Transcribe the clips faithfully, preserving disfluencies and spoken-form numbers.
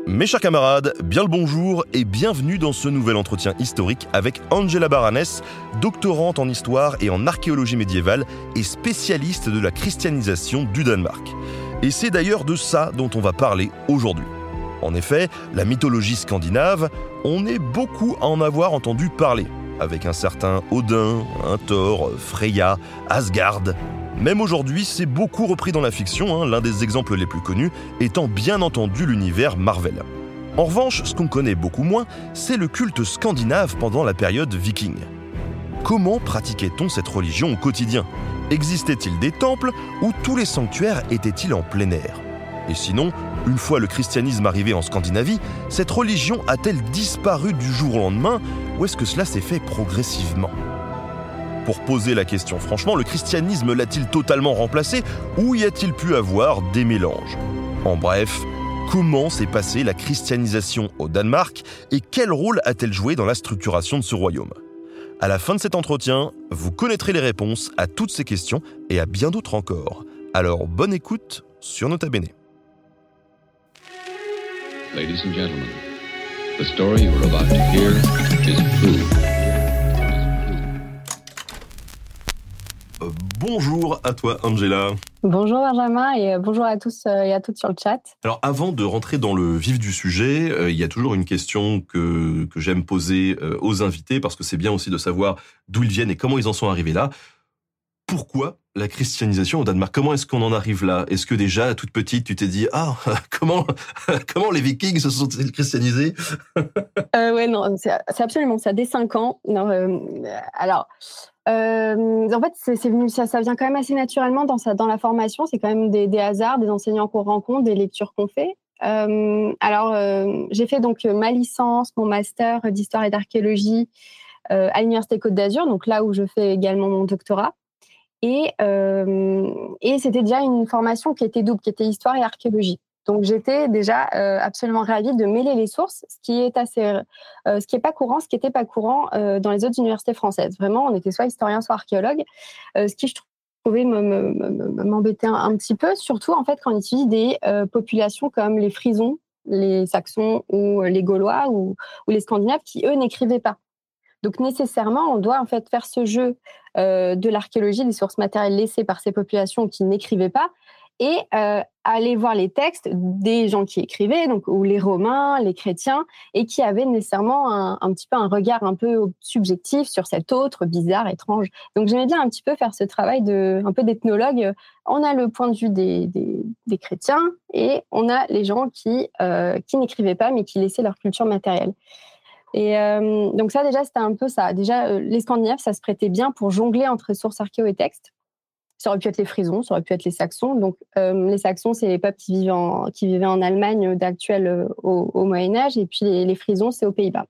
Mes chers camarades, bien le bonjour et bienvenue dans ce nouvel entretien historique avec Angela Baranes, doctorante en histoire et en archéologie médiévale et spécialiste de la christianisation du Danemark. Et c'est d'ailleurs de ça dont on va parler aujourd'hui. En effet, la mythologie scandinave, on est beaucoup à en avoir entendu parler, avec un certain Odin, un Thor, Freya, Asgard. Même aujourd'hui, c'est beaucoup repris dans la fiction, hein, l'un des exemples les plus connus étant bien entendu l'univers Marvel. En revanche, ce qu'on connaît beaucoup moins, c'est le culte scandinave pendant la période viking. Comment pratiquait-on cette religion au quotidien ? Existait-il des temples ou tous les sanctuaires étaient-ils en plein air ? Et sinon, une fois le christianisme arrivé en Scandinavie, cette religion a-t-elle disparu du jour au lendemain ou est-ce que cela s'est fait progressivement ? Pour poser la question franchement, le christianisme l'a-t-il totalement remplacé ou y a-t-il pu avoir des mélanges ? En bref, comment s'est passée la christianisation au Danemark et quel rôle a-t-elle joué dans la structuration de ce royaume ? À la fin de cet entretien, vous connaîtrez les réponses à toutes ces questions et à bien d'autres encore. Alors bonne écoute sur Nota Bene. Ladies and gentlemen, the story you are about to hear is true. Euh, bonjour à toi, Angela. Bonjour Benjamin et bonjour à tous et à toutes sur le chat. Alors avant de rentrer dans le vif du sujet, euh, il y a toujours une question que, que j'aime poser euh, aux invités parce que c'est bien aussi de savoir d'où ils viennent et comment ils en sont arrivés là. Pourquoi la christianisation au Danemark ? Comment est-ce qu'on en arrive là ? Est-ce que déjà, toute petite, tu t'es dit « Ah, comment, comment les Vikings se sont-ils christianisés ?» euh, Ouais, non, c'est, c'est absolument ça. Dès cinq ans. Non, euh, alors, euh, en fait, c'est, c'est venu, ça, ça vient quand même assez naturellement dans, sa, dans la formation. C'est quand même des, des hasards, des enseignants qu'on rencontre, des lectures qu'on fait. Euh, alors, euh, j'ai fait donc ma licence, mon master d'histoire et d'archéologie euh, à l'Université Côte d'Azur, donc là où je fais également mon doctorat. Et, euh, et c'était déjà une formation qui était double, qui était histoire et archéologie. Donc j'étais déjà euh, absolument ravie de mêler les sources, ce qui est assez, euh, ce qui est pas courant, ce qui n'était pas courant euh, dans les autres universités françaises. Vraiment, on était soit historien, soit archéologue, euh, ce qui je trouvais me, me, me, m'embêter un, un petit peu, surtout en fait quand on étudie des euh, populations comme les Frisons, les Saxons ou les Gaulois ou, ou les Scandinaves qui eux n'écrivaient pas. Donc nécessairement, on doit en fait faire ce jeu euh, de l'archéologie, des sources matérielles laissées par ces populations qui n'écrivaient pas, et euh, aller voir les textes des gens qui écrivaient, donc ou les Romains, les chrétiens, et qui avaient nécessairement un, un petit peu un regard un peu subjectif sur cet autre bizarre, étrange. Donc j'aimais bien un petit peu faire ce travail de un peu d'ethnologue. On a le point de vue des, des, des chrétiens et on a les gens qui euh, qui n'écrivaient pas mais qui laissaient leur culture matérielle. Et euh, donc ça, déjà, c'était un peu ça. Déjà, euh, les Scandinaves, ça se prêtait bien pour jongler entre sources archéo et textes. Ça aurait pu être les Frisons, ça aurait pu être les Saxons. Donc, euh, les Saxons, c'est les peuples qui vivaient en, qui vivaient en Allemagne d'actuel euh, au, au Moyen-Âge. Et puis, les, les Frisons, c'est aux Pays-Bas.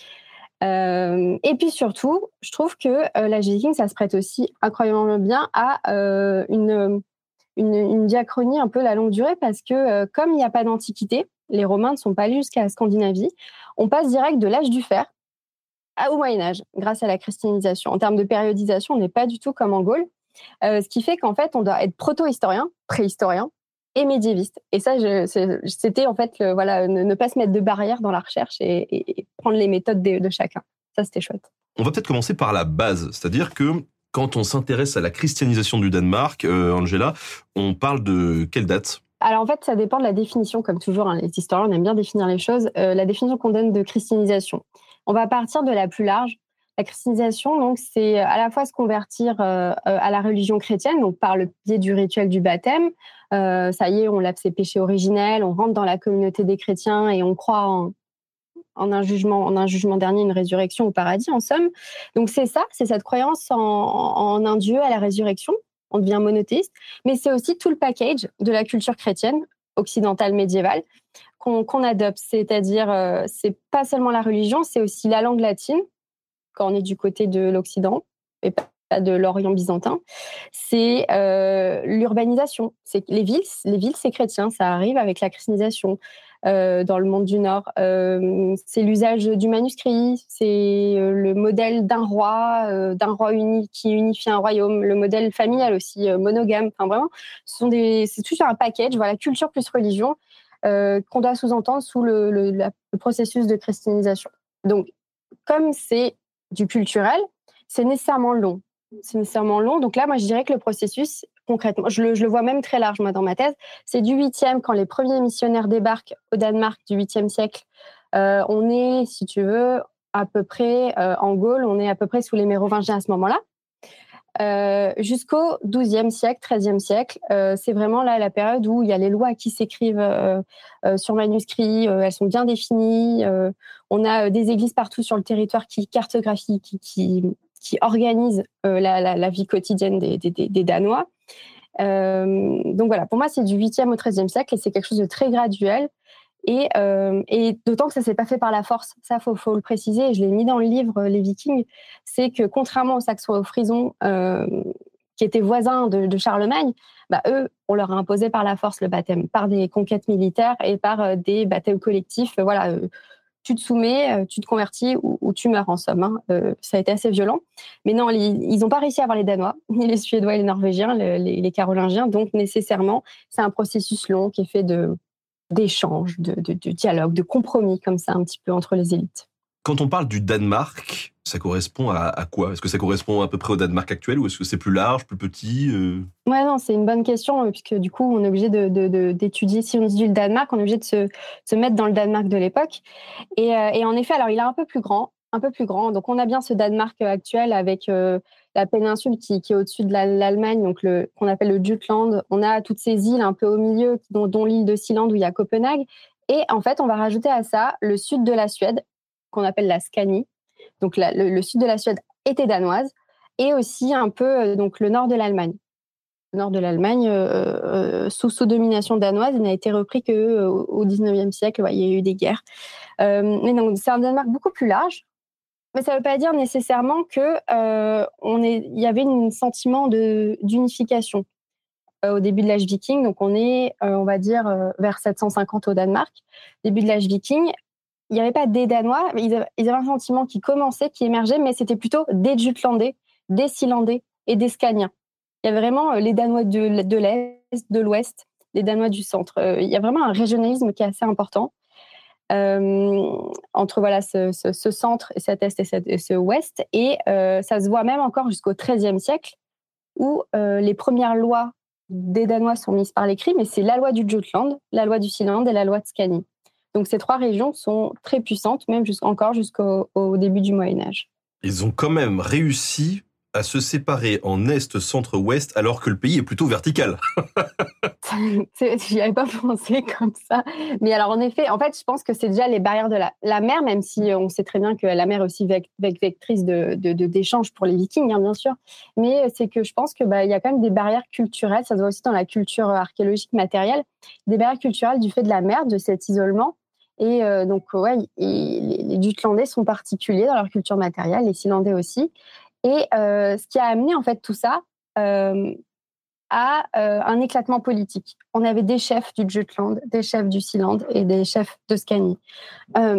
Euh, et puis, surtout, je trouve que euh, l'âge viking, ça se prête aussi incroyablement bien à euh, une, une, une diachronie un peu la longue durée parce que, euh, comme il n'y a pas d'antiquité, les Romains ne sont pas allés jusqu'à la Scandinavie. On passe direct de l'âge du fer au Moyen-Âge, grâce à la christianisation. En termes de périodisation, on n'est pas du tout comme en Gaule. Euh, ce qui fait qu'en fait, on doit être proto-historien, préhistorien et médiéviste. Et ça, je, c'était en fait, le, voilà, ne, ne pas se mettre de barrières dans la recherche et, et, et prendre les méthodes de, de chacun. Ça, c'était chouette. On va peut-être commencer par la base, c'est-à-dire que quand on s'intéresse à la christianisation du Danemark, euh, Angela, on parle de quelle date ? Alors en fait, ça dépend de la définition, comme toujours, hein, les historiens, on aime bien définir les choses. Euh, la définition qu'on donne de christianisation. On va partir de la plus large. La christianisation, donc, c'est à la fois se convertir euh, à la religion chrétienne, donc par le biais du rituel du baptême. Euh, ça y est, on lave ses péchés originels, on rentre dans la communauté des chrétiens et on croit en, en un jugement, en un jugement dernier, une résurrection au paradis, en somme. Donc c'est ça, c'est cette croyance en, en un Dieu à la résurrection. On devient monothéiste, mais c'est aussi tout le package de la culture chrétienne occidentale médiévale qu'on, qu'on adopte. C'est-à-dire, euh, c'est pas seulement la religion, c'est aussi la langue latine quand on est du côté de l'Occident et pas de l'Orient byzantin. C'est euh, l'urbanisation. C'est les villes, les villes, c'est chrétien. Ça arrive avec la christianisation. Euh, dans le monde du Nord. Euh, c'est l'usage du manuscrit, c'est euh, le modèle d'un roi, euh, d'un roi uni qui unifie un royaume, le modèle familial aussi, euh, monogame. Enfin vraiment, ce sont des, c'est tout un package. Voilà, culture plus religion. euh, qu'on doit sous-entendre sous le, le, la, le processus de christianisation. Donc, comme c'est du culturel, c'est nécessairement long. C'est nécessairement long. Donc là, moi, je dirais que le processus, concrètement, je le, je le vois même très large, moi, dans ma thèse, c'est du huitième, quand les premiers missionnaires débarquent au Danemark du huitième siècle. Euh, on est, si tu veux, à peu près, euh, en Gaule, on est à peu près sous les Mérovingiens à ce moment-là. Euh, jusqu'au douzième siècle, treizième siècle, euh, c'est vraiment là la période où il y a les lois qui s'écrivent euh, euh, sur manuscrits, euh, elles sont bien définies, euh, on a des églises partout sur le territoire qui cartographient, qui, qui, qui organisent euh, la, la, la vie quotidienne des, des, des Danois. Euh, donc voilà, pour moi c'est du huitième au treizième siècle et c'est quelque chose de très graduel. Et, euh, et d'autant que ça ne s'est pas fait par la force. Ça, il faut, faut le préciser. Et je l'ai mis dans le livre, Les Vikings. C'est que contrairement aux Saxons et aux Frisons, euh, qui étaient voisins de, de Charlemagne, bah, eux, on leur a imposé par la force le baptême, par des conquêtes militaires et par euh, des baptêmes collectifs. Voilà, euh, tu te soumets, euh, tu te convertis ou, ou tu meurs en somme. Hein. Euh, ça a été assez violent. Mais non, les, ils n'ont pas réussi à avoir les Danois, ni les Suédois et les Norvégiens, le, les, les Carolingiens. Donc, nécessairement, c'est un processus long qui est fait de... d'échanges, de, de, de dialogue, de compromis comme ça un petit peu entre les élites. Quand on parle du Danemark, ça correspond à, à quoi ? Est-ce que ça correspond à peu près au Danemark actuel ou est-ce que c'est plus large, plus petit euh... Ouais, non, c'est une bonne question puisque du coup, on est obligé de, de, de, d'étudier. Si on dit le Danemark, on est obligé de se, se mettre dans le Danemark de l'époque. Et, euh, et en effet, alors il est un peu plus grand, un peu plus grand. Donc on a bien ce Danemark actuel avec euh, la péninsule qui, qui est au-dessus de la, l'Allemagne, donc le qu'on appelle le Jutland. On a toutes ces îles un peu au milieu, dont, dont l'île de Sealand où il y a Copenhague. Et en fait, on va rajouter à ça le sud de la Suède, qu'on appelle la Scanie. Donc la, le, le sud de la Suède était danoise, et aussi un peu euh, donc le nord de l'Allemagne. Le nord de l'Allemagne, euh, euh, sous, sous domination danoise, il n'a été repris qu'au euh, au dix-neuvième siècle. Ouais, il y a eu des guerres. Euh, mais donc, c'est un Danemark beaucoup plus large. Mais ça ne veut pas dire nécessairement qu'il euh, y avait un sentiment de, d'unification euh, au début de l'âge viking. Donc, on est, euh, on va dire, euh, vers sept cent cinquante au Danemark. Début de l'âge viking, il n'y avait pas des Danois, mais ils avaient, ils avaient un sentiment qui commençait, qui émergeait, mais c'était plutôt des Jutlandais, des Sealandais et des Scaniens. Il y avait vraiment les Danois de, de l'Est, de l'Ouest, les Danois du Centre. Euh, il y a vraiment un régionalisme qui est assez important. Euh, entre voilà ce, ce, ce centre et cet est et, cet, et ce ouest, et euh, ça se voit même encore jusqu'au treizième siècle où euh, les premières lois des Danois sont mises par l'écrit, mais c'est la loi du Jutland, la loi du Sealand et la loi de Scanie. Donc ces trois régions sont très puissantes, même jusqu', encore jusqu'au au début du Moyen-Âge. Ils ont quand même réussi à se séparer en est, centre, ouest, alors que le pays est plutôt vertical. J'y avais pas pensé comme ça. Mais alors, en effet, en fait, je pense que c'est déjà les barrières de la, la mer, même si on sait très bien que la mer est aussi vect, vectrice de, de, de, d'échanges pour les Vikings, hein, bien sûr. Mais c'est que je pense qu'il bah, y a quand même des barrières culturelles, ça se voit aussi dans la culture archéologique matérielle, des barrières culturelles du fait de la mer, de cet isolement. Et euh, donc, ouais, et les, les Jutlandais sont particuliers dans leur culture matérielle, les Sealandais aussi. Et euh, ce qui a amené en fait tout ça euh, à euh, un éclatement politique. On avait des chefs du Jutland, des chefs du Sealand et des chefs de Scanie. Euh,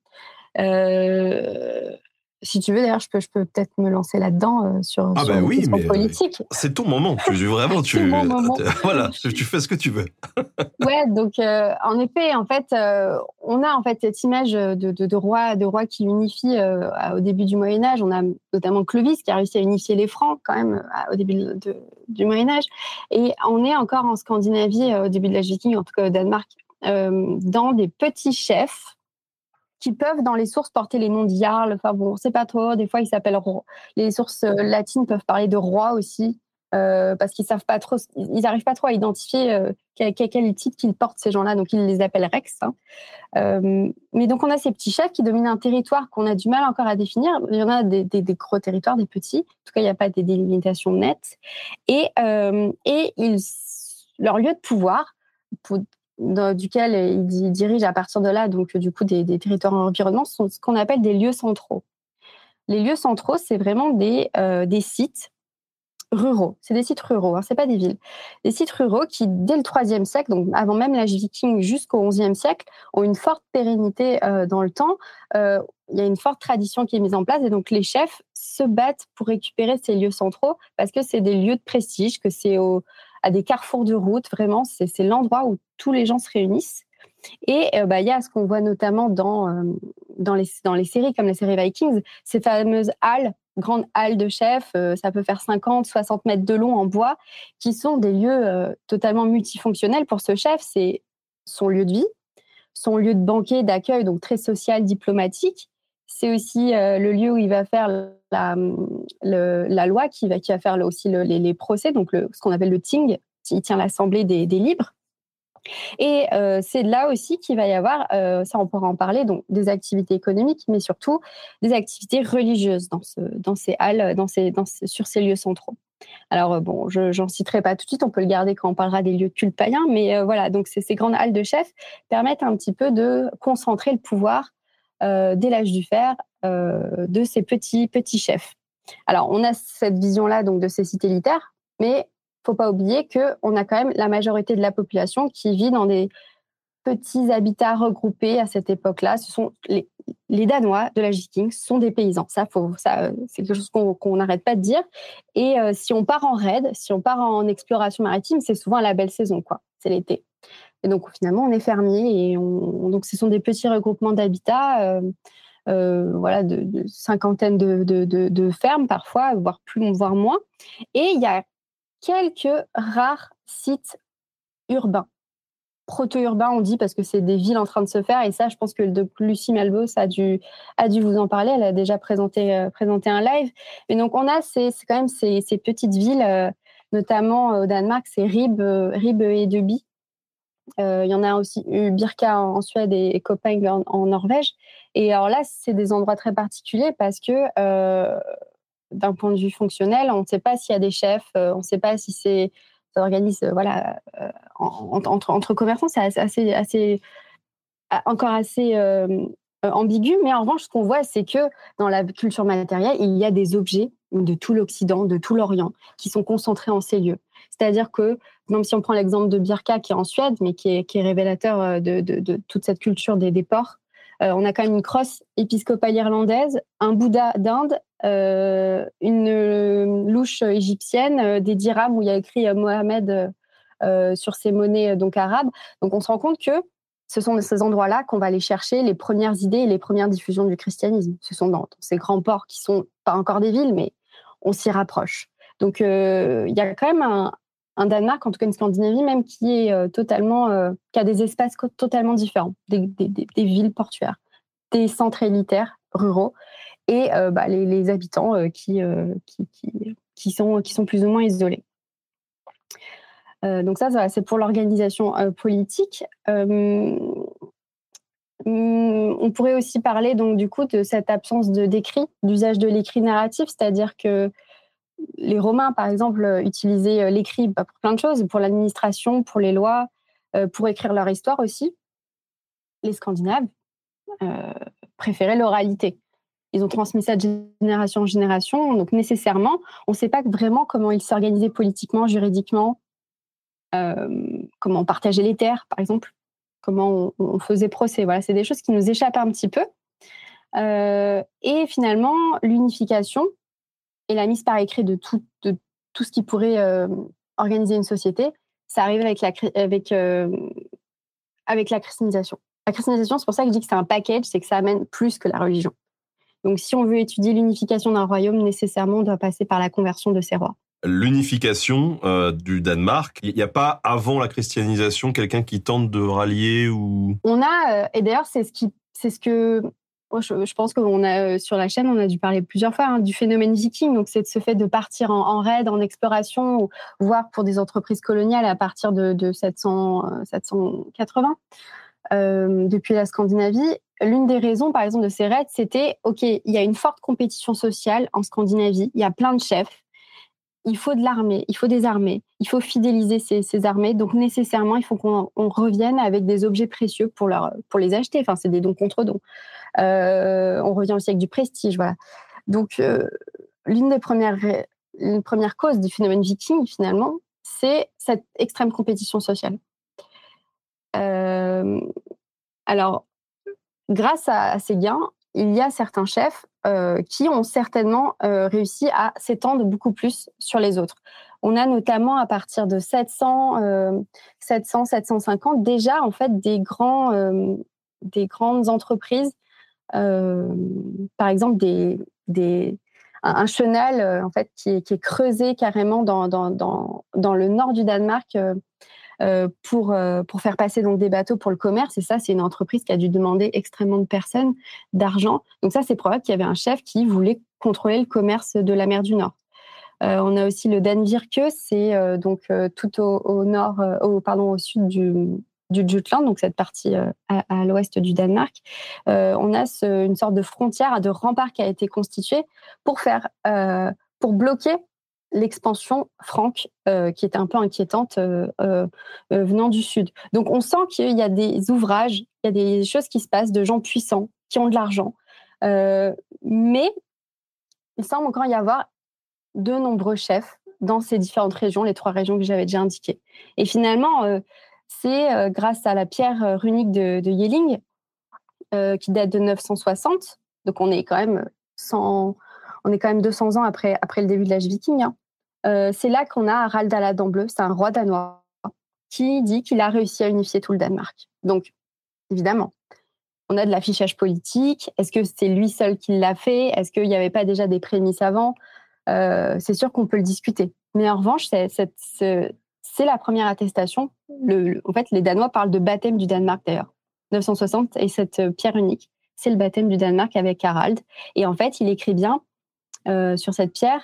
euh, si tu veux, d'ailleurs, je peux, je peux peut-être me lancer là-dedans euh, sur, ah sur bah les oui, questions mais politiques. C'est ton moment. Tu vraiment, tu, c'est mon moment. Voilà, tu fais ce que tu veux. Ouais, donc euh, en effet, en fait, euh, on a en fait cette image de, de, de roi, de roi qui unifie euh, au début du Moyen Âge. On a notamment Clovis qui a réussi à unifier les Francs quand même au début de, de, du Moyen Âge. Et on est encore en Scandinavie euh, au début de l'âge viking, en tout cas au Danemark, euh, dans des petits chefs qui peuvent dans les sources porter les noms de jarl. Enfin bon, on sait pas trop. Des fois, ils s'appellent roi. Les sources latines peuvent parler de roi aussi. Euh, parce qu'ils savent pas trop, ils n'arrivent pas trop à identifier euh, quel, quel titre qu'ils portent ces gens-là, donc ils les appellent Rex. Hein. Euh, mais donc on a ces petits chefs qui dominent un territoire qu'on a du mal encore à définir. Il y en a des, des, des gros territoires, des petits. En tout cas, il n'y a pas des délimitations nettes. Et, euh, et ils, leur lieu de pouvoir, pour, dans, duquel ils dirigent à partir de là, donc du coup des, des territoires environnants, sont ce qu'on appelle des lieux centraux. Les lieux centraux, c'est vraiment des, euh, des sites ruraux, c'est des sites ruraux, hein, c'est pas des villes. Des sites ruraux qui, dès le troisième siècle, donc avant même l'âge viking jusqu'au onzième siècle, ont une forte pérennité euh, dans le temps. Euh, il y a une forte tradition qui est mise en place et donc les chefs se battent pour récupérer ces lieux centraux parce que c'est des lieux de prestige, que c'est au, à des carrefours de route, vraiment, c'est, c'est l'endroit où tous les gens se réunissent. Et euh, bah, il y a ce qu'on voit notamment dans, euh, dans, les, dans les séries, comme la série Vikings, ces fameuses halles, grandes halles de chefs, euh, ça peut faire cinquante, soixante mètres de long en bois, qui sont des lieux euh, totalement multifonctionnels pour ce chef. C'est son lieu de vie, son lieu de banquet, d'accueil, donc très social, diplomatique. C'est aussi euh, le lieu où il va faire la, le, la loi, qui va, qui va faire aussi le, les, les procès, donc le, ce qu'on appelle le ting. Il tient l'assemblée des, des libres. Et euh, c'est là aussi qu'il va y avoir, euh, ça on pourra en parler, donc des activités économiques, mais surtout des activités religieuses dans, ce, dans ces halles, dans ces, dans ces, sur ces lieux centraux. Alors, euh, bon, je n'en citerai pas tout de suite, on peut le garder quand on parlera des lieux de culte païens, mais euh, voilà, donc ces, ces grandes halles de chefs permettent un petit peu de concentrer le pouvoir euh, dès l'âge du fer euh, de ces petits, petits chefs. Alors, on a cette vision-là donc, de ces cités militaires, mais il ne faut pas oublier qu'on a quand même la majorité de la population qui vit dans des petits habitats regroupés à cette époque-là. Ce sont les, les Danois de l'âge viking, ce sont des paysans. Ça, faut, ça c'est quelque chose qu'on qu'on n'arrête pas de dire. Et euh, si on part en raid, si on part en exploration maritime, c'est souvent la belle saison, quoi. C'est l'été. Et donc finalement, on est fermier et on, donc ce sont des petits regroupements d'habitats, euh, euh, voilà, de, de cinquantaine de, de, de, de fermes parfois, voire plus, voire moins. Et il y a quelques rares sites urbains. Proto-urbains, on dit, parce que c'est des villes en train de se faire. Et ça, je pense que de Lucie Malbos a dû, a dû vous en parler. Elle a déjà présenté, euh, présenté un live. Et donc, on a ces, c'est quand même ces, ces petites villes, euh, notamment euh, au Danemark, c'est Rib, euh, Rib et Deby. Euh, il y en a aussi eu Birka en, en Suède et, et Copenhague en, en Norvège. Et alors là, c'est des endroits très particuliers parce que... Euh, d'un point de vue fonctionnel, on ne sait pas s'il y a des chefs, euh, on ne sait pas si c'est, ça organise, euh, voilà, euh, en, en, entre, entre commerçants, c'est assez, assez, assez encore assez euh, ambigu. Mais en revanche, ce qu'on voit, c'est que dans la culture matérielle, il y a des objets de tout l'Occident, de tout l'Orient, qui sont concentrés en ces lieux. C'est-à-dire que, même si on prend l'exemple de Birka, qui est en Suède, mais qui est, qui est révélateur de, de, de toute cette culture des, des ports, euh, on a quand même une crosse épiscopale irlandaise, un Bouddha d'Inde, euh, une louche égyptienne, euh, des dirhams où il y a écrit euh, Mohamed euh, sur ces monnaies donc arabes. Donc on se rend compte que ce sont de ces endroits-là qu'on va aller chercher les premières idées et les premières diffusions du christianisme. Ce sont dans, dans ces grands ports qui sont pas encore des villes, mais on s'y rapproche. Donc euh, il y a quand même un, un Danemark, en tout cas une Scandinavie même, qui est euh, totalement, euh, qui a des espaces totalement différents, des, des, des, des villes portuaires, des centres élitaires ruraux et euh, bah, les, les habitants euh, qui, euh, qui, qui, qui, sont, qui sont plus ou moins isolés. Euh, donc ça, ça, c'est pour l'organisation euh, politique. Euh, on pourrait aussi parler donc du coup de cette absence de d'écrit, d'usage de l'écrit narratif, c'est-à-dire que les Romains, par exemple, utilisaient l'écrit pour plein de choses, pour l'administration, pour les lois, euh, pour écrire leur histoire aussi. Les Scandinaves euh, préféraient l'oralité. Ils ont transmis ça de génération en génération, donc nécessairement, on ne sait pas vraiment comment ils s'organisaient politiquement, juridiquement, euh, comment on partageait les terres, par exemple, comment on, on faisait procès. Voilà, c'est des choses qui nous échappent un petit peu. Euh, et finalement, l'unification et la mise par écrit de tout, de tout ce qui pourrait euh, organiser une société, ça arrive avec la, avec, euh, avec la christianisation. La christianisation, c'est pour ça que je dis que c'est un package, c'est que ça amène plus que la religion. Donc, si on veut étudier l'unification d'un royaume, nécessairement, on doit passer par la conversion de ses rois. L'unification euh, du Danemark, il n'y a pas, avant la christianisation, quelqu'un qui tente de rallier ou... On a, euh, et d'ailleurs, c'est ce, qui, c'est ce que... Je, je pense qu'on a, sur la chaîne, on a dû parler plusieurs fois hein, du phénomène viking. Donc, c'est ce fait de partir en, en raid, en exploration, ou, voire pour des entreprises coloniales à partir de, de sept cents, sept cent quatre-vingts, euh, depuis la Scandinavie. L'une des raisons, par exemple, de ces raids, c'était, OK, il y a une forte compétition sociale en Scandinavie, il y a plein de chefs, il faut de l'armée, il faut des armées, il faut fidéliser ces, ces armées. Donc, nécessairement, il faut qu'on on revienne avec des objets précieux pour, leur, pour les acheter. Enfin, c'est des dons contre dons. Euh, on revient aussi avec du prestige, voilà. Donc, euh, l'une des premières, une première cause du phénomène viking, finalement, c'est cette extrême compétition sociale. Euh, alors, grâce à, à ces gains, il y a certains chefs euh, qui ont certainement euh, réussi à s'étendre beaucoup plus sur les autres. On a notamment à partir de sept cents, euh, sept cents, sept cent cinquante déjà en fait des grands, euh, des grandes entreprises, euh, par exemple des, des un, un chenal euh, en fait qui est, qui est creusé carrément dans dans dans dans le nord du Danemark. Euh, euh, pour euh, pour faire passer donc des bateaux pour le commerce, et ça c'est une entreprise qui a dû demander extrêmement de personnes, d'argent. Donc ça c'est probable qu'il y avait un chef qui voulait contrôler le commerce de la mer du Nord. Euh, on a aussi le Danvirke, c'est euh, donc euh, tout au, au nord, euh, au pardon au sud du du Jutland, donc cette partie euh, à, à l'ouest du Danemark. Euh, on a ce, une sorte de frontière, de rempart qui a été constitué pour faire euh, pour bloquer l'expansion franque, euh, qui était un peu inquiétante euh, euh, euh, venant du sud. Donc on sent qu'il y a des ouvrages, il y a des choses qui se passent, de gens puissants qui ont de l'argent, euh, mais il semble encore y avoir de nombreux chefs dans ces différentes régions, les trois régions que j'avais déjà indiquées. Et finalement, euh, c'est euh, grâce à la pierre runique de, de Jelling, euh, qui date de neuf cent soixante, donc on est quand même cent, on est quand même deux cents ans après, après le début de l'âge viking, hein. Euh, c'est là qu'on a Harald à la dent bleue, c'est un roi danois qui dit qu'il a réussi à unifier tout le Danemark. Donc, évidemment, on a de l'affichage politique. Est-ce que c'est lui seul qui l'a fait? Est-ce qu'il n'y avait pas déjà des prémices avant? euh, C'est sûr qu'on peut le discuter. Mais en revanche, c'est, c'est, c'est, c'est la première attestation. Le, le, en fait, les Danois parlent de baptême du Danemark, d'ailleurs. neuf cent soixante, et cette pierre unique, c'est le baptême du Danemark avec Harald. Et en fait, il écrit bien euh, sur cette pierre: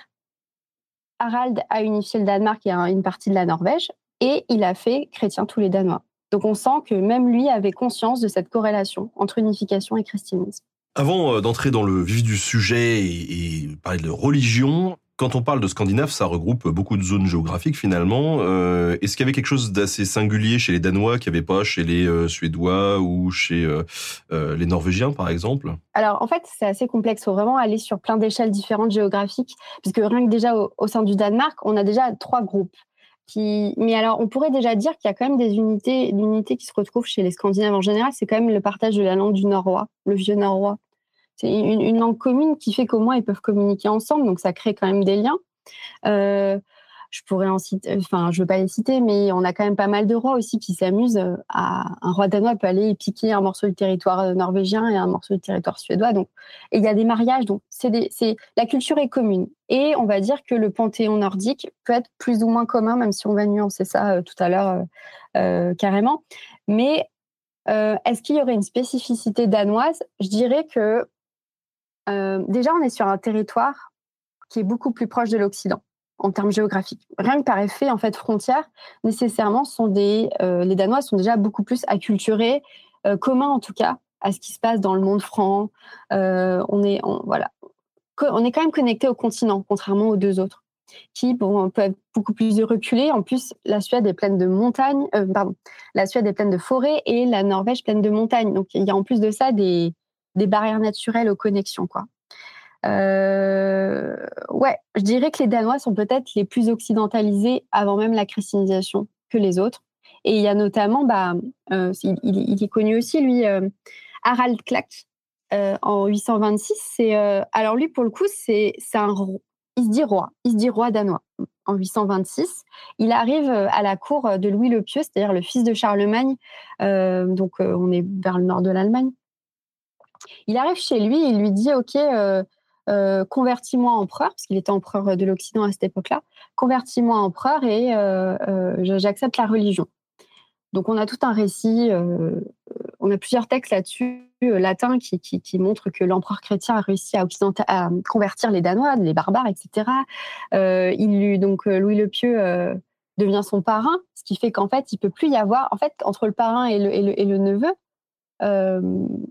Harald a unifié le Danemark et une partie de la Norvège, et il a fait chrétien tous les Danois. Donc on sent que même lui avait conscience de cette corrélation entre unification et christianisme. Avant d'entrer dans le vif du sujet et, et parler de religion, quand on parle de Scandinave, ça regroupe beaucoup de zones géographiques finalement. Euh, est-ce qu'il y avait quelque chose d'assez singulier chez les Danois qu'il n'y avait pas chez les euh, Suédois ou chez euh, euh, les Norvégiens, par exemple? Alors, en fait, c'est assez complexe. Il faut vraiment aller sur plein d'échelles différentes géographiques, puisque rien que déjà au, au sein du Danemark, on a déjà trois groupes. Qui... Mais alors, on pourrait déjà dire qu'il y a quand même des unités, unités qui se retrouvent chez les Scandinaves en général. C'est quand même le partage de la langue du norrois, le vieux norrois. C'est une, une langue commune qui fait qu'au moins ils peuvent communiquer ensemble, donc ça crée quand même des liens. Euh, je pourrais en citer, enfin, je veux pas les citer, mais on a quand même pas mal de rois aussi qui s'amusent. À, un roi danois peut aller piquer un morceau du territoire norvégien et un morceau du territoire suédois. Donc, et il y a des mariages, donc c'est, des, c'est la culture est commune. Et on va dire que le panthéon nordique peut être plus ou moins commun, même si on va nuancer ça euh, tout à l'heure euh, euh, carrément. Mais euh, est-ce qu'il y aurait une spécificité danoise? Je dirais que Euh, déjà, on est sur un territoire qui est beaucoup plus proche de l'Occident en termes géographiques. Rien que par effet en fait frontière, nécessairement, sont des, euh, les Danois sont déjà beaucoup plus acculturés, euh, communs en tout cas, à ce qui se passe dans le monde franc. Euh, on est, on, voilà, on est quand même connecté au continent, contrairement aux deux autres, qui bon, peuvent être beaucoup plus reculés. En plus, la Suède est pleine de montagnes, euh, pardon, la Suède est pleine de forêts et la Norvège pleine de montagnes. Donc, il y a en plus de ça des des barrières naturelles aux connexions, quoi. Euh, ouais, je dirais que les Danois sont peut-être les plus occidentalisés avant même la christianisation que les autres. Et il y a notamment, bah, euh, il, il est connu aussi, lui, euh, Harald Klak, euh, en huit cent vingt-six. C'est, euh, alors lui, pour le coup, c'est, c'est un, il se dit roi, il se dit roi danois. En huit cent vingt-six, il arrive à la cour de Louis le Pieux, c'est-à-dire le fils de Charlemagne. Euh, donc, euh, on est vers le nord de l'Allemagne. Il arrive chez lui et il lui dit « Ok, euh, euh, convertis-moi en empereur », parce qu'il était empereur de l'Occident à cette époque-là, « convertis-moi en empereur et euh, euh, j'accepte la religion ». Donc, on a tout un récit, euh, on a plusieurs textes là-dessus, euh, latins, qui, qui, qui montrent que l'empereur chrétien a réussi à, à convertir les Danois, les barbares, et cetera. Euh, il lui, donc, Louis le Pieux euh, devient son parrain, ce qui fait qu'en fait, il ne peut plus y avoir, en fait, entre le parrain et le, et le, et le neveu, euh,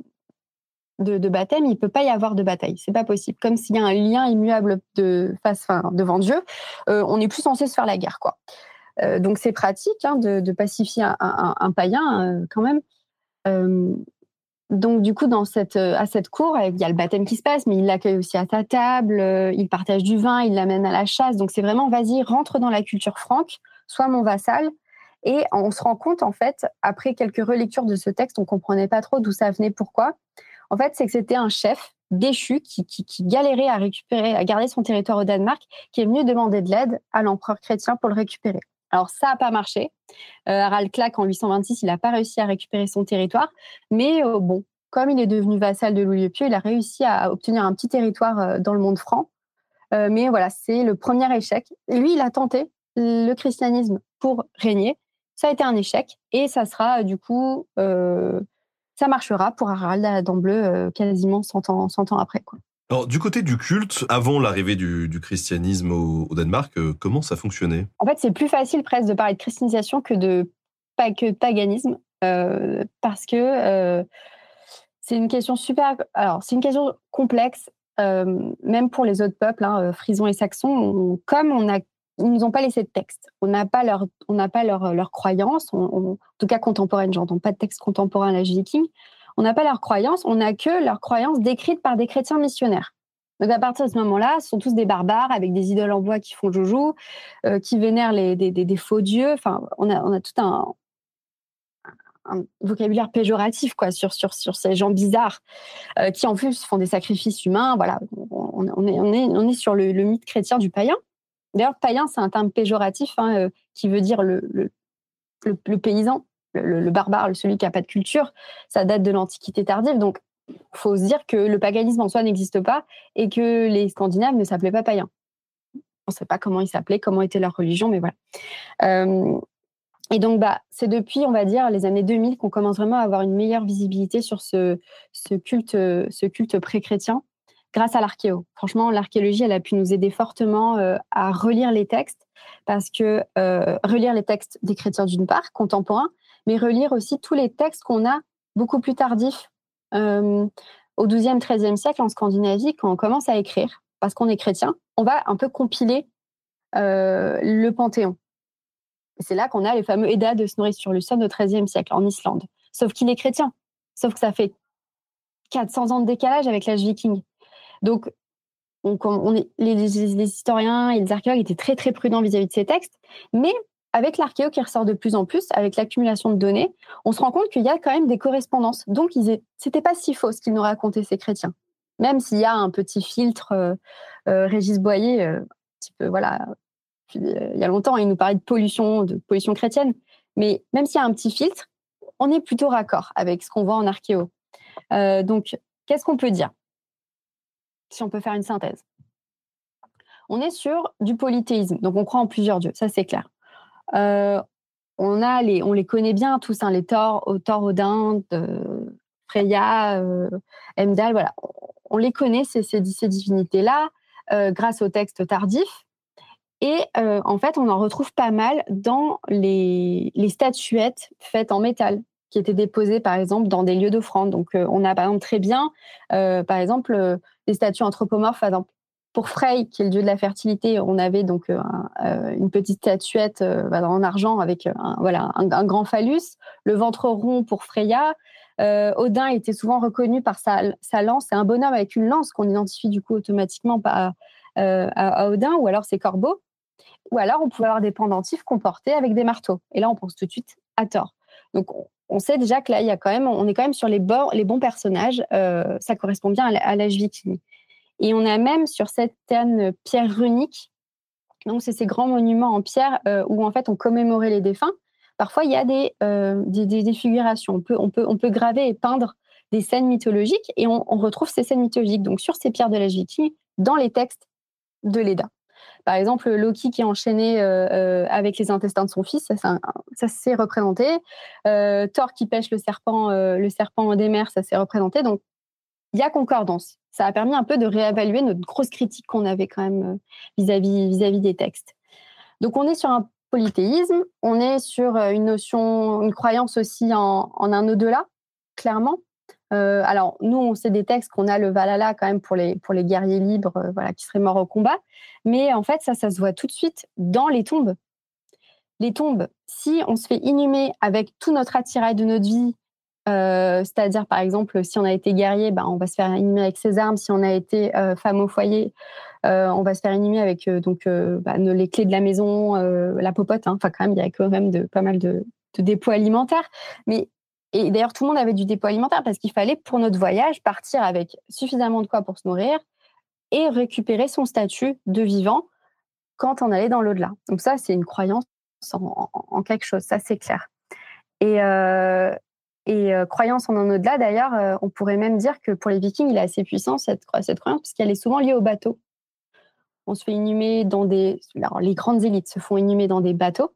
De, de baptême, il ne peut pas y avoir de bataille. C'est pas possible. Comme s'il y a un lien immuable de face, enfin, devant Dieu, euh, on n'est plus censé se faire la guerre, quoi. Euh, donc c'est pratique hein, de, de pacifier un, un, un païen euh, quand même. Euh, donc du coup, dans cette, à cette cour, il y a le baptême qui se passe, mais il l'accueille aussi à sa table, euh, il partage du vin, il l'amène à la chasse. Donc c'est vraiment, vas-y, rentre dans la culture franque, sois mon vassal. Et on se rend compte, en fait, après quelques relectures de ce texte, on ne comprenait pas trop d'où ça venait, pourquoi. En fait, c'est que c'était un chef déchu qui, qui, qui galérait à récupérer, à garder son territoire au Danemark, qui est venu demander de l'aide à l'empereur chrétien pour le récupérer. Alors, ça n'a pas marché. Euh, Harald Klak, en huit cent vingt-six, il n'a pas réussi à récupérer son territoire. Mais euh, bon, comme il est devenu vassal de Louis le Pieux, il a réussi à obtenir un petit territoire euh, dans le monde franc. Euh, mais voilà, c'est le premier échec. Lui, il a tenté le christianisme pour régner. Ça a été un échec. Et ça sera, du coup, euh, ça marchera pour Harald d'Ambleu euh, quasiment cent ans, cent ans après, quoi. Alors, du côté du culte, avant l'arrivée du, du christianisme au, au Danemark, euh, comment ça fonctionnait ? En fait, c'est plus facile presque de parler de christianisation que de, pas, que de paganisme, euh, parce que euh, c'est une question super... Alors, c'est une question complexe, euh, même pour les autres peuples, hein, frisons et saxons. On, comme on a, ils nous ont pas laissé de texte, on n'a pas leur, on n'a pas leur, leur croyance, on, on, en tout cas contemporaine, j'entends pas de texte contemporain à l'âge viking. On n'a pas leur croyance, on n'a que leur croyance décrite par des chrétiens missionnaires. Donc à partir de ce moment-là, ce sont tous des barbares avec des idoles en bois qui font joujou, euh, qui vénèrent les, des, des, des faux dieux. Enfin, on a, on a tout un, un vocabulaire péjoratif quoi, sur, sur, sur ces gens bizarres euh, qui en plus font des sacrifices humains. Voilà, on, on, est, on, est, on est sur le, le mythe chrétien du païen. D'ailleurs, païen, c'est un terme péjoratif hein, euh, qui veut dire le, le, le, le paysan. Le, le barbare, celui qui n'a pas de culture, ça date de l'Antiquité tardive. Donc, il faut se dire que le paganisme en soi n'existe pas et que les Scandinaves ne s'appelaient pas païens. On ne sait pas comment ils s'appelaient, comment était leur religion, mais voilà. Euh, et donc, bah, c'est depuis, on va dire, les années deux mille qu'on commence vraiment à avoir une meilleure visibilité sur ce, ce culte, ce culte pré-chrétien grâce à l'archéo. Franchement, l'archéologie, elle a pu nous aider fortement euh, à relire les textes parce que euh, relire les textes des chrétiens d'une part, contemporains, mais relire aussi tous les textes qu'on a beaucoup plus tardifs euh, au douzième, treizième siècle en Scandinavie, quand on commence à écrire, parce qu'on est chrétien, on va un peu compiler euh, le Panthéon. Et c'est là qu'on a les fameux Edda de Snorri Sturluson au treizième siècle, en Islande. Sauf qu'il est chrétien. Sauf que ça fait quatre cents ans de décalage avec l'âge viking. Donc, on, on est, les, les, les historiens et les archéologues étaient très, très prudents vis-à-vis de ces textes, mais avec l'archéo qui ressort de plus en plus, avec l'accumulation de données, on se rend compte qu'il y a quand même des correspondances. Donc, ils, c'était pas si faux ce qu'ils nous racontaient, ces chrétiens. Même s'il y a un petit filtre, euh, euh, Régis Boyer, euh, un petit peu, voilà, puis, euh, il y a longtemps, il nous parlait de pollution, de pollution chrétienne. Mais même s'il y a un petit filtre, on est plutôt raccord avec ce qu'on voit en archéo. Euh, donc, qu'est-ce qu'on peut dire ? Si on peut faire une synthèse. On est sur du polythéisme, donc on croit en plusieurs dieux, ça c'est clair. Euh, on, a les, on les connaît bien tous, hein, les Thor, Thor, Odin, euh, Freya, euh, Heimdall, voilà. On les connaît, ces, ces, ces divinités-là, euh, grâce aux textes tardifs. Et euh, en fait, on en retrouve pas mal dans les, les statuettes faites en métal, qui étaient déposées, par exemple, dans des lieux d'offrande. Donc, euh, on a, par exemple, très bien, euh, par exemple, euh, des statues anthropomorphes, par exemple, pour Frey, qui est le dieu de la fertilité, on avait donc euh, un, une petite statuette euh, en argent avec un, voilà, un, un grand phallus, le ventre rond pour Freya. Euh, Odin était souvent reconnu par sa, sa lance. C'est un bonhomme avec une lance qu'on identifie du coup automatiquement à, euh, à, à Odin, ou alors ses corbeaux. Ou alors on pouvait avoir des pendentifs qu'on portait avec des marteaux. Et là, on pense tout de suite à Thor. Donc, on, on sait déjà que là, il y a quand même, on est quand même sur les, bords, les bons personnages. Euh, ça correspond bien à l'âge viking. Et on a même sur certaines pierres runiques, donc c'est ces grands monuments en pierre euh, où en fait on commémorait les défunts. Parfois il y a des, euh, des, des, des figurations. On peut, on, peut, on peut graver et peindre des scènes mythologiques et on, on retrouve ces scènes mythologiques donc sur ces pierres de l'âge viking dans les textes de l'Edda. Par exemple, Loki qui est enchaîné euh, euh, avec les intestins de son fils, ça, c'est, un, ça c'est représenté. Euh, Thor qui pêche le serpent, euh, le serpent des mers, ça c'est représenté. Donc il y a concordance. Ça a permis un peu de réévaluer notre grosse critique qu'on avait quand même vis-à-vis, vis-à-vis des textes. Donc, on est sur un polythéisme, on est sur une notion, une croyance aussi en, en un au-delà, clairement. Euh, alors, nous, on sait des textes qu'on a le Valhalla quand même pour les, pour les guerriers libres euh, voilà, qui seraient morts au combat. Mais en fait, ça, ça se voit tout de suite dans les tombes. Les tombes, si on se fait inhumer avec tout notre attirail de notre vie, Euh, c'est-à-dire, par exemple, si on a été guerrier, ben, on va se faire inhumer avec ses armes. Si on a été euh, femme au foyer, euh, on va se faire inhumer avec euh, donc, euh, bah, les clés de la maison, euh, la popote. Hein. Enfin, quand même, il y a quand même de, pas mal de, de dépôts alimentaires. Mais Et d'ailleurs, tout le monde avait du dépôt alimentaire parce qu'il fallait, pour notre voyage, partir avec suffisamment de quoi pour se nourrir et récupérer son statut de vivant quand on allait dans l'au-delà. Donc ça, c'est une croyance en, en, en quelque chose, ça c'est clair. Et, euh, et euh, croyance en un au-delà, d'ailleurs, euh, on pourrait même dire que pour les Vikings, il est assez puissant, cette, cette croyance, puisqu'elle est souvent liée au bateau. On se fait inhumer dans des... Alors, les grandes élites se font inhumer dans des bateaux,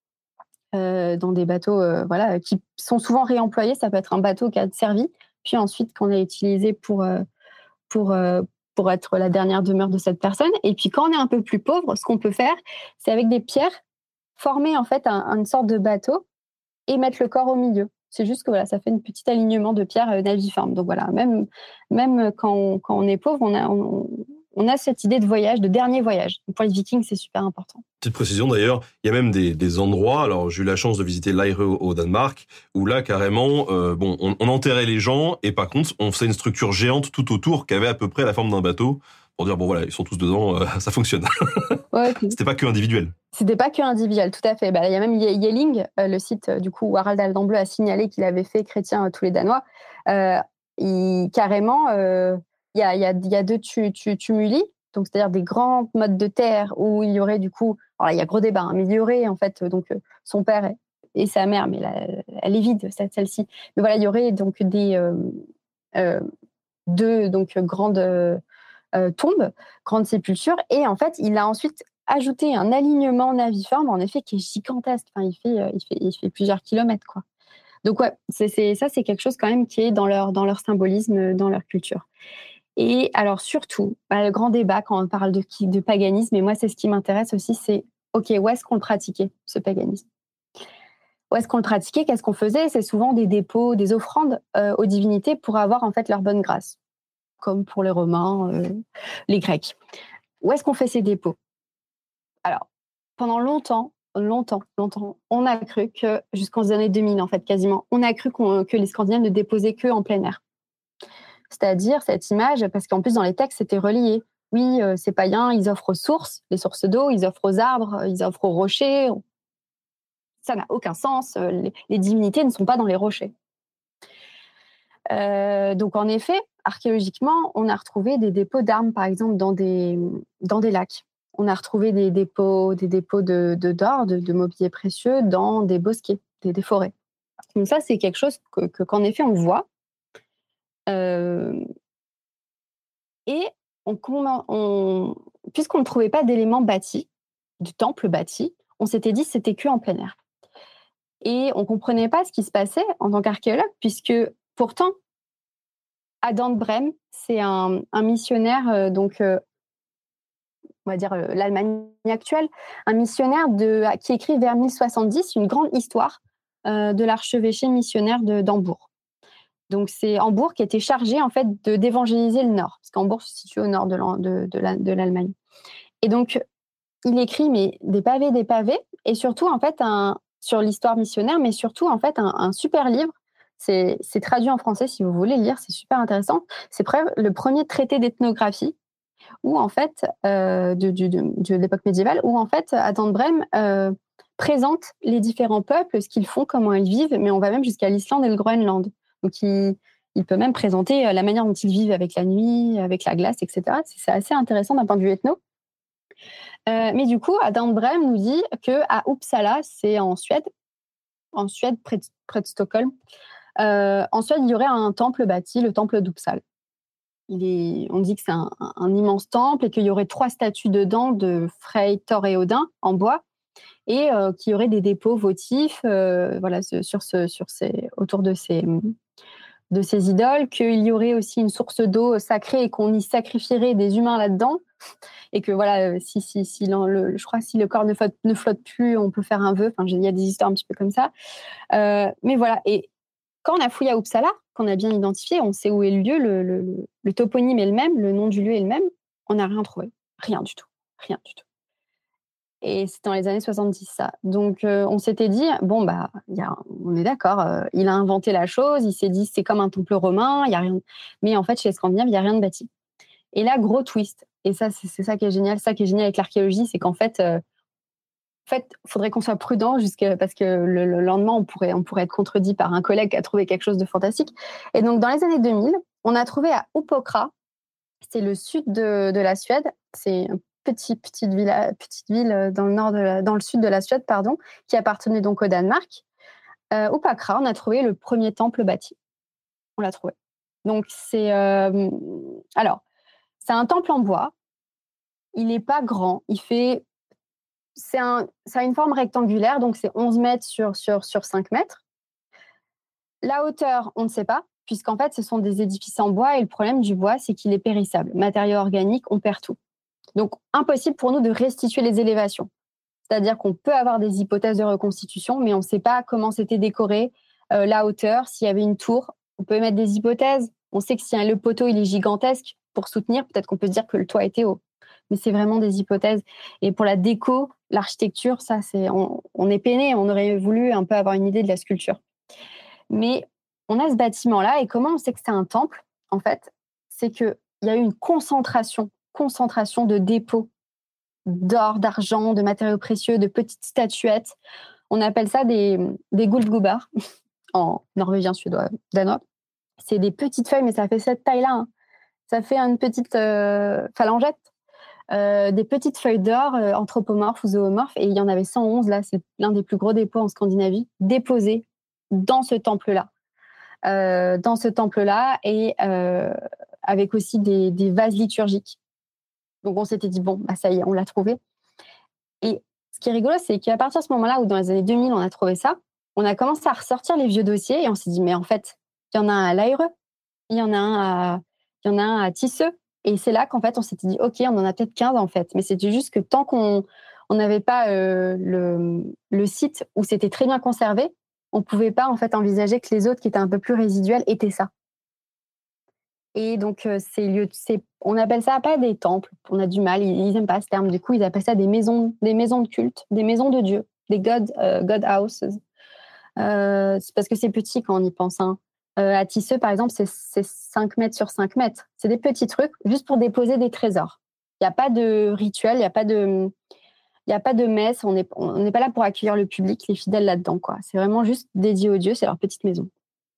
euh, dans des bateaux euh, voilà, qui sont souvent réemployés. Ça peut être un bateau qui a servi, puis ensuite qu'on a utilisé pour, euh, pour, euh, pour être la dernière demeure de cette personne. Et puis quand on est un peu plus pauvre, ce qu'on peut faire, c'est avec des pierres, former en fait un, une sorte de bateau et mettre le corps au milieu. C'est juste que voilà, ça fait un petit alignement de pierres euh, naviformes. Donc voilà, même, même quand, on, quand on est pauvre, on a, on, on a cette idée de voyage, de dernier voyage. Donc pour les Vikings, c'est super important. Petite précision d'ailleurs, il y a même des, des endroits, alors j'ai eu la chance de visiter Lejre au, au Danemark, où là carrément, euh, bon, on, on enterrait les gens, et par contre, on faisait une structure géante tout autour qui avait à peu près la forme d'un bateau, pour dire, bon voilà, ils sont tous dedans, euh, ça fonctionne. Ouais, okay. C'était pas que individuel. C'était pas que individuel, tout à fait. Bah, il y a même Yelling, euh, le site euh, du coup où Harald Aldenbleu a signalé qu'il avait fait chrétien euh, tous les Danois. Euh, il, carrément, euh, il y a, il y a, il y a deux tu, tu, tumuli, donc c'est-à-dire des grands mottes de terre où il y aurait du coup, alors il y a gros débat, hein, mais il y aurait en fait donc euh, son père et sa mère, mais là, elle est vide celle-ci. Mais voilà, il y aurait donc des euh, euh, deux donc grandes euh, tombes, grandes sépultures, et en fait, il a ensuite ajouté un alignement naviforme, en effet, qui est gigantesque. Enfin, il fait, il fait, il fait plusieurs kilomètres, quoi. Donc ouais, c'est, c'est, ça, c'est quelque chose quand même qui est dans leur, dans leur symbolisme, dans leur culture. Et alors surtout, bah, le grand débat quand on parle de, de paganisme, et moi, c'est ce qui m'intéresse aussi, c'est, OK, où est-ce qu'on le pratiquait, ce paganisme ? Où est-ce qu'on le pratiquait ? Qu'est-ce qu'on faisait ? C'est souvent des dépôts, des offrandes euh, aux divinités pour avoir en fait leur bonne grâce, comme pour les Romains, euh, les Grecs. Où est-ce qu'on fait ces dépôts ? Alors, pendant longtemps, longtemps, longtemps, on a cru que, jusqu'aux années deux mille en fait, quasiment, on a cru qu'on, que les Scandinaves ne déposaient qu'en plein air. C'est-à-dire cette image, parce qu'en plus dans les textes, c'était relié. Oui, euh, ces païens, ils offrent aux sources, les sources d'eau, ils offrent aux arbres, ils offrent aux rochers. Ça n'a aucun sens. Les, les divinités ne sont pas dans les rochers. Euh, donc en effet, archéologiquement, on a retrouvé des dépôts d'armes, par exemple, dans des, dans des lacs. On a retrouvé des dépôts, des dépôts de, de, d'or, de, de mobilier précieux dans des bosquets, des, des forêts. Donc ça, c'est quelque chose que, que, qu'en effet, on voit. Euh, et on, on, puisqu'on ne trouvait pas d'éléments bâtis, de temples bâtis, on s'était dit que c'était que en plein air. Et on ne comprenait pas ce qui se passait en tant qu'archéologue, puisque pourtant, Adam de Brême, c'est un, un missionnaire, euh, donc, euh, on va dire euh, l'Allemagne actuelle, un missionnaire de, qui écrit vers mille soixante-dix une grande histoire euh, de l'archevêché missionnaire de, d'Hambourg. Donc c'est Hambourg qui était chargé en fait de, d'évangéliser le Nord, parce qu'Hambourg se situe au nord de, de, de, la, de l'Allemagne. Et donc, il écrit mais, des pavés, des pavés, et surtout en fait un, sur l'histoire missionnaire, mais surtout en fait un, un super livre. C'est, c'est traduit en français si vous voulez lire, c'est super intéressant. C'est le premier traité d'ethnographie où en fait euh, de, de, de, de l'époque médiévale, où en fait Adam de Brême euh, présente les différents peuples, ce qu'ils font, comment ils vivent, mais on va même jusqu'à l'Islande et le Groenland. Donc il, il peut même présenter la manière dont ils vivent avec la nuit, avec la glace, et cetera. C'est, c'est assez intéressant d'un point de vue ethno. Euh, mais du coup, Adam de Brême nous dit qu'à Uppsala, c'est en Suède, en Suède près de, près de Stockholm, euh, en Suède, il y aurait un temple bâti, le temple d'Uppsala. Il est, on dit que c'est un, un, un immense temple et qu'il y aurait trois statues dedans de Frey, Thor et Odin en bois, et euh, qu'il y aurait des dépôts votifs euh, voilà, sur ce, sur ces, autour de ces, de ces idoles, qu'il y aurait aussi une source d'eau sacrée et qu'on y sacrifierait des humains là-dedans. Et que voilà, si, si, si le, je crois que si le corps ne flotte, ne flotte plus, on peut faire un vœu. Enfin, il y a des histoires un petit peu comme ça. Euh, mais voilà. Et quand on a fouillé à Uppsala, qu'on a bien identifié, on sait où est le lieu, le, le, le, le toponyme est le même, le nom du lieu est le même. On n'a rien trouvé. Rien du tout. Rien du tout. Et c'était dans les années soixante-dix, ça. Donc, euh, on s'était dit, bon, bah, y a, on est d'accord, euh, il a inventé la chose, il s'est dit, c'est comme un temple romain, il y a rien. Mais en fait, chez les Scandinaves, il n'y a rien de bâti. Et là, gros twist. Et ça, c'est, c'est ça qui est génial. Ça qui est génial avec l'archéologie, c'est qu'en fait, euh, En fait, il faudrait qu'on soit prudent jusqu'à, parce que le, le lendemain, on pourrait, on pourrait être contredit par un collègue qui a trouvé quelque chose de fantastique. Et donc, dans les années deux mille, on a trouvé à Uppåkra, c'est le sud de, de la Suède, c'est une petite, petite, ville, petite ville dans le, nord de la, dans le sud de la Suède, pardon, qui appartenait donc au Danemark. Euh, Uppåkra, on a trouvé le premier temple bâti. On l'a trouvé. Donc, c'est... Euh, alors, c'est un temple en bois. Il n'est pas grand. Il fait... C'est un, ça a une forme rectangulaire, donc c'est onze mètres sur, sur, sur cinq mètres. La hauteur, on ne sait pas, puisqu'en fait, ce sont des édifices en bois et le problème du bois, c'est qu'il est périssable. Matériaux organiques, on perd tout. Donc, impossible pour nous de restituer les élévations. C'est-à-dire qu'on peut avoir des hypothèses de reconstitution, mais on ne sait pas comment c'était décoré, euh, la hauteur, s'il y avait une tour. On peut mettre des hypothèses. On sait que si le poteau il est gigantesque pour soutenir, peut-être qu'on peut se dire que le toit était haut. Mais c'est vraiment des hypothèses. Et pour la déco, l'architecture, ça, c'est, on, on est peiné. On aurait voulu un peu avoir une idée de la sculpture. Mais on a ce bâtiment-là, et comment on sait que c'est un temple, en fait, c'est qu'il y a eu une concentration, concentration de dépôts d'or, d'argent, de matériaux précieux, de petites statuettes. On appelle ça des, des guldgubbar, en norvégien, suédois, danois. C'est des petites feuilles, mais ça fait cette taille-là. Hein. Ça fait une petite euh, phalangette. Euh, des petites feuilles d'or euh, anthropomorphes ou zoomorphes, et il y en avait cent onze, là, c'est l'un des plus gros dépôts en Scandinavie, déposés dans ce temple-là. Euh, dans ce temple-là, et euh, avec aussi des, des vases liturgiques. Donc, on s'était dit, bon, bah, ça y est, on l'a trouvé. Et ce qui est rigolo, c'est qu'à partir de ce moment-là, où dans les années deux mille, on a trouvé ça, on a commencé à ressortir les vieux dossiers et on s'est dit, mais en fait, il y en a un à Laireux, il y en a un à, il y en a un à Tisseux. Et c'est là qu'en fait, on s'était dit, OK, on en a peut-être quinze en fait. Mais c'était juste que tant qu'on n'avait pas euh, le, le site où c'était très bien conservé, on ne pouvait pas en fait envisager que les autres qui étaient un peu plus résiduels étaient ça. Et donc, euh, ces lieux, c'est, on appelle ça pas des temples. On a du mal, ils n'aiment pas ce terme. Du coup, ils appellent ça des maisons, des maisons de culte, des maisons de Dieu, des God, euh, God houses. Euh, c'est parce que c'est petit quand on y pense. Hein. Euh, à Tisseux, par exemple, c'est, c'est cinq mètres sur cinq mètres. C'est des petits trucs juste pour déposer des trésors. Il n'y a pas de rituel, il n'y a pas de, il n'y a pas de messe. On n'est on n'est pas là pour accueillir le public, les fidèles là-dedans, quoi. C'est vraiment juste dédié aux dieux, c'est leur petite maison.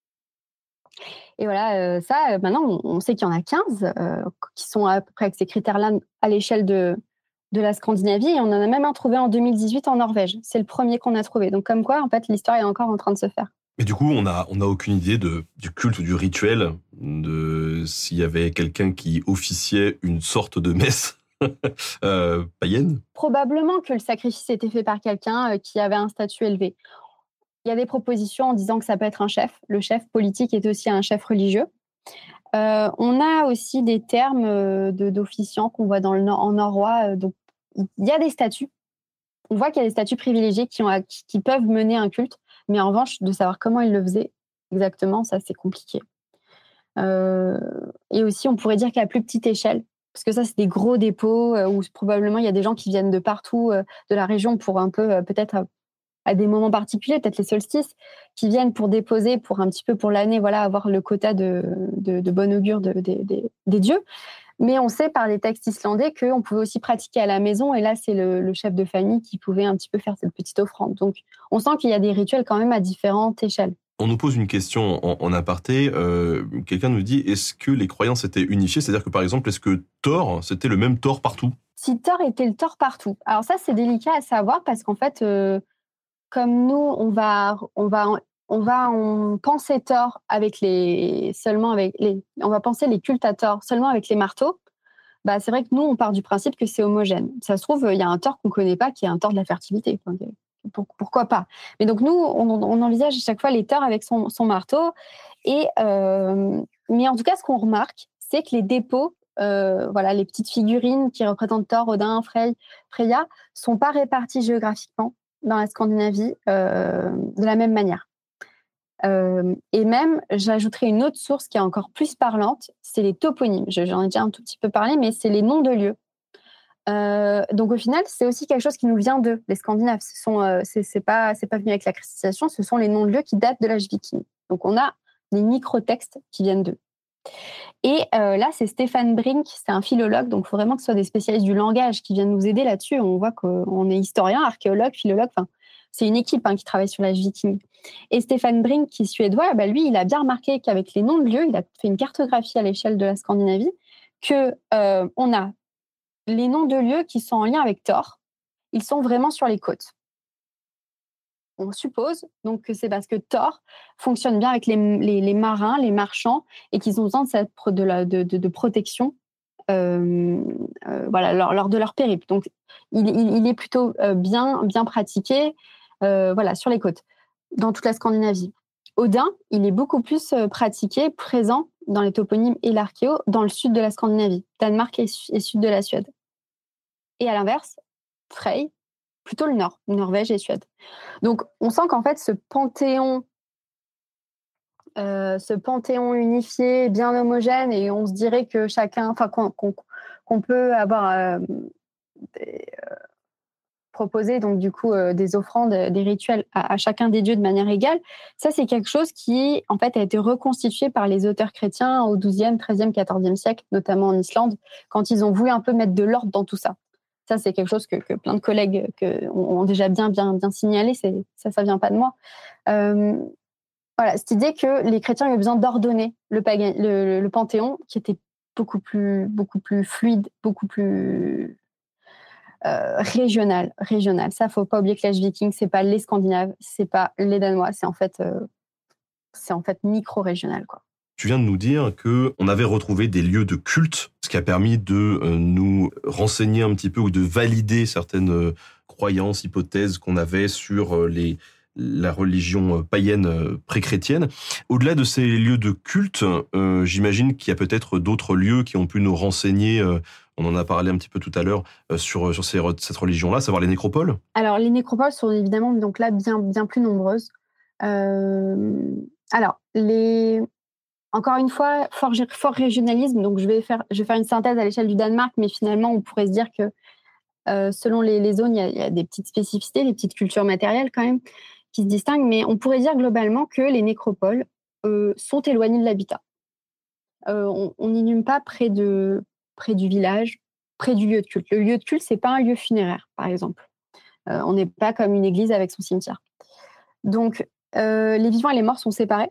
Et voilà, euh, ça, euh, maintenant, on, on sait qu'il y en a quinze euh, qui sont à peu près avec ces critères-là à l'échelle de, de la Scandinavie. Et on en a même un trouvé en deux mille dix-huit en Norvège. C'est le premier qu'on a trouvé. Donc, comme quoi, en fait, l'histoire est encore en train de se faire. Et du coup, on n'a on a aucune idée de, du culte ou du rituel, de s'il y avait quelqu'un qui officiait une sorte de messe euh, païenne. Probablement que le sacrifice était fait par quelqu'un euh, qui avait un statut élevé. Il y a des propositions en disant que ça peut être un chef. Le chef politique est aussi un chef religieux. Euh, on a aussi des termes euh, de, d'officiants qu'on voit dans le, en norrois. Euh, donc, il y a des statuts. On voit qu'il y a des statuts privilégiés qui, ont, qui, qui peuvent mener un culte. Mais en revanche, de savoir comment ils le faisaient exactement, ça, c'est compliqué. Euh, et aussi, on pourrait dire qu'à plus petite échelle, parce que ça, c'est des gros dépôts euh, où probablement il y a des gens qui viennent de partout euh, de la région pour un peu, euh, peut-être à, à des moments particuliers, peut-être les solstices, qui viennent pour déposer, pour un petit peu pour l'année, voilà, avoir le quota de, de, de bon augure de, de, de, des dieux. Mais on sait par les textes islandais qu'on pouvait aussi pratiquer à la maison. Et là, c'est le, le chef de famille qui pouvait un petit peu faire cette petite offrande. Donc, on sent qu'il y a des rituels quand même à différentes échelles. On nous pose une question en, en aparté. Euh, quelqu'un nous dit, est-ce que les croyances étaient unifiées ? C'est-à-dire que, par exemple, est-ce que Thor, c'était le même Thor partout ? Si Thor était le Thor partout. Alors ça, c'est délicat à savoir parce qu'en fait, euh, comme nous, on va... On va On va on penser Thor avec les seulement avec les on va penser les cultes à Thor seulement avec les marteaux. Bah c'est vrai que nous on part du principe que c'est homogène. Ça se trouve il y a un Thor qu'on connaît pas qui est un Thor de la fertilité. Pourquoi pas. Mais donc nous on, on envisage à chaque fois les Thors avec son, son marteau et euh, mais en tout cas ce qu'on remarque c'est que les dépôts euh, voilà les petites figurines qui représentent Thor, Odin, Frey, Freya sont pas réparties géographiquement dans la Scandinavie euh, de la même manière. Euh, et même, j'ajouterai une autre source qui est encore plus parlante, c'est les toponymes. J'en ai déjà un tout petit peu parlé, mais c'est les noms de lieux. Euh, donc au final, c'est aussi quelque chose qui nous vient d'eux, les Scandinaves. Ce sont, euh, c'est, c'est pas, c'est pas venu avec la christianisation, ce sont les noms de lieux qui datent de l'âge viking. Donc on a des micro-textes qui viennent d'eux. Et euh, là, c'est Stéphane Brink, c'est un philologue, donc il faut vraiment que ce soit des spécialistes du langage qui viennent nous aider là-dessus. On voit qu'on est historien, archéologue, philologue, enfin, c'est une équipe hein, qui travaille sur l'âge viking. Et Stéphane Brink, qui est suédois, bah, lui, il a bien remarqué qu'avec les noms de lieux, il a fait une cartographie à l'échelle de la Scandinavie, qu'on euh, a les noms de lieux qui sont en lien avec Thor, ils sont vraiment sur les côtes. On suppose donc que c'est parce que Thor fonctionne bien avec les, les, les marins, les marchands, et qu'ils ont besoin de, cette, de, la, de, de, de protection euh, euh, voilà, lors, lors de leur périple. Donc, il, il, il est plutôt euh, bien, bien pratiqué euh, voilà, sur les côtes, dans toute la Scandinavie. Odin, il est beaucoup plus euh, pratiqué, présent dans les toponymes et l'archéo, dans le sud de la Scandinavie, Danemark et, et sud de la Suède. Et à l'inverse, Frey, plutôt le nord, Norvège et Suède. Donc, on sent qu'en fait, ce panthéon, euh, ce panthéon unifié, bien homogène, et on se dirait que chacun, enfin, qu'on, qu'on, qu'on peut avoir euh, des, euh, proposé donc du coup euh, des offrandes, des rituels à, à chacun des dieux de manière égale. Ça, c'est quelque chose qui, en fait, a été reconstitué par les auteurs chrétiens au douzième, treizième, quatorzième siècle, notamment en Islande, quand ils ont voulu un peu mettre de l'ordre dans tout ça. Ça, c'est quelque chose que, que plein de collègues que, ont déjà bien, bien, bien signalé. C'est, ça, ça vient pas de moi. Euh, voilà, cette idée que les chrétiens avaient besoin d'ordonner le, pagan, le, le, le panthéon, qui était beaucoup plus, beaucoup plus fluide, beaucoup plus euh, régional, régional. Ça, faut pas oublier que l'âge viking, c'est pas les Scandinaves, c'est pas les Danois, c'est en fait, euh, c'est en fait micro-régional, quoi. Tu viens de nous dire que on avait retrouvé des lieux de culte, ce qui a permis de euh, nous renseigner un petit peu ou de valider certaines euh, croyances, hypothèses qu'on avait sur euh, les la religion païenne euh, pré-chrétienne. Au-delà de ces lieux de culte, euh, j'imagine qu'il y a peut-être d'autres lieux qui ont pu nous renseigner. Euh, on en a parlé un petit peu tout à l'heure euh, sur sur ces, cette religion-là, à savoir les nécropoles. Alors les nécropoles sont évidemment donc là bien bien plus nombreuses. Euh, alors les Encore une fois, fort, fort régionalisme, donc je vais, faire, je vais faire une synthèse à l'échelle du Danemark, mais finalement, on pourrait se dire que euh, selon les, les zones, il y, a, il y a des petites spécificités, des petites cultures matérielles quand même qui se distinguent, mais on pourrait dire globalement que les nécropoles euh, sont éloignées de l'habitat. Euh, on n'inhume pas près, de, près du village, près du lieu de culte. Le lieu de culte, ce n'est pas un lieu funéraire, par exemple. Euh, on n'est pas comme une église avec son cimetière. Donc, euh, les vivants et les morts sont séparés.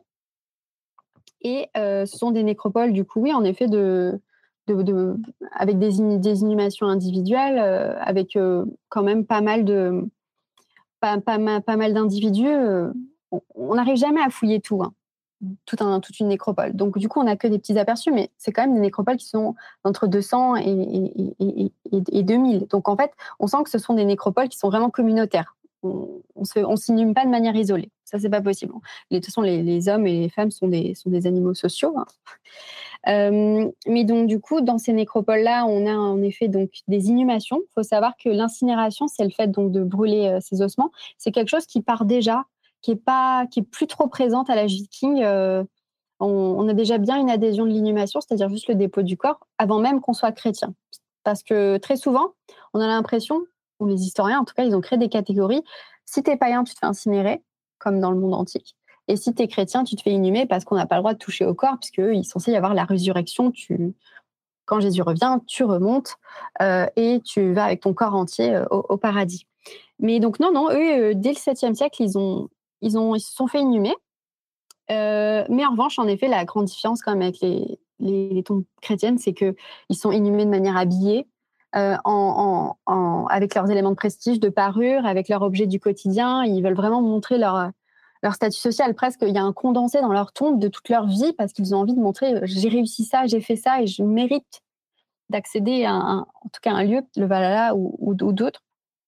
Et euh, ce sont des nécropoles, du coup, oui, en effet, de, de, de, avec des, in, des inhumations individuelles, euh, avec euh, quand même pas mal, de, pas, pas, pas mal d'individus. Euh, on n'arrive jamais à fouiller tout, hein, tout un, toute une nécropole. Donc, du coup, on n'a que des petits aperçus, mais c'est quand même des nécropoles qui sont entre deux cents et, et, et, et, et deux mille. Donc, en fait, on sent que ce sont des nécropoles qui sont vraiment communautaires. On ne s'inhume pas de manière isolée. Ça, c'est pas possible. De toute façon, les, les hommes et les femmes sont des, sont des animaux sociaux. Hein. Euh, mais donc, du coup, dans ces nécropoles-là, on a en effet donc, des inhumations. Il faut savoir que l'incinération, c'est le fait donc, de brûler euh, ces ossements. C'est quelque chose qui part déjà, qui est, pas, qui est plus trop présente à l'âge viking. Euh, on, on a déjà bien une adhésion de l'inhumation, c'est-à-dire juste le dépôt du corps, avant même qu'on soit chrétien. Parce que très souvent, on a l'impression, ou les historiens en tout cas, ils ont créé des catégories. Si tu es païen, tu te fais incinérer, comme dans le monde antique. Et si tu es chrétien, tu te fais inhumer parce qu'on n'a pas le droit de toucher au corps, puisqu'il est censé y avoir la résurrection. Tu... Quand Jésus revient, tu remontes euh, et tu vas avec ton corps entier euh, au, au paradis. Mais donc non, non, eux, euh, dès le septième siècle, ils, ont, ils, ont, ils se sont fait inhumer. Euh, mais en revanche, en effet, la grande différence quand même avec les, les, les tombes chrétiennes, c'est qu'ils sont inhumés de manière habillée, euh, en, en, en, avec leurs éléments de prestige, de parure, avec leurs objets du quotidien. Ils veulent vraiment montrer leur, leur statut social. Presque, il y a un condensé dans leur tombe de toute leur vie parce qu'ils ont envie de montrer euh, j'ai réussi ça, j'ai fait ça et je mérite d'accéder à un, en tout cas un lieu, le Valhalla ou, ou, ou d'autres.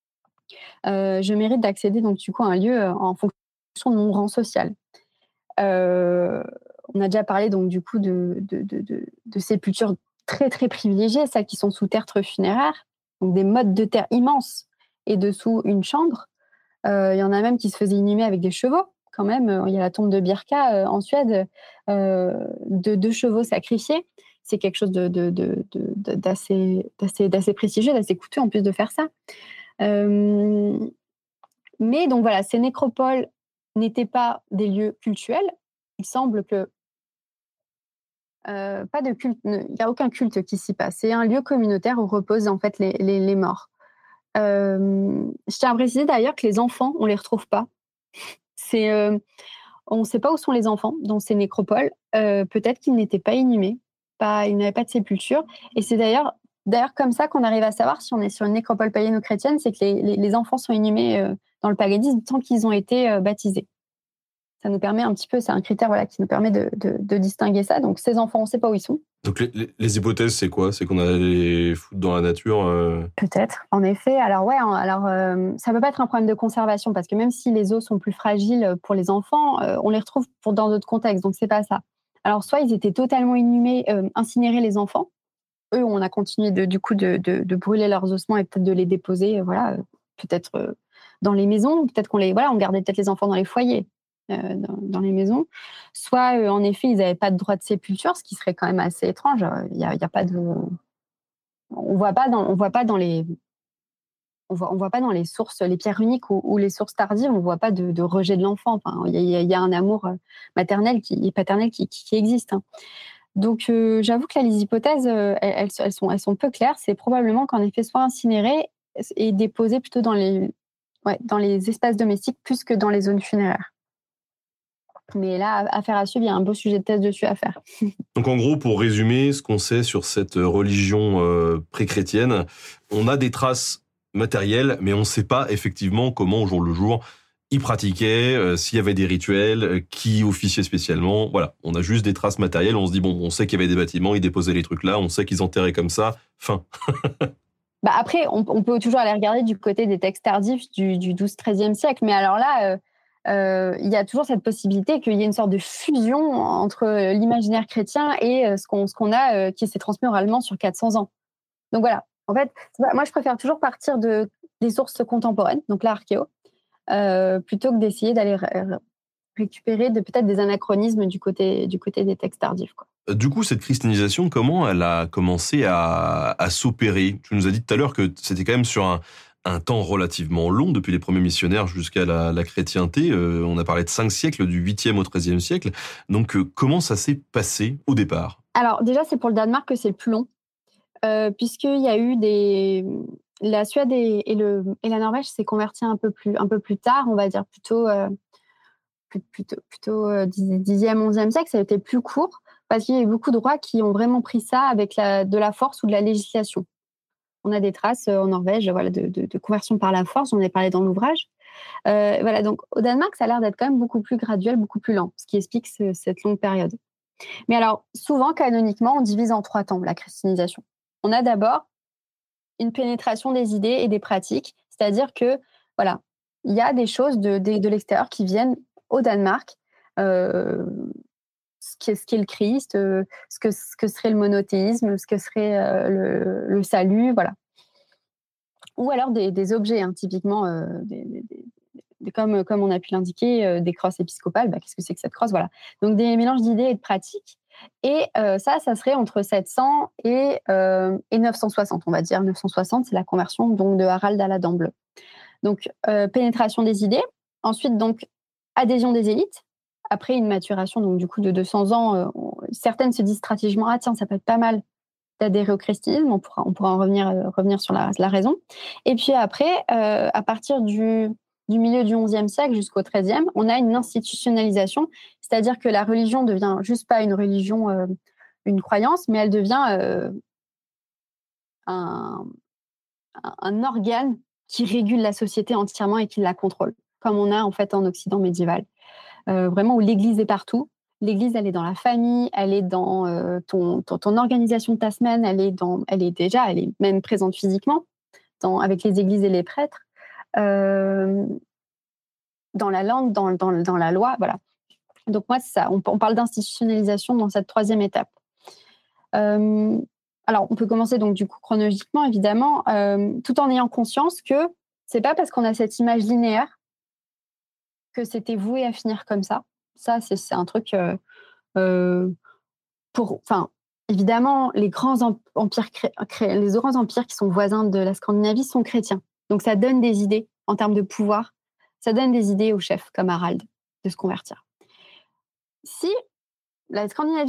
Euh, je mérite d'accéder donc du coup à un lieu euh, en fonction de mon rang social. Euh, on a déjà parlé donc du coup de, de, de, de, de sépultures très très privilégiées, celles qui sont sous tertre funéraire, donc des mottes de terre immenses et dessous une chambre. Euh, il y en a même qui se faisaient inhumer avec des chevaux. Quand même, il y a la tombe de Birka euh, en Suède, euh, de deux chevaux sacrifiés. C'est quelque chose de, de, de, de, d'assez, d'assez, d'assez prestigieux, d'assez coûteux en plus de faire ça. Euh, mais donc voilà, ces nécropoles n'étaient pas des lieux cultuels. Il semble que Euh, pas de culte, il n'y a aucun culte qui s'y passe. C'est un lieu communautaire où reposent en fait les, les, les morts. Euh, je tiens à préciser d'ailleurs que les enfants, on les retrouve pas. C'est, euh, on ne sait pas où sont les enfants dans ces nécropoles. Euh, peut-être qu'ils n'étaient pas inhumés, pas, ils n'avaient pas de sépulture. Et c'est d'ailleurs, d'ailleurs comme ça qu'on arrive à savoir si on est sur une nécropole païenne ou chrétienne, c'est que les, les, les enfants sont inhumés euh, dans le paganisme tant qu'ils ont été euh, baptisés. Ça nous permet un petit peu, c'est un critère voilà, qui nous permet de, de, de distinguer ça. Donc ces enfants, on ne sait pas où ils sont. Donc les, les, les hypothèses, c'est quoi? C'est qu'on a les foutre dans la nature euh... Peut-être, en effet. Alors ouais, alors euh, ça ne peut pas être un problème de conservation parce que même si les os sont plus fragiles pour les enfants, euh, on les retrouve pour, dans d'autres contextes. Donc c'est pas ça. Alors soit ils étaient totalement inhumés, euh, incinérés les enfants. Eux, on a continué de, du coup de, de, de brûler leurs ossements et peut-être de les déposer, euh, voilà, euh, peut-être euh, dans les maisons. Peut-être qu'on les, voilà, on gardait peut-être les enfants dans les foyers. Euh, dans, dans les maisons, soit euh, en effet ils n'avaient pas de droit de sépulture, ce qui serait quand même assez étrange. Il y a, il y a pas de, on voit pas dans, on voit pas dans les, on voit, on voit pas dans les sources, les pierres uniques ou, ou les sources tardives, on voit pas de, de rejet de l'enfant. Enfin, il y a, il y a un amour maternel qui, et paternel qui, qui, qui existe. Hein. Donc euh, j'avoue que là, les hypothèses, euh, elles, elles sont, elles sont peu claires. C'est probablement qu'en effet soit incinéré et déposé plutôt dans les, ouais, dans les espaces domestiques plus que dans les zones funéraires. Mais là, affaire à suivre, il y a un beau sujet de thèse dessus à faire. Donc en gros, pour résumer ce qu'on sait sur cette religion euh, pré-chrétienne, on a des traces matérielles, mais on ne sait pas effectivement comment, au jour le jour, ils pratiquaient, euh, s'il y avait des rituels, euh, qui officiaient spécialement. Voilà, on a juste des traces matérielles. On se dit, bon, on sait qu'il y avait des bâtiments, ils déposaient les trucs là, on sait qu'ils enterraient comme ça, fin. Bah après, on, on peut toujours aller regarder du côté des textes tardifs du, du douzième treizième siècle, mais alors là... Euh, Euh, il y a toujours cette possibilité qu'il y ait une sorte de fusion entre l'imaginaire chrétien et euh, ce qu'on, ce qu'on a euh, qui s'est transmis oralement sur quatre cents ans. Donc voilà, en fait, moi je préfère toujours partir de, des sources contemporaines, donc l'archéo, euh, plutôt que d'essayer d'aller r- récupérer de, peut-être des anachronismes du côté, du côté des textes tardifs, quoi. Du coup, cette christianisation, comment elle a commencé à, à s'opérer? Tu nous as dit tout à l'heure que c'était quand même sur un, un temps relativement long, depuis les premiers missionnaires jusqu'à la, la chrétienté. Euh, on a parlé de cinq siècles, du huitième au treizième siècle. Donc, euh, comment ça s'est passé au départ? Alors, déjà, c'est pour le Danemark que c'est le plus long, euh, puisqu'il y a eu des... La Suède et, et, le, et la Norvège s'est convertie un peu plus, un peu plus tard, on va dire plutôt, euh, plutôt, plutôt euh, dixième, onzième siècle, ça a été plus court, parce qu'il y a eu beaucoup de rois qui ont vraiment pris ça avec la, de la force ou de la législation. On a des traces en Norvège voilà, de, de, de conversion par la force, on en a parlé dans l'ouvrage. Euh, voilà, donc au Danemark, ça a l'air d'être quand même beaucoup plus graduel, beaucoup plus lent, ce qui explique ce, cette longue période. Mais alors, souvent, canoniquement, on divise en trois temps la christianisation. On a d'abord une pénétration des idées et des pratiques, c'est-à-dire que, voilà, il y a des choses de, de, de l'extérieur qui viennent au Danemark, euh, ce qu'est, ce qu'est le Christ, euh, ce, que, ce que serait le monothéisme, ce que serait euh, le, le salut, voilà. Ou alors des, des objets, hein, typiquement, euh, des, des, des, comme, comme on a pu l'indiquer, euh, des crosses épiscopales. Bah, qu'est-ce que c'est que cette crosse? Voilà. Donc des mélanges d'idées et de pratiques. Et euh, ça, ça serait entre sept cents et, euh, et neuf cent soixante, on va dire. neuf cent soixante, c'est la conversion donc, de Harald à la Dent Bleue. Donc, euh, pénétration des idées. Ensuite, donc, adhésion des élites. Après une maturation donc, du coup, de deux cents ans, euh, on, certaines se disent stratégiquement, ah tiens, ça peut être pas mal d'adhérer au christianisme, on pourra, on pourra en revenir, euh, revenir sur la, la raison. Et puis après, euh, à partir du, du milieu du onzième siècle jusqu'au treizième, on a une institutionnalisation, c'est-à-dire que la religion devient juste pas une religion, euh, une croyance, mais elle devient euh, un, un organe qui régule la société entièrement et qui la contrôle, comme on a en fait en Occident médiéval. Euh, vraiment où l'Église est partout. L'Église, elle est dans la famille, elle est dans euh, ton, ton, ton organisation de ta semaine, elle est, dans, elle est déjà, elle est même présente physiquement dans, avec les églises et les prêtres, euh, dans la langue, dans, dans, dans la loi, voilà. Donc moi, c'est ça, on, on parle d'institutionnalisation dans cette troisième étape. Euh, alors, on peut commencer donc du coup chronologiquement, évidemment, euh, tout en ayant conscience que c'est pas parce qu'on a cette image linéaire que c'était voué à finir comme ça. Ça, c'est, c'est un truc euh, euh, pour... Enfin, évidemment, les grands empires, cré, cré, les grands empires qui sont voisins de la Scandinavie sont chrétiens. Donc, ça donne des idées en termes de pouvoir. Ça donne des idées aux chefs, comme Harald, de se convertir. Si la Scandinavie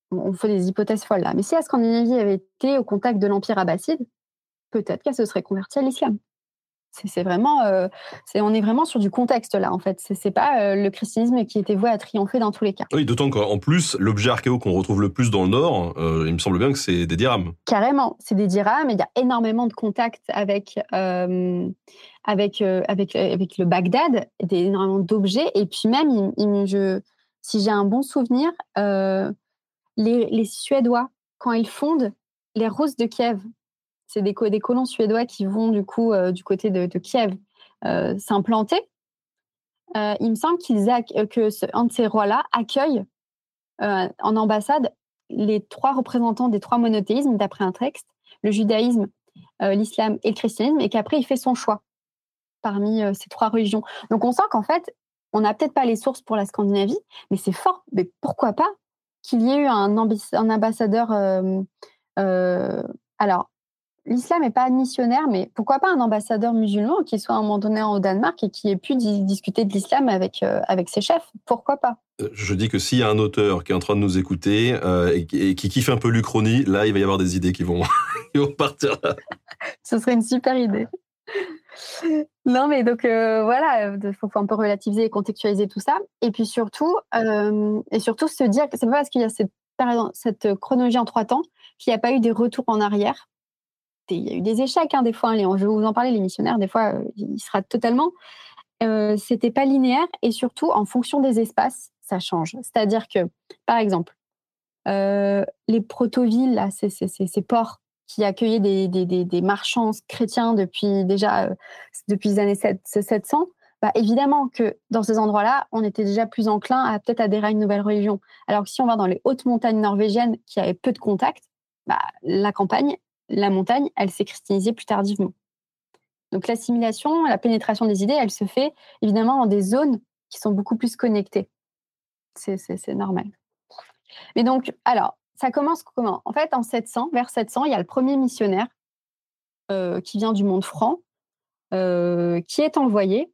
on fait des hypothèses folles là, mais si la Scandinavie avait été au contact de l'Empire abbasside, peut-être qu'elle se serait convertie à l'islam. C'est, c'est vraiment, euh, c'est, on est vraiment sur du contexte là, en fait. C'est, c'est pas euh, le christianisme qui était voué à triompher dans tous les cas. Oui, d'autant qu'en plus, l'objet archéo qu'on retrouve le plus dans le Nord, euh, il me semble bien que c'est des dirhams. Carrément, c'est des dirhams, et il y a énormément de contacts avec, euh, avec, euh, avec, avec le Bagdad, des, énormément d'objets, et puis même, il, il, je, si j'ai un bon souvenir, euh, les, les Suédois, quand ils fondent les Rus de Kiev, c'est des, des colons suédois qui vont du coup euh, du côté de, de Kiev euh, s'implanter. Euh, il me semble qu'ils a, que ce, un de ces rois-là accueille euh, en ambassade les trois représentants des trois monothéismes, d'après un texte, le judaïsme, euh, l'islam et le christianisme, et qu'après il fait son choix parmi euh, ces trois religions. Donc on sent qu'en fait, on n'a peut-être pas les sources pour la Scandinavie, mais c'est fort. Mais pourquoi pas qu'il y ait eu un, ambi- un ambassadeur... Euh, euh, alors, l'islam n'est pas missionnaire, mais pourquoi pas un ambassadeur musulman qui soit à un moment donné au Danemark et qui ait pu di- discuter de l'islam avec, euh, avec ses chefs? Pourquoi pas? Je dis que s'il y a un auteur qui est en train de nous écouter euh, et, et qui kiffe un peu l'Uchronie, là, il va y avoir des idées qui vont, qui vont partir là. Ce serait une super idée. Non, mais donc euh, voilà, il faut, faut un peu relativiser et contextualiser tout ça. Et puis surtout, euh, et surtout se dire que c'est pas parce qu'il y a cette, cette chronologie en trois temps qu'il n'y a pas eu des retours en arrière. Il y a eu des échecs, hein, des fois. Hein, je vais vous en parler, les missionnaires, des fois, euh, ils se ratent totalement. Euh, c'était pas linéaire, et surtout, en fonction des espaces, ça change. C'est-à-dire que, par exemple, euh, les proto-villes, là, ces, ces, ces, ces ports qui accueillaient des, des, des, des marchands chrétiens depuis déjà euh, depuis les années sept cents, bah, évidemment que dans ces endroits-là, on était déjà plus enclin à peut-être adhérer à une nouvelle religion. Alors que si on va dans les hautes montagnes norvégiennes qui avaient peu de contacts, bah, la campagne, la montagne, elle s'est christianisée plus tardivement. Donc l'assimilation, la pénétration des idées, elle se fait évidemment dans des zones qui sont beaucoup plus connectées. C'est, c'est, c'est normal. Mais donc, alors, ça commence comment? En fait, en sept cents, vers sept cents, il y a le premier missionnaire euh, qui vient du monde franc, euh, qui est envoyé.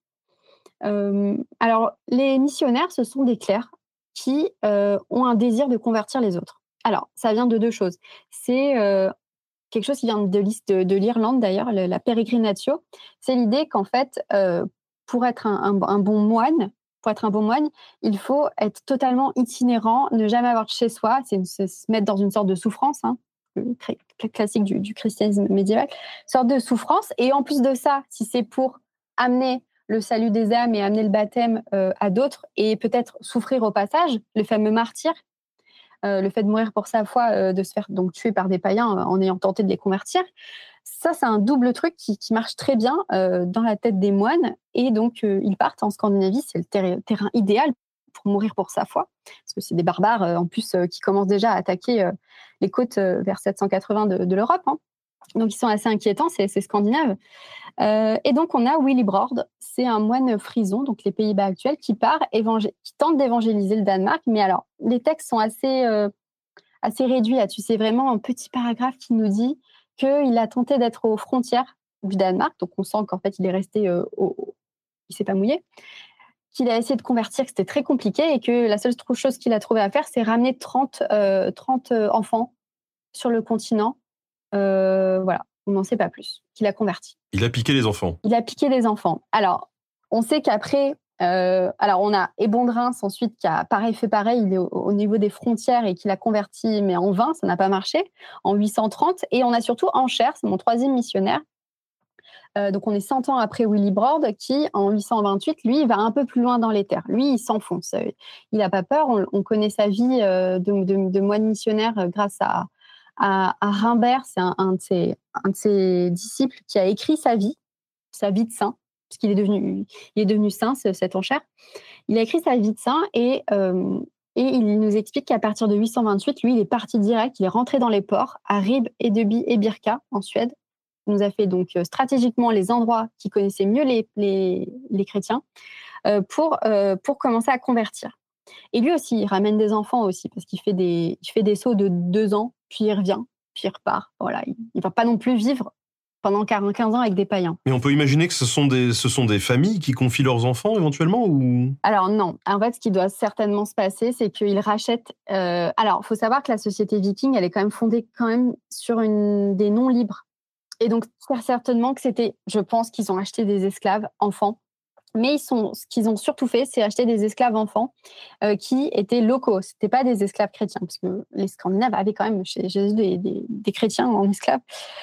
Euh, alors, les missionnaires, ce sont des clercs qui euh, ont un désir de convertir les autres. Alors, ça vient de deux choses. C'est euh, quelque chose qui vient de, de, de l'Irlande, d'ailleurs, le, la peregrinatio. C'est l'idée qu'en fait, euh, pour être un, un, un bon moine, pour être un bon moine, il faut être totalement itinérant, ne jamais avoir de chez soi, c'est, une, c'est se mettre dans une sorte de souffrance, hein, classique du, du christianisme médiéval, sorte de souffrance. Et en plus de ça, si c'est pour amener le salut des âmes et amener le baptême euh, à d'autres, et peut-être souffrir au passage, le fameux martyr, euh, le fait de mourir pour sa foi, euh, de se faire donc tuer par des païens euh, en ayant tenté de les convertir, ça c'est un double truc qui, qui marche très bien euh, dans la tête des moines, et donc euh, ils partent en Scandinavie, c'est le ter- terrain idéal pour mourir pour sa foi, parce que c'est des barbares euh, en plus euh, qui commencent déjà à attaquer euh, les côtes euh, vers sept cent quatre-vingts de, de l'Europe, hein. Donc ils sont assez inquiétants, c'est, c'est scandinave. Euh, et donc on a Willibrord, c'est un moine frison, donc les Pays-Bas actuels, qui part, évangé- qui tente d'évangéliser le Danemark. Mais alors les textes sont assez, euh, assez réduits là-dessus. C'est vraiment un petit paragraphe qui nous dit qu'il a tenté d'être aux frontières du Danemark, donc on sent qu'en fait il est resté, euh, au... il s'est pas mouillé, qu'il a essayé de convertir, que c'était très compliqué, et que la seule chose qu'il a trouvé à faire, c'est ramener trente, euh, trente enfants sur le continent. Euh, voilà, on n'en sait pas plus, qu'il a converti. Il a piqué les enfants. Il a piqué des enfants. Alors, on sait qu'après, euh, alors on a Ebondrins ensuite qui a pareil fait pareil, il est au, au niveau des frontières et qui l'a converti, mais en vain, ça n'a pas marché, en huit cent trente. Et on a surtout Ancher, c'est mon troisième missionnaire. Euh, donc on est cent ans après Willibrord, qui en huit cent vingt-huit, lui, il va un peu plus loin dans les terres. Lui, il s'enfonce. Il n'a pas peur. On, on connaît sa vie euh, de, de, de moine missionnaire grâce à À, à Rimbert, c'est un, un, de ses, un de ses disciples qui a écrit sa vie, sa vie de saint, puisqu'il est devenu, il est devenu saint, cet Ancher. Il a écrit sa vie de saint, et, euh, et il nous explique qu'à partir de huit cent vingt-huit, lui, il est parti direct, il est rentré dans les ports, à Rib, Edeby et Birka, en Suède. Il nous a fait donc stratégiquement les endroits qui connaissaient mieux les, les, les chrétiens euh, pour, euh, pour commencer à convertir. Et lui aussi, il ramène des enfants aussi, parce qu'il fait des, il fait des sauts de deux ans, puis il revient, puis il repart. Voilà, il ne va pas non plus vivre pendant quinze ans avec des païens. Mais on peut imaginer que ce sont des, ce sont des familles qui confient leurs enfants éventuellement ou... Alors non, en fait, ce qui doit certainement se passer, c'est qu'ils rachètent... Euh... Alors, il faut savoir que la société viking, elle est quand même fondée quand même sur une... des noms libres. Et donc, certainement que c'était... Je pense qu'ils ont acheté des esclaves enfants. Mais ils sont, ce qu'ils ont surtout fait, c'est acheter des esclaves enfants euh, qui étaient locaux. Ce n'étaient pas des esclaves chrétiens, parce que les Scandinaves avaient quand même chez Jésus des, des, des chrétiens en esclaves.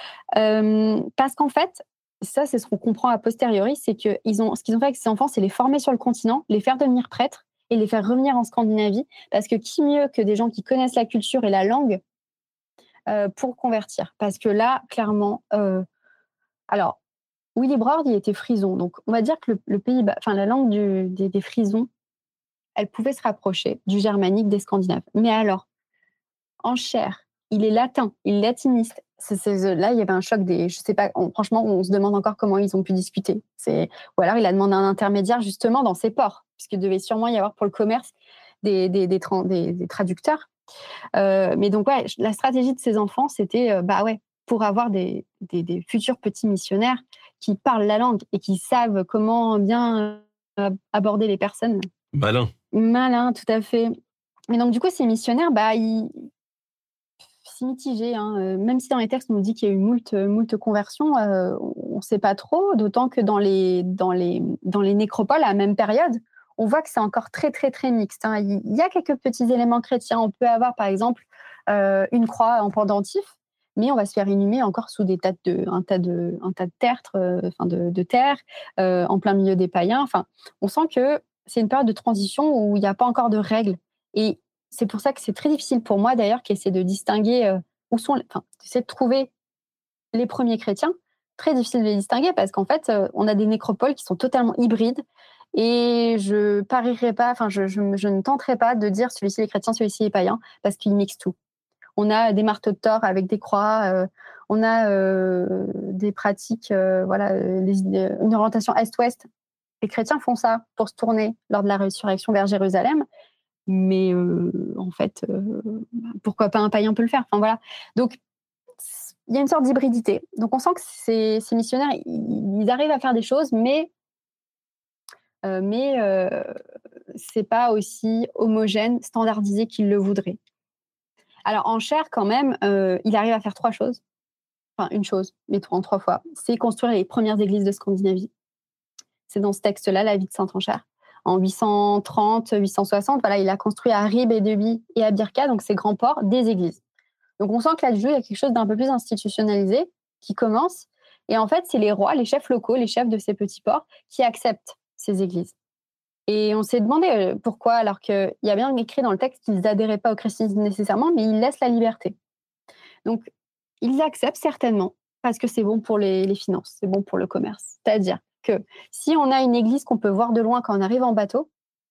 Euh, parce qu'en fait, ça, c'est ce qu'on comprend a posteriori, c'est que ils ont, ce qu'ils ont fait avec ces enfants, c'est les former sur le continent, les faire devenir prêtres et les faire revenir en Scandinavie. Parce que qui mieux que des gens qui connaissent la culture et la langue euh, pour convertir? Parce que là, clairement... Euh, alors, Willibrord, il était frison. Donc, on va dire que le, le pays, enfin, la langue du, des, des frisons, elle pouvait se rapprocher du germanique des Scandinaves. Mais alors, en chair, il est latin, il est latiniste. C'est, c'est, là, il y avait un choc des... Je sais pas, on, franchement, on se demande encore comment ils ont pu discuter. C'est, ou alors, il a demandé un intermédiaire, justement, dans ses ports, puisqu'il devait sûrement y avoir pour le commerce des, des, des, tra- des, des traducteurs. Euh, mais donc, ouais, la stratégie de ces enfants, c'était, euh, bah ouais, pour avoir des, des, des futurs petits missionnaires qui parlent la langue et qui savent comment bien euh, aborder les personnes. Malin. Malin, tout à fait. Mais donc, du coup, ces missionnaires, bah, ils... c'est mitigé. Hein. Euh, même si dans les textes, on nous dit qu'il y a eu moult, moult conversions, euh, on ne sait pas trop, d'autant que dans les, dans, les, dans les nécropoles, à la même période, on voit que c'est encore très, très, très mixte. Hein. Il y a quelques petits éléments chrétiens. On peut avoir, par exemple, euh, une croix en pendentif, mais on va se faire inhumer encore sous des tas de, un, tas de, un tas de tertre, euh, enfin de, de terre, euh, en plein milieu des païens. Enfin, on sent que c'est une période de transition où il n'y a pas encore de règles. Et c'est pour ça que c'est très difficile pour moi, d'ailleurs, qui essaie de distinguer euh, où sont... Les... Enfin, d'essayer de trouver les premiers chrétiens. Très difficile de les distinguer parce qu'en fait, euh, on a des nécropoles qui sont totalement hybrides. Et je parierais pas, enfin, je, je, je ne tenterai pas de dire celui-ci est chrétien, celui-ci est païen, parce qu'ils mixent tout. On a des marteaux de Thor avec des croix, euh, on a euh, des pratiques, euh, voilà, les, une orientation est-ouest. Les chrétiens font ça pour se tourner lors de la résurrection vers Jérusalem, mais euh, en fait, euh, pourquoi pas un païen peut le faire. Enfin voilà. Donc il y a une sorte d'hybridité. Donc on sent que ces, ces missionnaires, ils, ils arrivent à faire des choses, mais euh, mais euh, c'est pas aussi homogène, standardisé qu'ils le voudraient. Alors, en chair, quand même, euh, il arrive à faire trois choses. Enfin, une chose, mais en trois fois. C'est construire les premières églises de Scandinavie. C'est dans ce texte-là, la vie de Saint-Ancher. En huit cent trente, huit cent soixante, voilà, il a construit à Rib et Deby et à Birka, donc ces grands ports, des églises. Donc, on sent que là-dessus, il y a quelque chose d'un peu plus institutionnalisé qui commence. Et en fait, c'est les rois, les chefs locaux, les chefs de ces petits ports qui acceptent ces églises. Et on s'est demandé pourquoi, alors qu'il y a bien écrit dans le texte qu'ils n'adhéraient pas au christianisme nécessairement, mais ils laissent la liberté. Donc, ils acceptent certainement, parce que c'est bon pour les, les finances, c'est bon pour le commerce. C'est-à-dire que si on a une église qu'on peut voir de loin quand on arrive en bateau,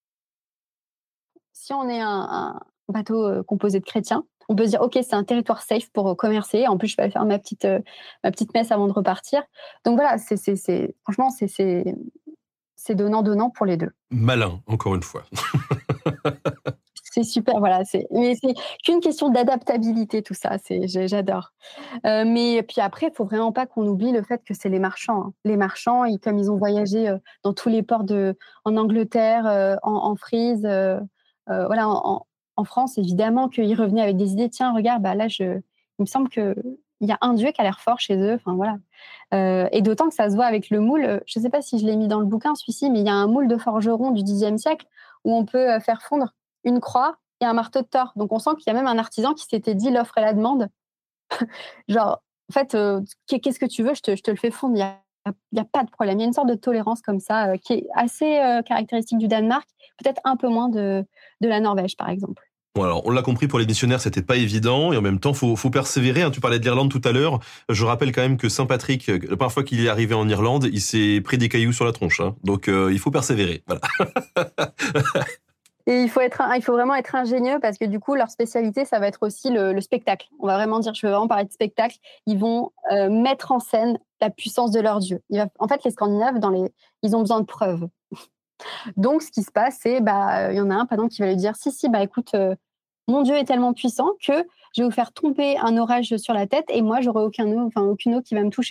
si on est un, un bateau composé de chrétiens, on peut se dire, OK, c'est un territoire safe pour commercer. En plus, je vais aller faire ma petite, euh, ma petite messe avant de repartir. Donc voilà, c'est, c'est, c'est, franchement, c'est... c'est c'est donnant-donnant pour les deux. Malin, encore une fois. C'est super, voilà. C'est, mais c'est qu'une question d'adaptabilité, tout ça. C'est, j'adore. Euh, mais puis après, il ne faut vraiment pas qu'on oublie le fait que c'est les marchands. Hein. Les marchands, ils, comme ils ont voyagé euh, dans tous les ports de, en Angleterre, euh, en, en Frise, euh, euh, voilà, en, en France, évidemment qu'ils revenaient avec des idées. Tiens, regarde, bah là, je, il me semble que il y a un dieu qui a l'air fort chez eux. Enfin, voilà. Euh, et d'autant que ça se voit avec le moule. Je ne sais pas si je l'ai mis dans le bouquin, celui-ci, mais il y a un moule de forgeron du dixième siècle où on peut faire fondre une croix et un marteau de Thor. Donc, on sent qu'il y a même un artisan qui s'était dit l'offre et la demande. Genre, en fait, euh, qu'est-ce que tu veux, je te, je te le fais fondre. Il n'y a, a pas de problème. Il y a une sorte de tolérance comme ça euh, qui est assez euh, caractéristique du Danemark, peut-être un peu moins de, de la Norvège, par exemple. Bon, alors, on l'a compris, pour les missionnaires, c'était pas évident, et en même temps, faut, faut persévérer, hein. Tu parlais de l'Irlande tout à l'heure. Je rappelle quand même que Saint Patrick, la première fois qu'il est arrivé en Irlande, il s'est pris des cailloux sur la tronche, hein. Donc, euh, il faut persévérer. Voilà. Et il faut être, il faut vraiment être ingénieux parce que du coup, leur spécialité, ça va être aussi le, le spectacle. On va vraiment dire, je veux vraiment parler de spectacle. Ils vont euh, mettre en scène la puissance de leur dieu. Il va, en fait, les Scandinaves, dans les, ils ont besoin de preuves. Donc, ce qui se passe, c'est, bah, il y en a un, pardon, qui va lui dire, si, si, bah, écoute, euh, mon Dieu est tellement puissant que je vais vous faire tomber un orage sur la tête et moi, j'aurai aucun eau, enfin, aucune eau qui va me toucher.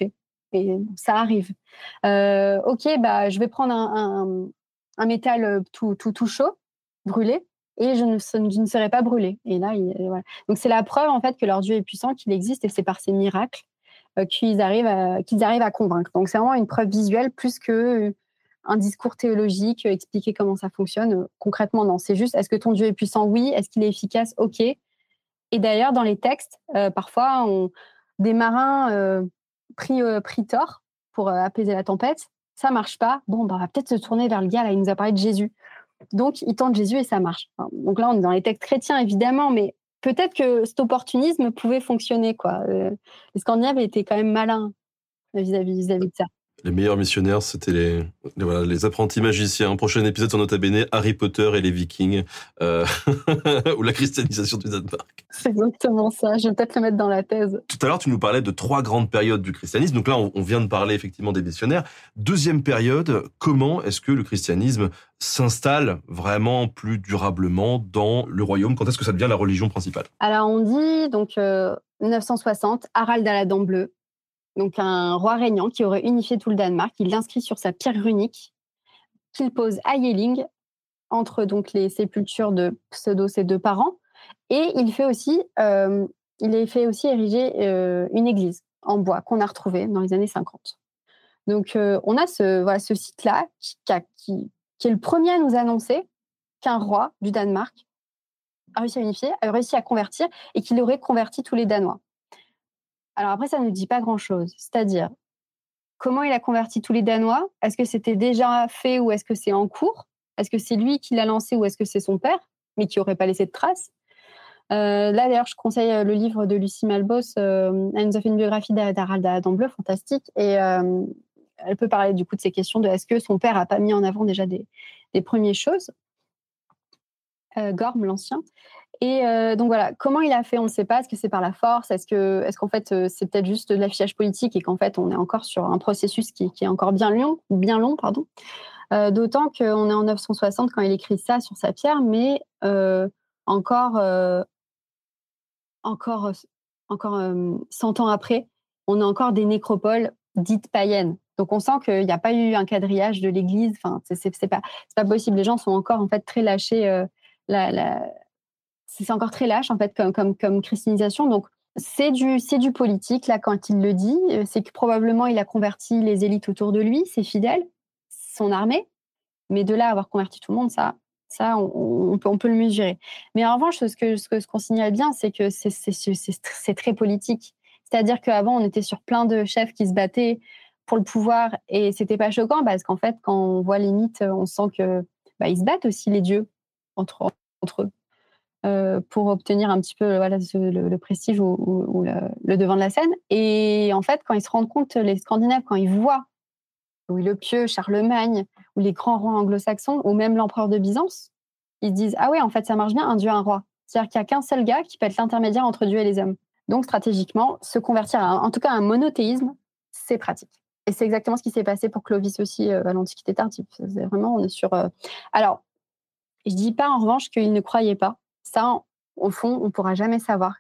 Et ça arrive. Euh, ok, bah, je vais prendre un, un, un métal tout, tout, tout chaud, brûlé, et je ne, je ne serai pas brûlé. Et là, il, voilà. Donc c'est la preuve en fait que leur Dieu est puissant, qu'il existe, et c'est par ces miracles euh, qu'ils arrivent à, qu'ils arrivent à convaincre. Donc c'est vraiment une preuve visuelle plus que euh, un discours théologique, euh, expliquer comment ça fonctionne. Euh, concrètement, non. C'est juste, est-ce que ton Dieu est puissant? Oui. Est-ce qu'il est efficace? Ok. Et d'ailleurs, dans les textes, euh, parfois, on, des marins euh, pris, euh, pris tort pour euh, apaiser la tempête, ça marche pas. Bon, bah, on va peut-être se tourner vers le gars, là, il nous a parlé de Jésus. Donc, il tente Jésus et ça marche. Enfin, donc là, on est dans les textes chrétiens, évidemment, mais peut-être que cet opportunisme pouvait fonctionner, quoi. Euh, les Scandinaves étaient quand même malins vis-à-vis, vis-à-vis de ça. Les meilleurs missionnaires, c'était les, les, voilà, les apprentis magiciens. Prochain épisode sur Nota Bene, Harry Potter et les Vikings, euh, ou la christianisation du Danemark. C'est exactement ça. Je vais peut-être le mettre dans la thèse. Tout à l'heure, tu nous parlais de trois grandes périodes du christianisme. Donc là, on, on vient de parler effectivement des missionnaires. Deuxième période, comment est-ce que le christianisme s'installe vraiment plus durablement dans le royaume? Quand est-ce que ça devient la religion principale? Alors, on dit, donc, euh, neuf cent soixante, Harald à la dent bleue. Donc un roi régnant qui aurait unifié tout le Danemark. Il l'inscrit sur sa pierre runique qu'il pose à Jelling, entre donc les sépultures de pseudo ses deux parents, et il fait aussi, euh, il fait aussi ériger euh, une église en bois qu'on a retrouvée dans les années cinquante. Donc euh, on a ce, voilà, ce site-là qui, qui, qui est le premier à nous annoncer qu'un roi du Danemark a réussi à unifier, a réussi à convertir, et qu'il aurait converti tous les Danois. Alors après, ça ne nous dit pas grand-chose. C'est-à-dire, comment il a converti tous les Danois? Est-ce que c'était déjà fait ou est-ce que c'est en cours? Est-ce que c'est lui qui l'a lancé ou est-ce que c'est son père, mais qui n'aurait pas laissé de traces? euh, Là, d'ailleurs, je conseille le livre de Lucie Malbos. Euh, elle nous a fait une biographie d'Harald à la dent bleue, fantastique. Et euh, elle peut parler du coup de ces questions de est-ce que son père n'a pas mis en avant déjà des, des premières choses. Euh, Gorm, l'ancien. Et euh, donc voilà, comment il a fait, on ne sait pas. Est-ce que c'est par la force? Est-ce que, est-ce qu'en fait, euh, c'est peut-être juste de l'affichage politique et qu'en fait, on est encore sur un processus qui, qui est encore bien long, bien long, pardon. Euh, d'autant qu'on est en neuf cent soixante quand il écrit ça sur sa pierre, mais euh, encore, euh, encore, encore euh, cent ans après, on a encore des nécropoles dites païennes. Donc on sent qu'il n'y a pas eu un quadrillage de l'Église. Enfin, c'est, c'est, c'est pas, c'est pas possible. Les gens sont encore en fait très lâchés. Euh, la, la C'est encore très lâche, en fait, comme, comme, comme christianisation. Donc, c'est du, c'est du politique, là, quand il le dit. C'est que probablement, il a converti les élites autour de lui, ses fidèles, son armée. Mais de là à avoir converti tout le monde, ça, ça on, on, peut, on peut le mesurer. Mais en revanche, ce, que, ce, que, ce qu'on signale bien, c'est que c'est, c'est, c'est, c'est très politique. C'est-à-dire qu'avant, on était sur plein de chefs qui se battaient pour le pouvoir. Et c'était pas choquant, parce qu'en fait, quand on voit les mythes, on sent que bah, ils se battent aussi, les dieux, entre, entre eux. Euh, pour obtenir un petit peu voilà, ce, le, le prestige ou, ou, ou le, le devant de la scène. Et en fait, quand ils se rendent compte, les Scandinaves, quand ils voient Louis le Pieux, Charlemagne, ou les grands rois anglo-saxons, ou même l'empereur de Byzance, ils se disent « Ah ouais, en fait, ça marche bien, un dieu, un roi ». C'est-à-dire qu'il n'y a qu'un seul gars qui peut être l'intermédiaire entre Dieu et les hommes. Donc, stratégiquement, se convertir à, en tout cas, à un monothéisme, c'est pratique. Et c'est exactement ce qui s'est passé pour Clovis aussi euh, à l'Antiquité tardive. C'est vraiment, on est sur... Euh... Alors, je ne dis pas en revanche qu'il ne croyait pas. Ça, au fond, on ne pourra jamais savoir.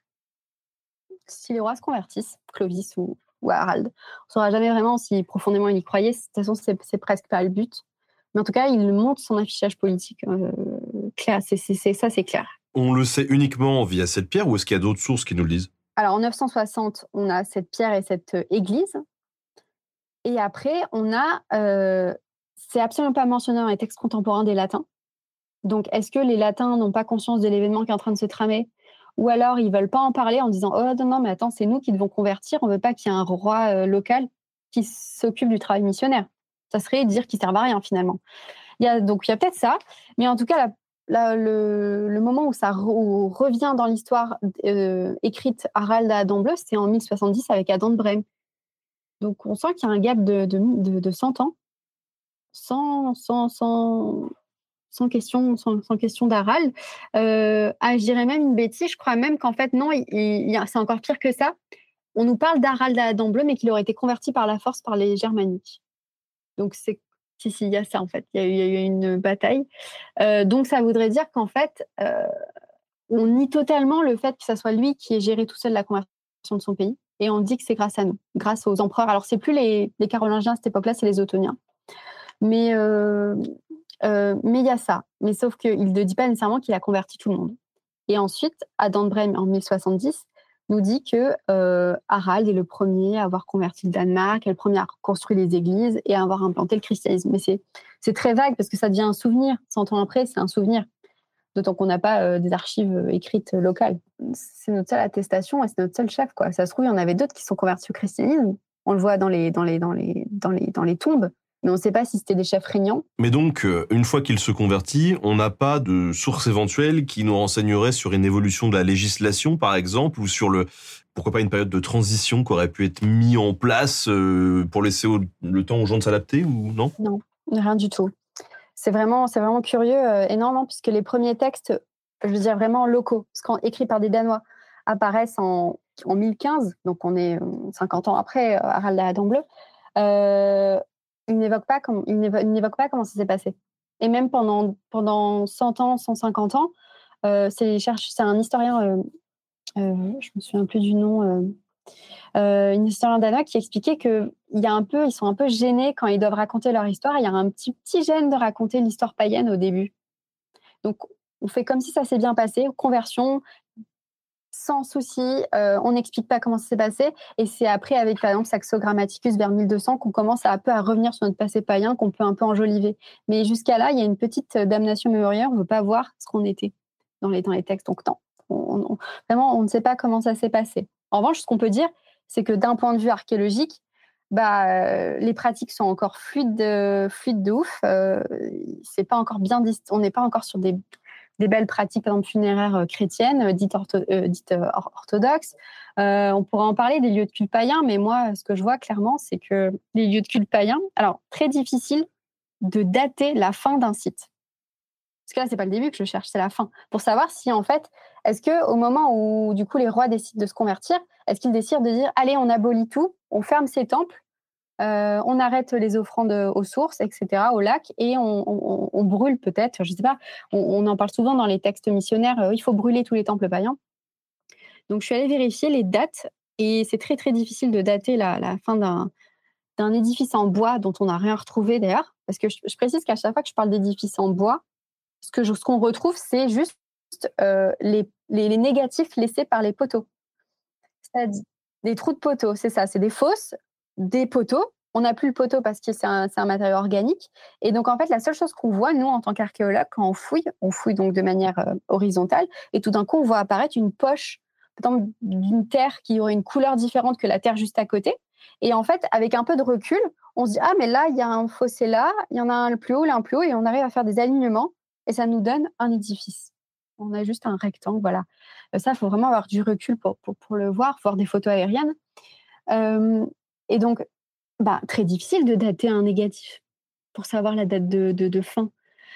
Si les rois se convertissent, Clovis ou, ou Harald, on ne saura jamais vraiment si profondément il y croyait. De toute façon, c'est, c'est presque pas le but. Mais en tout cas, il montre son affichage politique euh, clair. C'est, c'est, c'est, ça, c'est clair. On le sait uniquement via cette pierre ou est-ce qu'il y a d'autres sources qui nous le disent? Alors, en neuf cent soixante, on a cette pierre et cette euh, église. Et après, on a... Euh, c'est absolument pas mentionné dans les textes contemporains des Latins. Donc, est-ce que les Latins n'ont pas conscience de l'événement qui est en train de se tramer? Ou alors, ils ne veulent pas en parler en disant « Oh non, non, mais attends, c'est nous qui devons convertir. On ne veut pas qu'il y ait un roi euh, local qui s'occupe du travail missionnaire. » Ça serait dire qu'il ne sert à rien, finalement. Il y a, donc, il y a peut-être ça. Mais en tout cas, la, la, le, le moment où ça re, revient dans l'histoire euh, écrite Harald à la dent bleue, c'est en mille soixante-dix avec Adam de Brême. Donc, on sent qu'il y a un gap de, de, de, de cent ans. Sans... sans, sans Sans question, sans, sans question d'Harald. Euh, ah, je dirais même une bêtise. Je crois même qu'en fait, non, il, il, c'est encore pire que ça. On nous parle d'Harald à la dent bleue, mais qu'il aurait été converti par la force par les Germaniques. Donc, c'est, si, si, il y a ça, en fait. Il y a eu, il y a eu une bataille. Euh, donc, ça voudrait dire qu'en fait, euh, on nie totalement le fait que ce soit lui qui ait géré tout seul la conversion de son pays. Et on dit que c'est grâce à nous, grâce aux empereurs. Alors, c'est plus les, les Carolingiens à cette époque-là, c'est les Ottoniens. Mais euh, euh, mais il y a ça. Mais sauf qu'il ne dit pas nécessairement qu'il a converti tout le monde. Et ensuite, Adam de Brême, en mille soixante-dix, nous dit que euh, Harald est le premier à avoir converti le Danemark, est le premier à construire les églises et à avoir implanté le christianisme. Mais c'est, c'est très vague parce que ça devient un souvenir. Cent ans après, c'est un souvenir. D'autant qu'on n'a pas euh, des archives euh, écrites euh, locales. C'est notre seule attestation et c'est notre seul chef, quoi. Ça se trouve, il y en avait d'autres qui sont convertis au christianisme. On le voit dans les, dans les, dans les, dans les, dans les tombes, mais on ne sait pas si c'était des chefs régnants. Mais donc, euh, une fois qu'il se convertit, on n'a pas de source éventuelle qui nous renseignerait sur une évolution de la législation, par exemple, ou sur le, pourquoi pas une période de transition qui aurait pu être mise en place euh, pour laisser au, le temps aux gens de s'adapter, ou non ? Non, rien du tout. C'est vraiment, c'est vraiment curieux, euh, et non, non, puisque les premiers textes, je veux dire vraiment locaux, écrits par des Danois, apparaissent en, en mille quinze, donc on est cinquante ans après euh, Harald à Adam Bleu. Euh, ils n'évoquent pas, comme, ils n'évoquent, ils n'évoquent pas comment ça s'est passé. Et même pendant, pendant cent ans, cent cinquante ans, euh, c'est, c'est un historien, euh, euh, je me souviens plus du nom, euh, Euh, une historien danois qui expliquait que il y a un peu, ils sont un peu gênés quand ils doivent raconter leur histoire. Il y a un petit petit gêne de raconter l'histoire païenne au début. Donc on fait comme si ça s'est bien passé, conversion sans souci. Euh, on n'explique pas comment ça s'est passé. Et c'est après avec par exemple Saxo Grammaticus vers mille deux cents qu'on commence à un peu à revenir sur notre passé païen, qu'on peut un peu enjoliver. Mais jusqu'à là, il y a une petite damnation mémorielle. On ne veut pas voir ce qu'on était dans les dans les textes. Donc non, on, on, vraiment on ne sait pas comment ça s'est passé. En revanche, ce qu'on peut dire, c'est que d'un point de vue archéologique, bah, euh, les pratiques sont encore fluides de, fluides de ouf. Euh, c'est pas encore bien dist- on n'est pas encore sur des, des belles pratiques, par exemple, funéraires euh, chrétiennes, euh, dites, ortho- euh, dites euh, orthodoxes. Euh, on pourrait en parler des lieux de culte païens, mais moi, ce que je vois clairement, c'est que les lieux de culte païens, alors, très difficile de dater la fin d'un site. Parce que là, c'est pas le début que je cherche, c'est la fin. Pour savoir si, en fait, est-ce qu'au moment où, du coup, les rois décident de se convertir, est-ce qu'ils décident de dire, allez, on abolit tout, on ferme ces temples, euh, on arrête les offrandes aux sources, et cetera, au lac, et on, on, on brûle peut-être, je sais pas, on, on en parle souvent dans les textes missionnaires, euh, il faut brûler tous les temples païens. Donc, je suis allée vérifier les dates, et c'est très, très difficile de dater la, la fin d'un, d'un édifice en bois dont on n'a rien retrouvé d'ailleurs, parce que je, je précise qu'à chaque fois que je parle d'édifice en bois, Ce, que je, ce qu'on retrouve, c'est juste euh, les, les, les négatifs laissés par les poteaux. C'est-à-dire des trous de poteaux, c'est ça, c'est des fosses, des poteaux. On n'a plus le poteau parce que c'est un, c'est un matériau organique. Et donc, en fait, la seule chose qu'on voit, nous, en tant qu'archéologues, quand on fouille, on fouille donc de manière euh, horizontale, et tout d'un coup, on voit apparaître une poche, par exemple, d'une terre qui aurait une couleur différente que la terre juste à côté. Et en fait, avec un peu de recul, on se dit, ah, mais là, il y a un fossé là, il y en a un plus haut, là, un plus haut, et on arrive à faire des alignements. Et ça nous donne un édifice. On a juste un rectangle, voilà. Ça, il faut vraiment avoir du recul pour, pour, pour le voir, voir des photos aériennes. Euh, et donc, bah, très difficile de dater un négatif pour savoir la date de, de, de fin.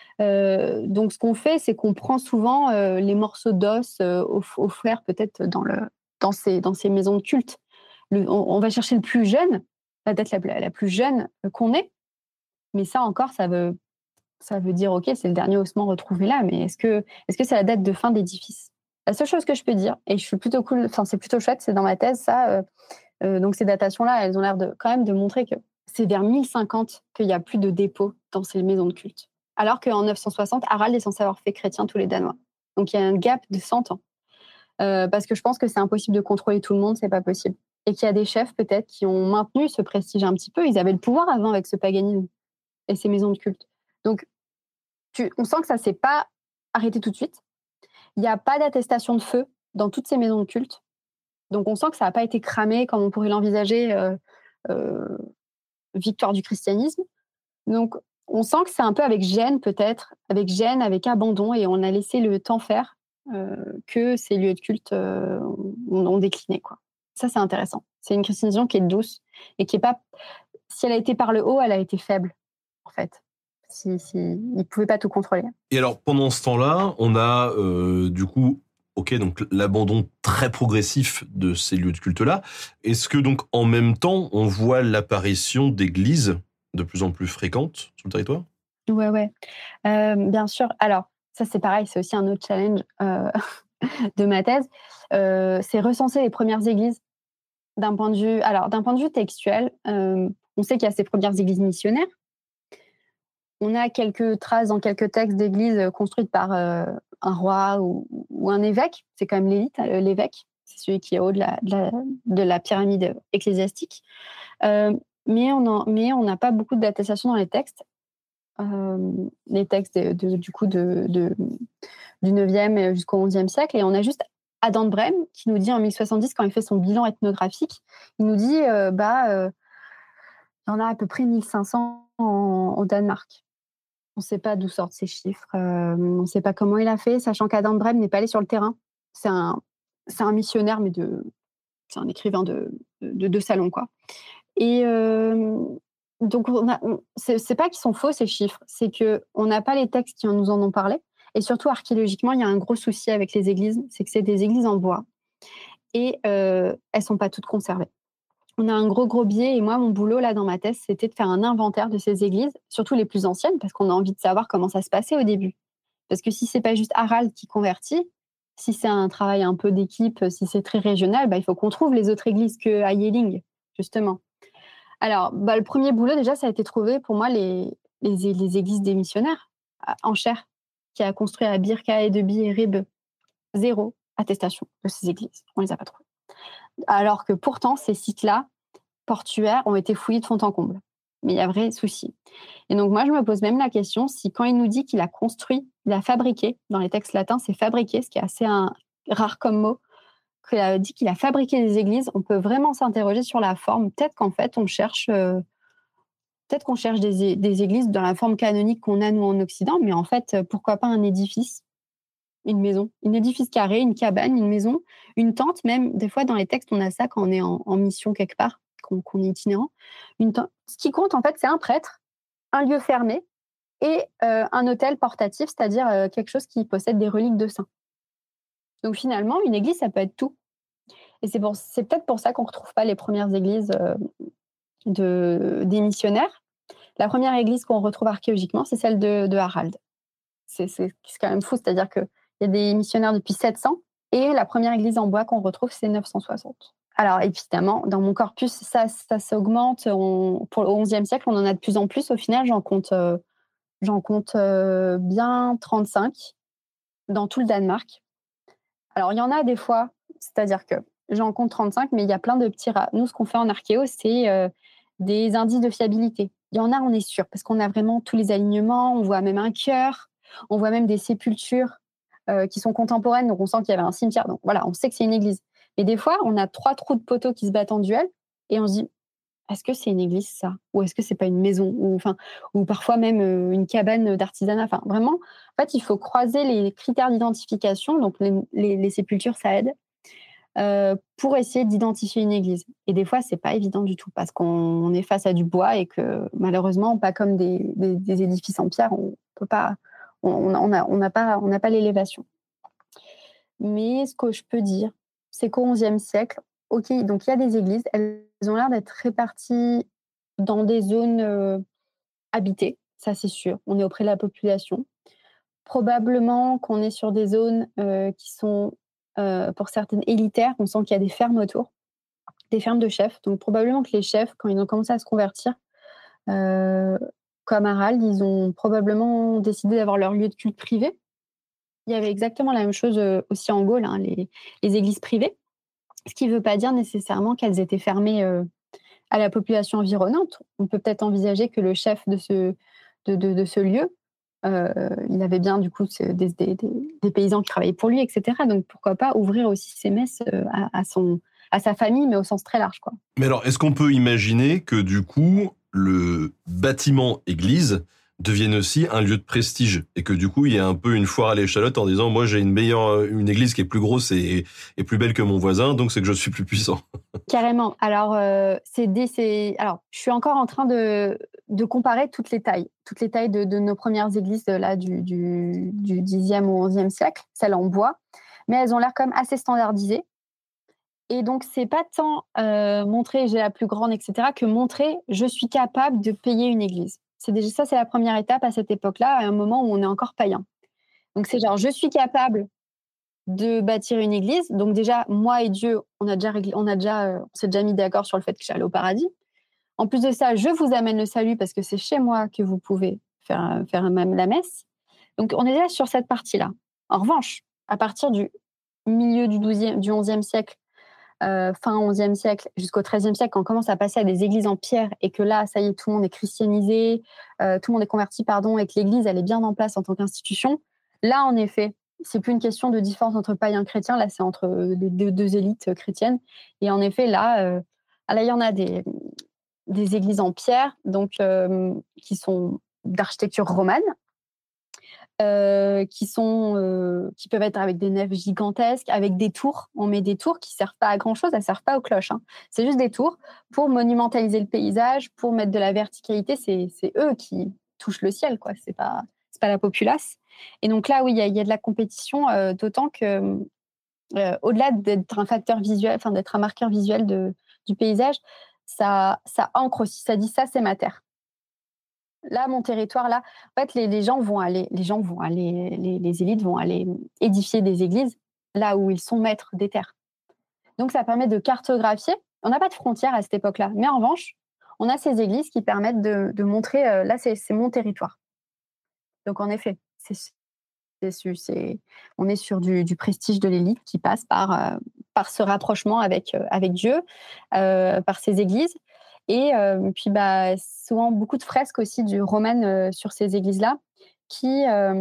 Euh, donc, ce qu'on fait, c'est qu'on prend souvent euh, les morceaux d'os euh, offerts peut-être dans, le, dans, ces, dans ces maisons de culte. Le, on, on va chercher le plus jeune, la date la, la plus jeune qu'on ait. Mais ça encore, ça veut... Ça veut dire, OK, c'est le dernier ossement retrouvé là, mais est-ce que, est-ce que c'est la date de fin d'édifice ? La seule chose que je peux dire, et je suis plutôt cool, enfin, c'est plutôt chouette, c'est dans ma thèse, ça, euh, euh, donc ces datations-là, elles ont l'air de, quand même de montrer que c'est vers mille cinquante qu'il n'y a plus de dépôts dans ces maisons de culte. Alors qu'en neuf cent soixante, Harald est censé avoir fait chrétien tous les Danois. Donc il y a un gap de cent ans. Euh, parce que je pense que c'est impossible de contrôler tout le monde, c'est pas possible. Et qu'il y a des chefs, peut-être, qui ont maintenu ce prestige un petit peu. Ils avaient le pouvoir avant avec ce paganisme et ces maisons de culte. Donc, Tu, on sent que ça ne s'est pas arrêté tout de suite. Il n'y a pas d'attestation de feu dans toutes ces maisons de culte. Donc, on sent que ça n'a pas été cramé comme on pourrait l'envisager, euh, euh, victoire du christianisme. Donc, on sent que c'est un peu avec gêne, peut-être, avec gêne, avec abandon, et on a laissé le temps faire euh, que ces lieux de culte euh, ont, ont décliné, quoi. Ça, c'est intéressant. C'est une christianisation qui est douce et qui est pas... Si elle a été par le haut, elle a été faible, en fait. Si, si, ils ne pouvaient pas tout contrôler. Et alors, pendant ce temps-là, on a euh, du coup, ok, donc l'abandon très progressif de ces lieux de culte-là. Est-ce que donc, en même temps, on voit l'apparition d'églises de plus en plus fréquentes sur le territoire ? Ouais, ouais. Euh, bien sûr. Alors, ça, c'est pareil, c'est aussi un autre challenge euh, de ma thèse. Euh, c'est recenser les premières églises D'un point de vue, alors, d'un point de vue textuel, euh, on sait qu'il y a ces premières églises missionnaires. On a quelques traces dans quelques textes d'églises construites par euh, un roi ou, ou un évêque. C'est quand même l'élite, euh, l'évêque. C'est celui qui est au haut de la, de la, de la pyramide ecclésiastique. Euh, mais on en- mais on n'a pas beaucoup d'attestations dans les textes. Euh, les textes de- de- du coup de, de- du neuvième jusqu'au onzième siècle. Et on a juste Adam de Brême qui nous dit en mille soixante-dix, quand il fait son bilan ethnographique, il nous dit euh, bah, euh, il y en a à peu près mille cinq cents en- au Danemark. On ne sait pas d'où sortent ces chiffres, euh, on ne sait pas comment il a fait, sachant qu'Adam de Brême n'est pas allé sur le terrain. C'est un, c'est un missionnaire, mais de, c'est un écrivain de, de, de salon, quoi. Et euh, donc, on a, on, c'est, c'est pas qu'ils sont faux, ces chiffres, c'est qu'on n'a pas les textes qui nous en ont parlé. Et surtout, archéologiquement, il y a un gros souci avec les églises, c'est que c'est des églises en bois. Et euh, elles ne sont pas toutes conservées. On a un gros, gros biais. Et moi, mon boulot, là, dans ma thèse, c'était de faire un inventaire de ces églises, surtout les plus anciennes, parce qu'on a envie de savoir comment ça se passait au début. Parce que si c'est pas juste Harald qui convertit, si c'est un travail un peu d'équipe, si c'est très régional, bah, il faut qu'on trouve les autres églises qu'à Yelling, justement. Alors, bah, le premier boulot, déjà, ça a été trouvé pour moi les, les, les églises des missionnaires en Cher, qui a construit à Birka et Deby et Ribe. Zéro attestation de ces églises. On ne les a pas trouvées. Alors que pourtant, ces sites-là, portuaires, ont été fouillés de fond en comble. Mais il y a vrai souci. Et donc, moi, je me pose même la question si, quand il nous dit qu'il a construit, il a fabriqué, dans les textes latins, c'est fabriqué, ce qui est assez un, rare comme mot, qu'il a dit qu'il a fabriqué des églises, on peut vraiment s'interroger sur la forme. Peut-être qu'en fait, on cherche, euh, peut-être qu'on cherche des, des églises dans la forme canonique qu'on a, nous, en Occident, mais en fait, pourquoi pas un édifice, une maison, un édifice carré, une cabane, une maison, une tente, même. Des fois, dans les textes, on a ça quand on est en, en mission quelque part, qu'on, qu'on est itinérant. Une tente. Ce qui compte, en fait, c'est un prêtre, un lieu fermé et euh, un autel portatif, c'est-à-dire euh, quelque chose qui possède des reliques de saints. Donc, finalement, une église, ça peut être tout. Et c'est, pour, c'est peut-être pour ça qu'on ne retrouve pas les premières églises euh, de, des missionnaires. La première église qu'on retrouve archéologiquement, c'est celle de, de Harald. C'est, c'est, c'est quand même fou, c'est-à-dire qu'il y a des missionnaires depuis sept cents et la première église en bois qu'on retrouve, c'est neuf cent soixante. Alors évidemment, dans mon corpus, ça, ça s'augmente. On, pour le onzième siècle, on en a de plus en plus. Au final, j'en compte, euh, j'en compte euh, bien trente-cinq dans tout le Danemark. Alors il y en a des fois, c'est-à-dire que j'en compte trente-cinq, mais il y a plein de petits rats. Nous, ce qu'on fait en archéo, c'est euh, des indices de fiabilité. Il y en a, on est sûr, parce qu'on a vraiment tous les alignements, on voit même un cœur, on voit même des sépultures euh, qui sont contemporaines, donc on sent qu'il y avait un cimetière. Donc voilà, on sait que c'est une église. Et des fois, on a trois trous de poteaux qui se battent en duel, et on se dit, est-ce que c'est une église, ça? Ou est-ce que c'est pas une maison? Ou, enfin, ou parfois même euh, une cabane d'artisanat. Enfin, vraiment, en fait, il faut croiser les critères d'identification. Donc, les, les, les sépultures, ça aide. Euh, pour essayer d'identifier une église. Et des fois, c'est pas évident du tout parce qu'on est face à du bois et que malheureusement, pas comme des, des, des édifices en pierre, on peut pas, on, on a, on n'a pas, on n'a pas l'élévation. Mais ce que je peux dire, c'est qu'au onzième siècle, ok, donc il y a des églises, elles ont l'air d'être réparties dans des zones euh, habitées, ça c'est sûr. On est auprès de la population. Probablement qu'on est sur des zones euh, qui sont Euh, pour certaines élitaires, on sent qu'il y a des fermes autour, des fermes de chefs. Donc probablement que les chefs, quand ils ont commencé à se convertir, euh, comme Harald, ils ont probablement décidé d'avoir leur lieu de culte privé. Il y avait exactement la même chose euh, aussi en Gaule, hein, les, les églises privées, ce qui ne veut pas dire nécessairement qu'elles étaient fermées euh, à la population environnante. On peut peut-être envisager que le chef de ce, de, de, de ce lieu, Euh, il avait bien du coup des, des, des paysans qui travaillaient pour lui, et cetera. Donc pourquoi pas ouvrir aussi ses messes à, à, son, à sa famille, mais au sens très large, quoi. Mais alors, est-ce qu'on peut imaginer que du coup, le bâtiment église devienne aussi un lieu de prestige et que du coup, il y a un peu une foire à l'échalote en disant, moi j'ai une meilleure, une église qui est plus grosse et, et plus belle que mon voisin, donc c'est que je suis plus puissant. Carrément. Alors, euh, c'est des, c'est... Alors, je suis encore en train de, de comparer toutes les tailles, toutes les tailles de, de nos premières églises là, du, du, du dixième ou onzième siècle, celles en bois, mais elles ont l'air quand même assez standardisées. Et donc, c'est pas tant euh, montrer j'ai la plus grande, et cetera, que montrer je suis capable de payer une église. C'est déjà ça, c'est la première étape à cette époque-là, à un moment où on est encore païen. Donc, c'est genre je suis capable de bâtir une église. Donc déjà, moi et Dieu, on a déjà, réglé, on a déjà, euh, on s'est déjà mis d'accord sur le fait que j'allais au paradis. En plus de ça, je vous amène le salut parce que c'est chez moi que vous pouvez faire, faire même la messe. Donc on est déjà sur cette partie-là. En revanche, à partir du milieu du, douzième, du onzième siècle, euh, fin onzième siècle jusqu'au treizième siècle, quand on commence à passer à des églises en pierre et que là, ça y est, tout le monde est christianisé, euh, tout le monde est converti, pardon, et que l'église, elle est bien en place en tant qu'institution, là, en effet, c'est plus une question de différence entre païens et chrétiens, là, c'est entre les deux, deux élites chrétiennes. Et en effet, là, euh, là il y en a des, des églises en pierre, donc, euh, qui sont d'architecture romane, Euh, qui sont, euh, qui peuvent être avec des nefs gigantesques, avec des tours. On met des tours qui servent pas à grand chose, elles servent pas aux cloches. Hein. C'est juste des tours pour monumentaliser le paysage, pour mettre de la verticalité. C'est, c'est eux qui touchent le ciel, quoi. C'est pas, c'est pas la populace. Et donc là, oui, il y, y a de la compétition, euh, d'autant que euh, au-delà d'être un facteur visuel, enfin d'être un marqueur visuel de, du paysage, ça, ça ancre aussi. Ça dit ça, c'est ma terre. Là, mon territoire, là, en fait, les, les gens vont aller, les gens vont aller, les, les élites vont aller édifier des églises là où ils sont maîtres des terres. Donc, ça permet de cartographier. On n'a pas de frontières à cette époque-là, mais en revanche, on a ces églises qui permettent de, de montrer, euh, là, c'est, c'est mon territoire. Donc, en effet, c'est, c'est, c'est, on est sur du, du prestige de l'élite qui passe par, euh, par ce rapprochement avec, euh, avec Dieu, euh, par ces églises. Et euh, puis, bah, souvent, beaucoup de fresques aussi du roman euh, sur ces églises-là qui, euh,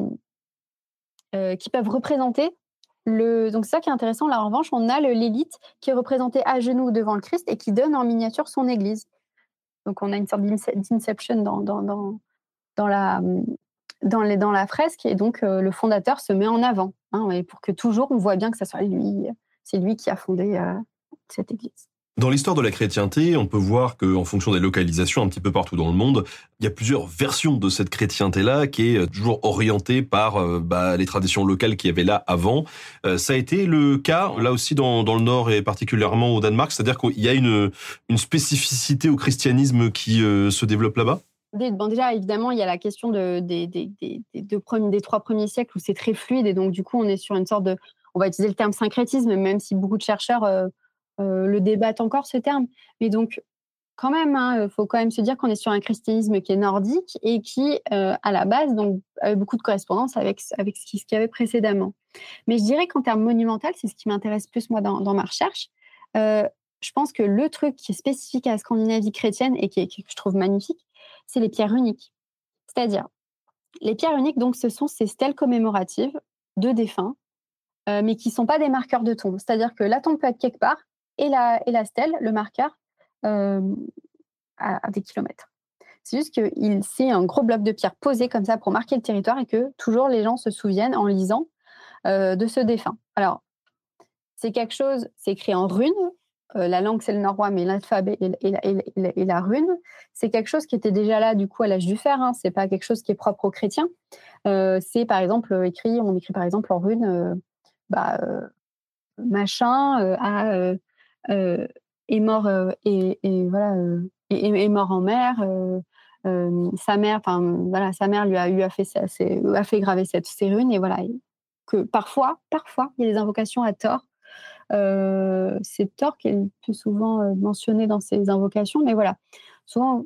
euh, qui peuvent représenter le... Donc, c'est ça qui est intéressant. Là, en revanche, on a le, l'élite qui est représentée à genoux devant le Christ et qui donne en miniature son église. Donc, on a une sorte d'inception dans, dans, dans, dans, la, dans, les, dans la fresque. Et donc, euh, le fondateur se met en avant. Hein, et pour que toujours, on voit bien que ça soit lui. C'est lui qui a fondé euh, cette église. Dans l'histoire de la chrétienté, on peut voir qu'en fonction des localisations un petit peu partout dans le monde, il y a plusieurs versions de cette chrétienté-là qui est toujours orientée par euh, bah, les traditions locales qu'il y avait là avant. Euh, ça a été le cas là aussi dans, dans le Nord et particulièrement au Danemark, c'est-à-dire qu'il y a une, une spécificité au christianisme qui euh, se développe là-bas. Bon, déjà, évidemment, il y a la question de, des, des, des, des, deux premiers, des trois premiers siècles où c'est très fluide et donc du coup, on est sur une sorte de... On va utiliser le terme syncrétisme, même si beaucoup de chercheurs... Euh, Euh, le débattent encore ce terme, mais donc quand même, il hein, faut quand même se dire qu'on est sur un christianisme qui est nordique et qui, euh, à la base, donc avait beaucoup de correspondance avec avec ce qu'il y avait précédemment. Mais je dirais qu'en termes monumental, c'est ce qui m'intéresse plus moi dans, dans ma recherche. Euh, je pense que le truc qui est spécifique à la Scandinavie chrétienne et qui est, que je trouve magnifique, c'est les pierres uniques. C'est-à-dire les pierres uniques, donc ce sont ces stèles commémoratives de défunts, euh, mais qui ne sont pas des marqueurs de tombe. C'est-à-dire que la tombe peut être quelque part. Et la, et la stèle, le marqueur, euh, à, à des kilomètres. C'est juste que il, c'est un gros bloc de pierre posé comme ça pour marquer le territoire et que toujours les gens se souviennent en lisant euh, de ce défunt. Alors, c'est quelque chose, c'est écrit en rune. Euh, la langue, c'est le norrois, mais l'alphabet et, et, et, et, et la rune, c'est quelque chose qui était déjà là du coup à l'âge du fer. Hein. C'est pas quelque chose qui est propre aux chrétiens. Euh, c'est par exemple écrit, on écrit par exemple en rune, euh, bah, euh, machin euh, à euh, Euh, est mort euh, et, et voilà euh, est, est mort en mer. Euh, euh, sa mère, enfin voilà, sa mère lui a, lui a fait ça, c'est, a fait graver cette ces runes et voilà et que parfois, parfois, il y a des invocations à tort. Euh, c'est tort qui est le plus souvent euh, mentionné dans ces invocations, mais voilà, souvent.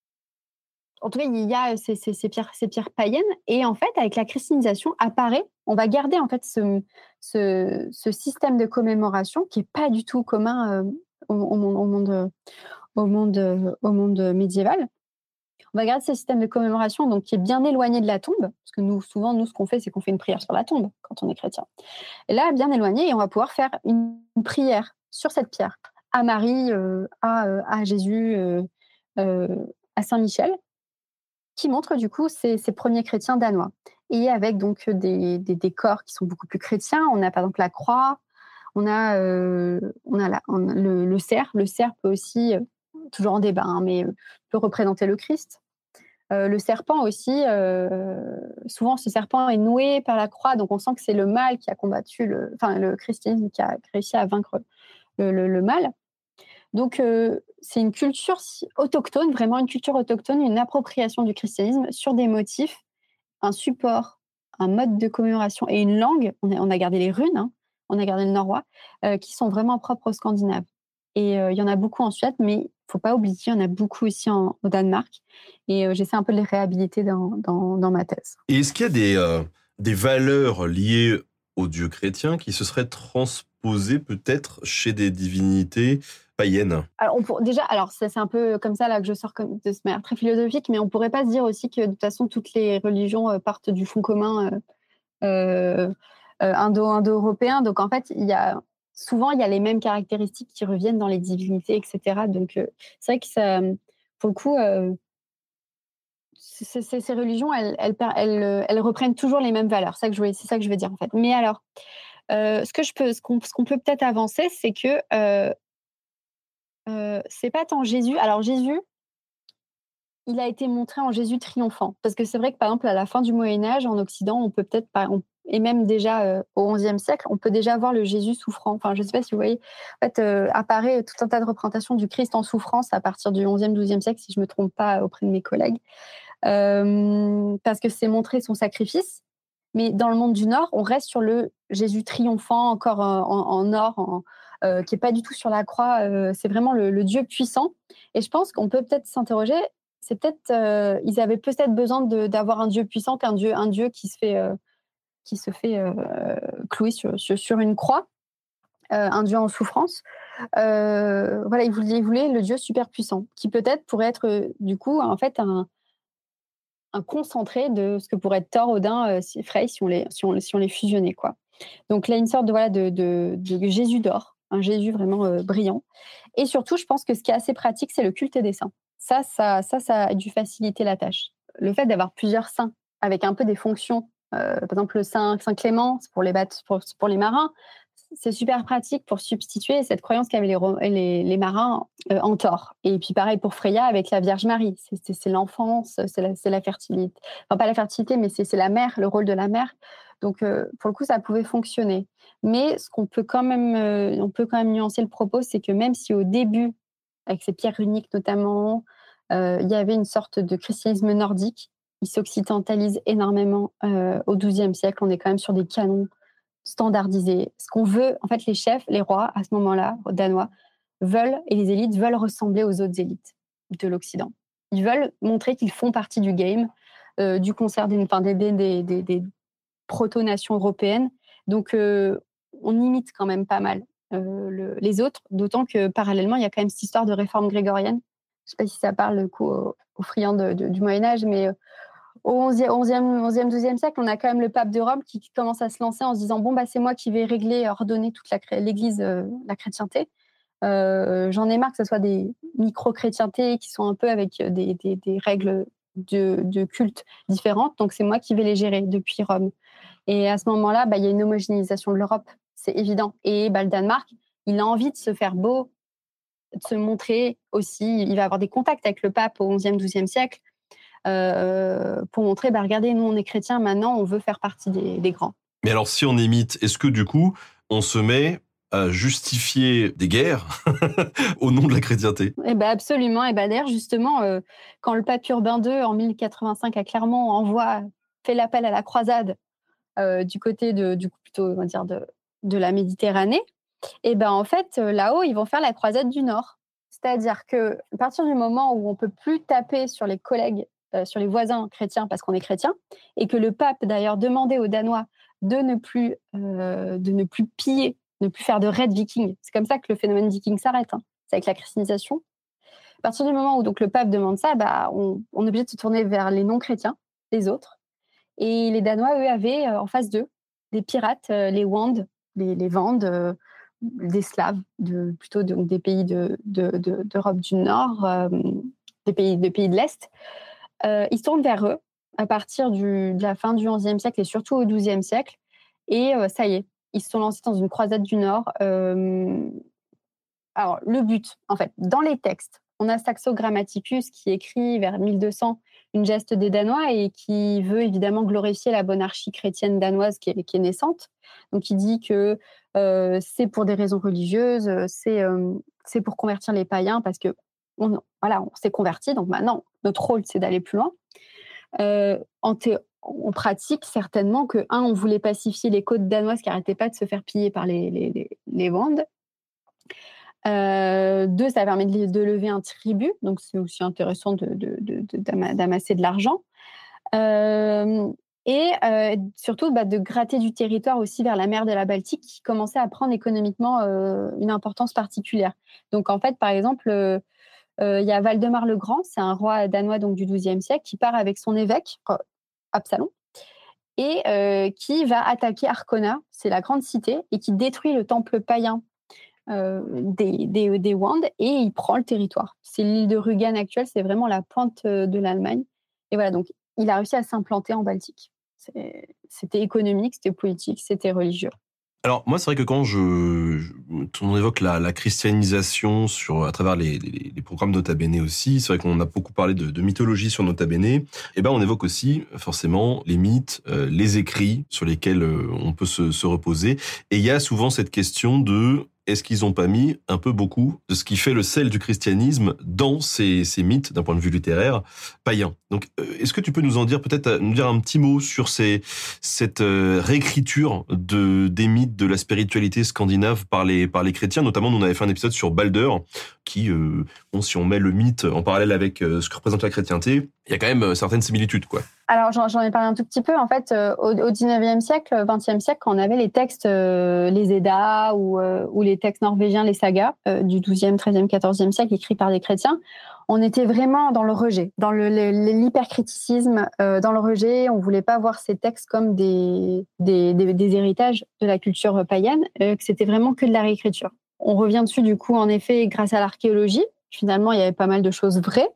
En tout cas, il y a ces, ces, ces, pierres, ces pierres païennes. Et en fait, avec la christianisation, apparaît, on va garder en fait ce, ce, ce système de commémoration qui n'est pas du tout commun euh, au, au, monde, au, monde, au, monde, au monde médiéval. On va garder ce système de commémoration donc, qui est bien éloigné de la tombe. Parce que nous, souvent, nous, ce qu'on fait, c'est qu'on fait une prière sur la tombe quand on est chrétien. Et là, bien éloigné, et on va pouvoir faire une, une prière sur cette pierre à Marie, euh, à, à Jésus, euh, euh, à Saint-Michel, qui montre du coup ces, ces premiers chrétiens danois. Et avec donc des, des décors qui sont beaucoup plus chrétiens. On a par exemple la croix, on a, euh, on a, la, on a le, le cerf. Le cerf peut aussi, euh, toujours en débat, hein, mais euh, peut représenter le Christ. Euh, le serpent aussi, euh, souvent ce serpent est noué par la croix, donc on sent que c'est le mal qui a combattu, le, enfin le christianisme qui a réussi à vaincre le, le, le mal. Donc, euh, c'est une culture autochtone, vraiment une culture autochtone, une appropriation du christianisme sur des motifs, un support, un mode de commémoration et une langue. On a, on a gardé les runes, hein, on a gardé le norrois, euh, qui sont vraiment propres aux Scandinaves. Et euh, il y en a beaucoup en Suède, mais il ne faut pas oublier, il y en a beaucoup aussi en, au Danemark. Et euh, j'essaie un peu de les réhabiliter dans, dans, dans ma thèse. Et est-ce qu'il y a des, euh, des valeurs liées aux dieux chrétiens qui se seraient transposées peut-être chez des divinités païennes? Alors, on pour, déjà, alors c'est, c'est un peu comme ça là que je sors comme, de ce manière très philosophique, mais on ne pourrait pas se dire aussi que de toute façon, toutes les religions euh, partent du fond commun euh, euh, euh, indo, indo-européen. Donc, en fait, il y a... Souvent, il y a les mêmes caractéristiques qui reviennent dans les divinités, et cetera. Donc, euh, c'est vrai que ça, pour le coup, euh, c- c- ces religions, elles, elles, per- elles, elles reprennent toujours les mêmes valeurs. C'est ça que je voulais, c'est ça que je veux dire en fait. Mais alors, euh, ce que je peux, ce qu'on, ce qu'on peut peut-être avancer, c'est que euh, euh, c'est pas tant Jésus. Alors Jésus, il a été montré en Jésus triomphant, parce que c'est vrai que par exemple à la fin du Moyen Âge, en Occident, on peut peut-être pas, on- et même déjà euh, au onzième siècle, on peut déjà voir le Jésus souffrant. Enfin, je ne sais pas si vous voyez, en fait, euh, apparaît tout un tas de représentations du Christ en souffrance à partir du onzième, douzième siècle, si je ne me trompe pas, auprès de mes collègues, euh, parce que c'est montrer son sacrifice. Mais dans le monde du Nord, on reste sur le Jésus triomphant, encore en, en, en or, en, euh, qui n'est pas du tout sur la croix. Euh, c'est vraiment le, le Dieu puissant. Et je pense qu'on peut peut-être s'interroger. C'est peut-être, euh, ils avaient peut-être besoin de, d'avoir un Dieu puissant qu'un Dieu, un Dieu qui se fait, euh, qui se fait euh, clouer sur, sur, sur une croix, euh, un Dieu en souffrance. Euh, voilà, ils voulaient, ils voulaient le Dieu super puissant, qui peut-être pourrait être euh, du coup en fait un un concentré de ce que pourrait être Thor, Odin, euh, Frey si on les, si on, si on les fusionnait, quoi. Donc là, une sorte de, voilà, de, de, de Jésus d'or, un Jésus vraiment euh, brillant. Et surtout, je pense que ce qui est assez pratique, c'est le culte des saints. Ça, ça, ça, ça a dû faciliter la tâche. Le fait d'avoir plusieurs saints avec un peu des fonctions, euh, par exemple le saint, saint Clément, c'est pour les, bateaux, pour, pour les marins, c'est super pratique pour substituer cette croyance qu'avaient les, les, les marins euh, en Thor. Et puis pareil pour Freya avec la Vierge Marie. C'est, c'est, c'est l'enfance, c'est la, c'est la fertilité. Enfin, pas la fertilité, mais c'est, c'est la mère, le rôle de la mère. Donc, euh, pour le coup, ça pouvait fonctionner. Mais ce qu'on peut quand même, euh, on peut quand même nuancer le propos, c'est que même si au début, avec ces pierres runiques notamment, euh, il y avait une sorte de christianisme nordique, il s'occidentalise énormément euh, au douzième siècle. On est quand même sur des canons standardisés. Ce qu'on veut, en fait, les chefs, les rois, à ce moment-là, danois, veulent, et les élites veulent ressembler aux autres élites de l'Occident. Ils veulent montrer qu'ils font partie du game, euh, du concert des, enfin, des, des, des, des, des proto-nations européennes. Donc, euh, on imite quand même pas mal euh, le, les autres, d'autant que parallèlement, il y a quand même cette histoire de réforme grégorienne. Je ne sais pas si ça parle du coup, aux, aux friands de, de, du Moyen-Âge, mais euh, au onzième, douzième siècle, on a quand même le pape de Rome qui, qui commence à se lancer en se disant bon, bah, c'est moi qui vais régler, ordonner toute la, l'Église, euh, la chrétienté. Euh, j'en ai marre que ce soit des micro-chrétientés qui sont un peu avec des, des, des règles de, de culte différentes. Donc, c'est moi qui vais les gérer depuis Rome. Et à ce moment-là, bah, il y a une homogénéisation de l'Europe, c'est évident. Et bah, le Danemark, il a envie de se faire beau, de se montrer aussi. Il va avoir des contacts avec le pape au onzième, douzième siècle euh, pour montrer, bah, regardez, nous, on est chrétiens, maintenant, on veut faire partie des, des grands. Mais alors, si on imite, est-ce que du coup, on se met à justifier des guerres au nom de la chrétienté? Eh ben absolument. Et ben d'ailleurs, justement, euh, quand le pape Urbain deux, en mille quatre-vingt-cinq, à Clermont, envoie, fait l'appel à la croisade euh, du côté de, du coup, plutôt, on va dire, de, de la Méditerranée, et ben en fait, euh, là-haut, ils vont faire la croisade du Nord. C'est-à-dire que à partir du moment où on peut plus taper sur les collègues, euh, sur les voisins chrétiens parce qu'on est chrétien, et que le pape d'ailleurs demandait aux Danois de ne plus, euh, de ne plus piller, ne plus faire de raid viking. C'est comme ça que le phénomène viking s'arrête. Hein. C'est avec la christianisation. À partir du moment où donc le pape demande ça, bah, on, on est obligé de se tourner vers les non-chrétiens, les autres. Et les Danois, eux, avaient euh, en face d'eux des pirates, euh, les Wand, les, les Vandes, euh, des Slaves, de, plutôt donc des pays de, de, de, d'Europe du Nord, euh, des pays, des pays de l'Est. Euh, ils se tournent vers eux à partir du, de la fin du onzième siècle et surtout au douzième siècle. Et euh, ça y est, ils se sont lancés dans une croisade du Nord. Euh, alors, le but, en fait, dans les textes, on a Saxo Grammaticus qui écrit vers mille deux cents une geste des Danois et qui veut évidemment glorifier la monarchie chrétienne danoise qui est, qui est naissante. Donc, il dit que euh, c'est pour des raisons religieuses, c'est, euh, c'est pour convertir les païens parce que on, voilà, on s'est convertis. Donc maintenant, notre rôle, c'est d'aller plus loin. Euh, en thé- en pratique, certainement que, un, on voulait pacifier les côtes danoises qui n'arrêtaient pas de se faire piller par les, les, les, les Wandes. Euh, deux, ça permet de, de lever un tribut, donc c'est aussi intéressant de, de, de, de, d'amasser de l'argent. Euh, et euh, surtout bah, de gratter du territoire aussi vers la mer de la Baltique qui commençait à prendre économiquement euh, une importance particulière. Donc en fait, par exemple, il euh, euh, y a Valdemar le Grand, c'est un roi danois donc, du douzième siècle qui part avec son évêque, Absalon, et euh, qui va attaquer Arkona, c'est la grande cité, et qui détruit le temple païen euh, des, des, des Wandes, et il prend le territoire. C'est l'île de Rügen actuelle, c'est vraiment la pointe de l'Allemagne. Et voilà, donc il a réussi à s'implanter en Baltique. C'est, c'était économique, c'était politique, c'était religieux. Alors moi, c'est vrai que quand je, je on évoque la, la christianisation sur à travers les, les, les programmes Nota Bene aussi, c'est vrai qu'on a beaucoup parlé de, de mythologie sur Nota Bene. Et ben on évoque aussi forcément les mythes, euh, les écrits sur lesquels euh, on peut se, se reposer. Et il y a souvent cette question de est-ce qu'ils n'ont pas mis un peu beaucoup de ce qui fait le sel du christianisme dans ces, ces mythes, d'un point de vue littéraire, païens. Donc, est-ce que tu peux nous en dire, peut-être, nous dire un petit mot sur ces, cette euh, réécriture de, des mythes de la spiritualité scandinave par les, par les chrétiens? Notamment, nous, on avait fait un épisode sur Balder, qui, euh, bon, si on met le mythe en parallèle avec euh, ce que représente la chrétienté, il y a quand même euh, certaines similitudes, quoi. Alors, j'en, j'en ai parlé un tout petit peu. En fait, euh, au, au dix-neuvième siècle, vingtième siècle, quand on avait les textes, euh, les Eddas ou, euh, ou les textes norvégiens, les sagas euh, du douzième, treizième, quatorzième siècle, écrits par des chrétiens, on était vraiment dans le rejet, dans le, le, l'hypercriticisme, euh, dans le rejet. On voulait pas voir ces textes comme des, des, des, des héritages de la culture païenne, euh, que c'était vraiment que de la réécriture. On revient dessus, du coup, en effet, grâce à l'archéologie. Finalement, il y avait pas mal de choses vraies,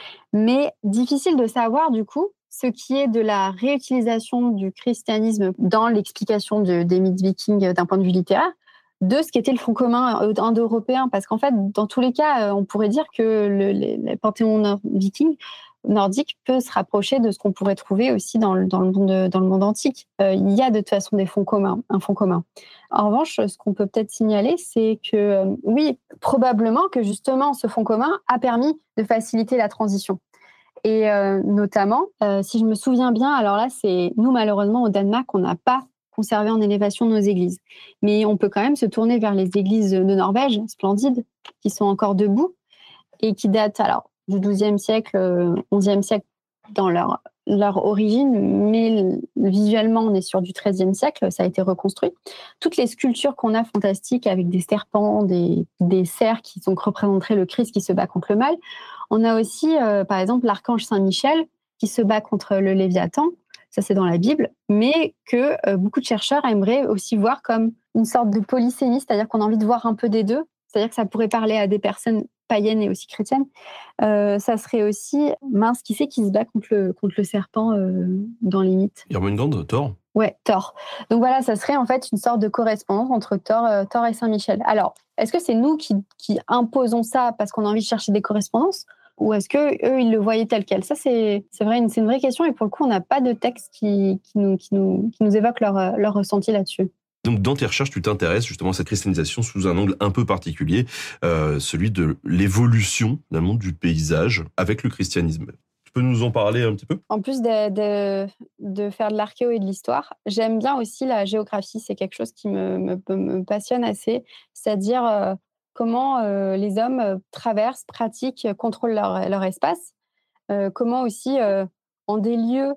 mais difficile de savoir, du coup, ce qui est de la réutilisation du christianisme dans l'explication de, des mythes vikings d'un point de vue littéraire, de ce qui était le fond commun indo-européen. Parce qu'en fait, dans tous les cas, on pourrait dire que le, le panthéon viking nordique peut se rapprocher de ce qu'on pourrait trouver aussi dans le, dans le, monde, dans le monde antique. Euh, il y a de toute façon des fonds communs, un fond commun. En revanche, ce qu'on peut peut-être signaler, c'est que euh, oui, probablement que justement ce fond commun a permis de faciliter la transition. Et euh, notamment, euh, si je me souviens bien, alors là, c'est nous, malheureusement, au Danemark, on n'a pas conservé en élévation nos églises. Mais on peut quand même se tourner vers les églises de Norvège, splendides, qui sont encore debout et qui datent alors, du douzième siècle, euh, onzième siècle dans leur, leur origine, mais visuellement, on est sur du treizième siècle, ça a été reconstruit. Toutes les sculptures qu'on a fantastiques avec des serpents, des, des cerfs qui sont, représenteraient le Christ qui se bat contre le mal. On a aussi, euh, par exemple, l'archange Saint-Michel qui se bat contre le Léviathan, ça c'est dans la Bible, mais que euh, beaucoup de chercheurs aimeraient aussi voir comme une sorte de polysémie, c'est-à-dire qu'on a envie de voir un peu des deux, c'est-à-dire que ça pourrait parler à des personnes païennes et aussi chrétiennes. Euh, ça serait aussi, mince, qui c'est qui se bat contre le, contre le serpent euh, dans les mythes? Jormungand, Thor? Ouais, Thor. Donc voilà, ça serait en fait une sorte de correspondance entre Thor, euh, Thor et Saint-Michel. Alors, est-ce que c'est nous qui, qui imposons ça parce qu'on a envie de chercher des correspondances? Ou est-ce qu'eux, ils le voyaient tel quel? Ça, c'est, c'est, vrai, c'est une vraie question. Et pour le coup, on n'a pas de texte qui, qui, nous, qui, nous, qui nous évoque leur, leur ressenti là-dessus. Donc, dans tes recherches, tu t'intéresses justement à cette christianisation sous un angle un peu particulier, euh, celui de l'évolution finalement, du paysage avec le christianisme. Tu peux nous en parler un petit peu? En plus de, de, de faire de l'archéo et de l'histoire, j'aime bien aussi la géographie. C'est quelque chose qui me, me, me passionne assez. C'est-à-dire... Euh, comment euh, les hommes euh, traversent, pratiquent, euh, contrôlent leur, leur espace, euh, comment aussi, euh, en des lieux,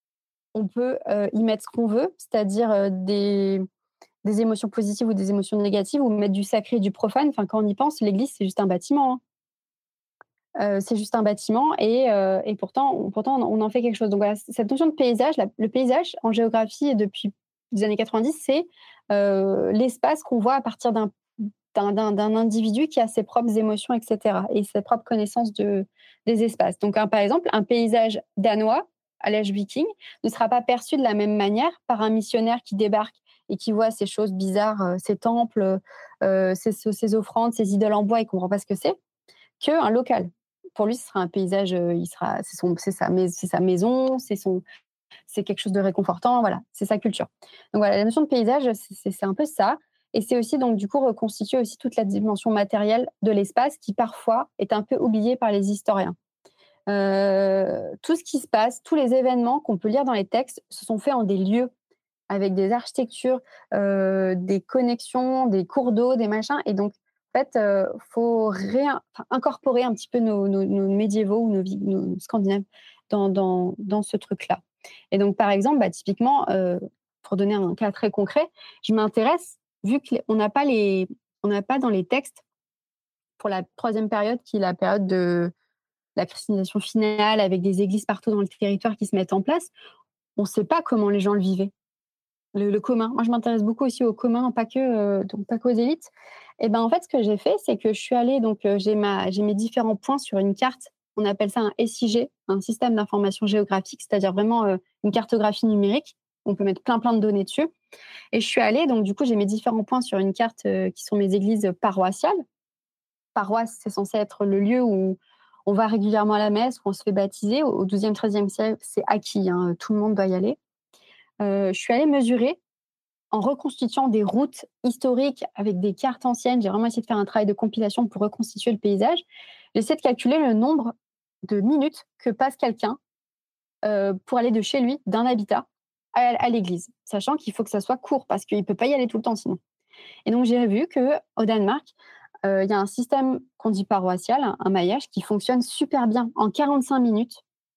on peut euh, y mettre ce qu'on veut, c'est-à-dire euh, des, des émotions positives ou des émotions négatives, ou mettre du sacré et du profane. Enfin, quand on y pense, l'église, c'est juste un bâtiment. Hein. Euh, c'est juste un bâtiment, et, euh, et pourtant, on, pourtant, on en fait quelque chose. Donc voilà, cette notion de paysage, la, le paysage, en géographie, depuis les années quatre-vingt-dix, c'est euh, l'espace qu'on voit à partir d'un D'un, d'un, d'un individu qui a ses propres émotions, et cetera, et ses propres connaissances de, des espaces. Donc, un, par exemple, un paysage danois à l'âge viking ne sera pas perçu de la même manière par un missionnaire qui débarque et qui voit ces choses bizarres, euh, ces temples, euh, ces, ces offrandes, ces idoles en bois, et ne comprend pas ce que c'est, qu'un local. Pour lui, ce sera un paysage, euh, il sera, c'est, son, c'est, sa, c'est sa maison, c'est, son, c'est quelque chose de réconfortant, voilà, c'est sa culture. Donc voilà, la notion de paysage, c'est, c'est, c'est un peu ça. Et c'est aussi, donc, du coup, reconstituer aussi toute la dimension matérielle de l'espace qui, parfois, est un peu oubliée par les historiens. Euh, tout ce qui se passe, tous les événements qu'on peut lire dans les textes se sont faits en des lieux avec des architectures, euh, des connexions, des cours d'eau, des machins. Et donc, en fait, il euh, faut réin- enfin, incorporer un petit peu nos, nos, nos médiévaux ou nos, nos scandinaves dans, dans, dans ce truc-là. Et donc, par exemple, bah, typiquement, euh, pour donner un cas très concret, je m'intéresse, vu qu'on n'a pas, les, on n'a pas dans les textes, pour la troisième période, qui est la période de la christianisation finale, avec des églises partout dans le territoire qui se mettent en place, on ne sait pas comment les gens le vivaient. Le, le commun. Moi, je m'intéresse beaucoup aussi au commun, pas que euh, donc pas qu'aux élites. Et ben en fait, ce que j'ai fait, c'est que je suis allée donc euh, j'ai ma j'ai mes différents points sur une carte. On appelle ça un S I G, un système d'information géographique, c'est-à-dire vraiment euh, une cartographie numérique. On peut mettre plein plein de données dessus. Et je suis allée donc du coup j'ai mes différents points sur une carte euh, qui sont mes églises paroissiales. Paroisse, c'est censé être le lieu où on va régulièrement à la messe, où on se fait baptiser. Au douzième, treizième siècle, c'est acquis, hein, tout le monde doit y aller. Euh, je suis allée mesurer en reconstituant des routes historiques avec des cartes anciennes. J'ai vraiment essayé de faire un travail de compilation pour reconstituer le paysage. J'ai essayé de calculer le nombre de minutes que passe quelqu'un euh, pour aller de chez lui, d'un habitat, à, à l'église, sachant qu'il faut que ça soit court parce qu'il ne peut pas y aller tout le temps sinon. Et donc, j'ai vu qu'au Danemark, il euh, y a un système qu'on dit paroissial, un maillage, qui fonctionne super bien. En quarante-cinq minutes,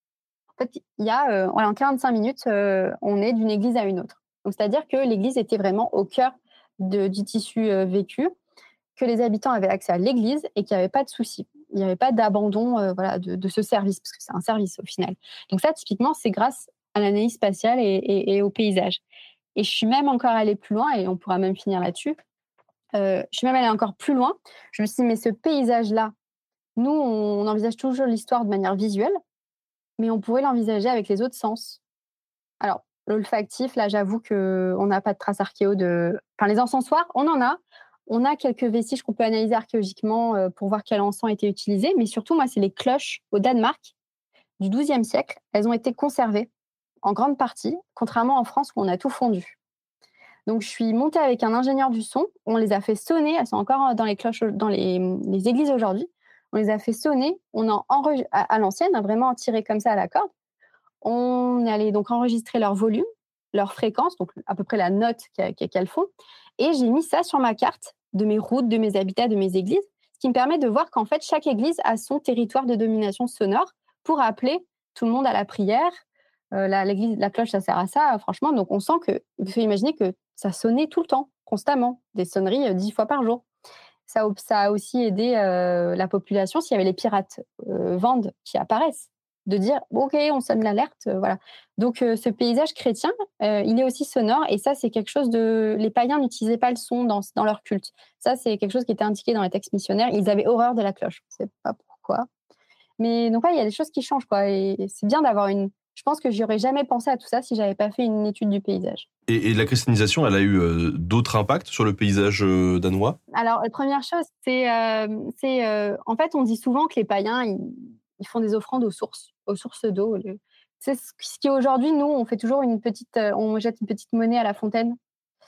en fait, il y a, euh, voilà, en quarante-cinq minutes, euh, on est d'une église à une autre. Donc, c'est-à-dire que l'église était vraiment au cœur de, du tissu euh, vécu, que les habitants avaient accès à l'église et qu'il n'y avait pas de souci. Il n'y avait pas d'abandon euh, voilà, de, de ce service, parce que c'est un service au final. Donc ça, typiquement, c'est grâce à l'analyse spatiale et, et, et au paysage. Et je suis même encore allée plus loin, et on pourra même finir là-dessus. Euh, je suis même allée encore plus loin. Je me suis dit, mais ce paysage-là, nous, on envisage toujours l'histoire de manière visuelle, mais on pourrait l'envisager avec les autres sens. Alors, l'olfactif, là, j'avoue qu'on n'a pas de traces archéo de... Enfin, les encensoirs, on en a. On a quelques vestiges qu'on peut analyser archéologiquement euh, pour voir quel encens a été utilisé. Mais surtout, moi, c'est les cloches au Danemark du douzième siècle. Elles ont été conservées en grande partie, contrairement en France où on a tout fondu. Donc, je suis montée avec un ingénieur du son. On les a fait sonner. Elles sont encore dans les cloches, dans les, les églises aujourd'hui. On les a fait sonner. On a enregistré à, à l'ancienne, vraiment tiré comme ça à la corde. On est allé donc enregistrer leur volume, leur fréquence, donc à peu près la note qu'elles font. Et j'ai mis ça sur ma carte de mes routes, de mes habitats, de mes églises, ce qui me permet de voir qu'en fait, chaque église a son territoire de domination sonore pour appeler tout le monde à la prière. Euh, la, l'église, la cloche, ça sert à ça, franchement. Donc, on sent que, il faut imaginer que ça sonnait tout le temps, constamment, des sonneries euh, dix fois par jour. Ça, ça a aussi aidé euh, la population s'il y avait les pirates euh, vendent qui apparaissent, de dire ok, on sonne l'alerte, euh, voilà. Donc euh, ce paysage chrétien, euh, il est aussi sonore, et ça c'est quelque chose de. Les païens n'utilisaient pas le son dans dans leur culte. Ça c'est quelque chose qui était indiqué dans les textes missionnaires. Ils avaient horreur de la cloche. Je sais pas pourquoi, mais donc là il y a des choses qui changent quoi, et c'est bien d'avoir une. Je pense que j'aurais jamais pensé à tout ça si j'avais pas fait une étude du paysage. Et, et la christianisation, elle a eu euh, d'autres impacts sur le paysage euh, danois ? Alors la première chose, c'est, euh, c'est euh, en fait on dit souvent que les païens ils, ils font des offrandes aux sources, aux sources d'eau. Le... C'est ce qui aujourd'hui, nous, on fait toujours une petite, euh, on jette une petite monnaie à la fontaine.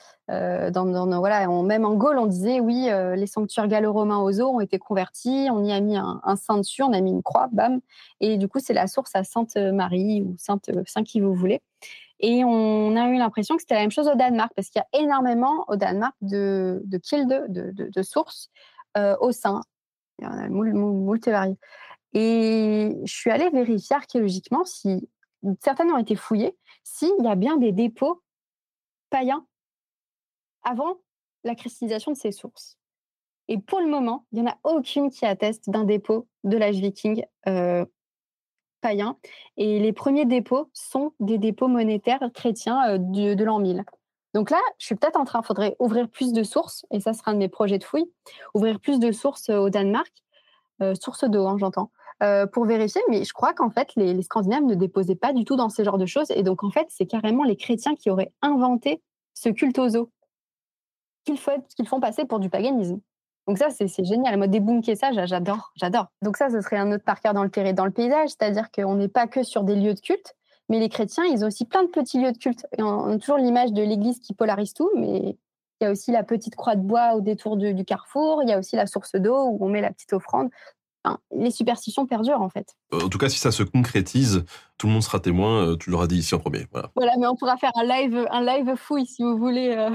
Euh, dans, dans, voilà, on, même en Gaule, on disait oui, euh, les sanctuaires gallo-romains aux eaux ont été convertis, on y a mis un, un saint dessus, on a mis une croix, bam, et du coup c'est la source à Sainte Marie ou Sainte, Saint qui vous voulez. Et on a eu l'impression que c'était la même chose au Danemark, parce qu'il y a énormément au Danemark de, de kildes, de, de, de sources euh, au sein. Il y en a moult, moult, moult et variés. Et je suis allée vérifier archéologiquement si certaines ont été fouillées, s'il y a bien des dépôts païens avant la christianisation de ces sources. Et pour le moment, il n'y en a aucune qui atteste d'un dépôt de l'âge viking euh, païen. Et les premiers dépôts sont des dépôts monétaires chrétiens euh, de, de l'an mille. Donc là, je suis peut-être en train, il faudrait ouvrir plus de sources, et ça sera un de mes projets de fouille, ouvrir plus de sources au Danemark, euh, sources d'eau, hein, j'entends, euh, pour vérifier. Mais je crois qu'en fait, les, les Scandinaves ne déposaient pas du tout dans ce genre de choses. Et donc, en fait, c'est carrément les chrétiens qui auraient inventé ce culte aux eaux, qu'ils, faut, qu'ils font passer pour du paganisme. Donc ça, c'est, c'est génial. Moi, débunker ça, j'adore, j'adore. Donc ça, ce serait un autre parcours dans le terrain, dans le paysage, c'est-à-dire qu'on n'est pas que sur des lieux de culte, mais les chrétiens, ils ont aussi plein de petits lieux de culte. Et on a toujours l'image de l'église qui polarise tout, mais il y a aussi la petite croix de bois au détour du, du carrefour, il y a aussi la source d'eau où on met la petite offrande. Enfin, les superstitions perdurent, en fait. Euh, En tout cas, si ça se concrétise, tout le monde sera témoin. euh, Tu l'auras dit ici en premier. Voilà. Voilà, mais on pourra faire un live, un live fouille, si vous voulez, euh,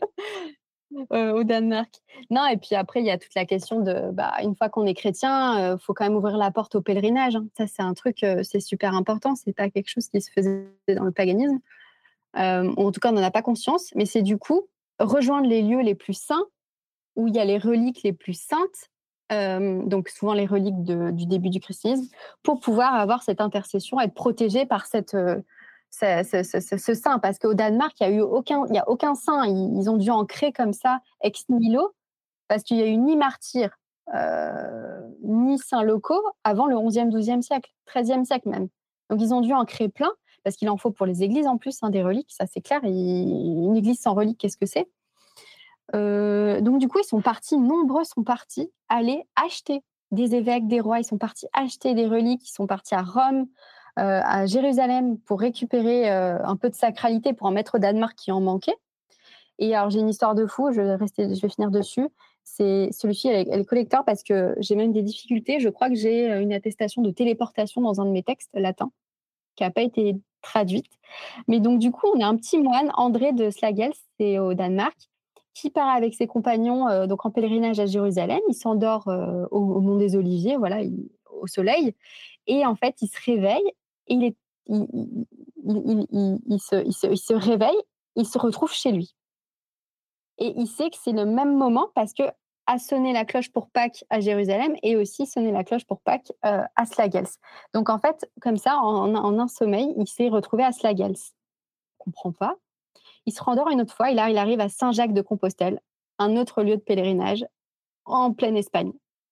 euh, au Danemark. Non, et puis après, il y a toute la question de, bah, une fois qu'on est chrétien, il faut quand même ouvrir la porte au pèlerinage. hein. Ça, c'est un truc, euh, c'est super important. C'est pas quelque chose qui se faisait dans le paganisme. Euh, en tout cas, on n'en a pas conscience. Mais c'est du coup rejoindre les lieux les plus saints, où il y a les reliques les plus saintes, euh, donc souvent les reliques de- du début du christianisme, pour pouvoir avoir cette intercession, être protégé par cette, euh, ce, ce- ce- ce- ce saint. Parce qu'au Danemark, il n'y a eu aucun, il y a aucun saint. Ils, ils ont dû en créer comme ça, ex nihilo, parce qu'il n'y a eu ni martyrs, euh, ni saints locaux avant le onzième, douzième siècle, treizième siècle même. Donc ils ont dû en créer plein, parce qu'il en faut pour les églises en plus, hein, des reliques, ça c'est clair. Et une église sans reliques, qu'est-ce que c'est? Euh, donc du coup, ils sont partis, nombreux sont partis aller acheter des évêques, des rois. Ils sont partis acheter des reliques. Ils sont partis à Rome, euh, à Jérusalem pour récupérer euh, un peu de sacralité pour en mettre au Danemark qui en manquait. Et alors j'ai une histoire de fou. Je vais rester, je vais finir dessus. C'est celui-ci, elle est, elle est collector parce que j'ai même des difficultés. Je crois que j'ai une attestation de téléportation dans un de mes textes latins qui n'a pas été traduite. Mais donc du coup, on a un petit moine, André de Slagels, c'est au Danemark, qui part avec ses compagnons euh, donc en pèlerinage à Jérusalem. Il s'endort euh, au, au mont des Oliviers, voilà, il- au soleil, et en fait, il se réveille. Et il, est, il, il, il, il- il se, il, se, il se réveille, il se retrouve chez lui. Et il sait que c'est le même moment parce que a sonné la cloche pour Pâques à Jérusalem et aussi sonné la cloche pour Pâques euh, à Slagels. Donc en fait, comme ça, en, en un sommeil, il s'est retrouvé à Slagels. On comprend pas. Il se rendort une autre fois, et là, il arrive à Saint-Jacques de Compostelle, un autre lieu de pèlerinage en pleine Espagne.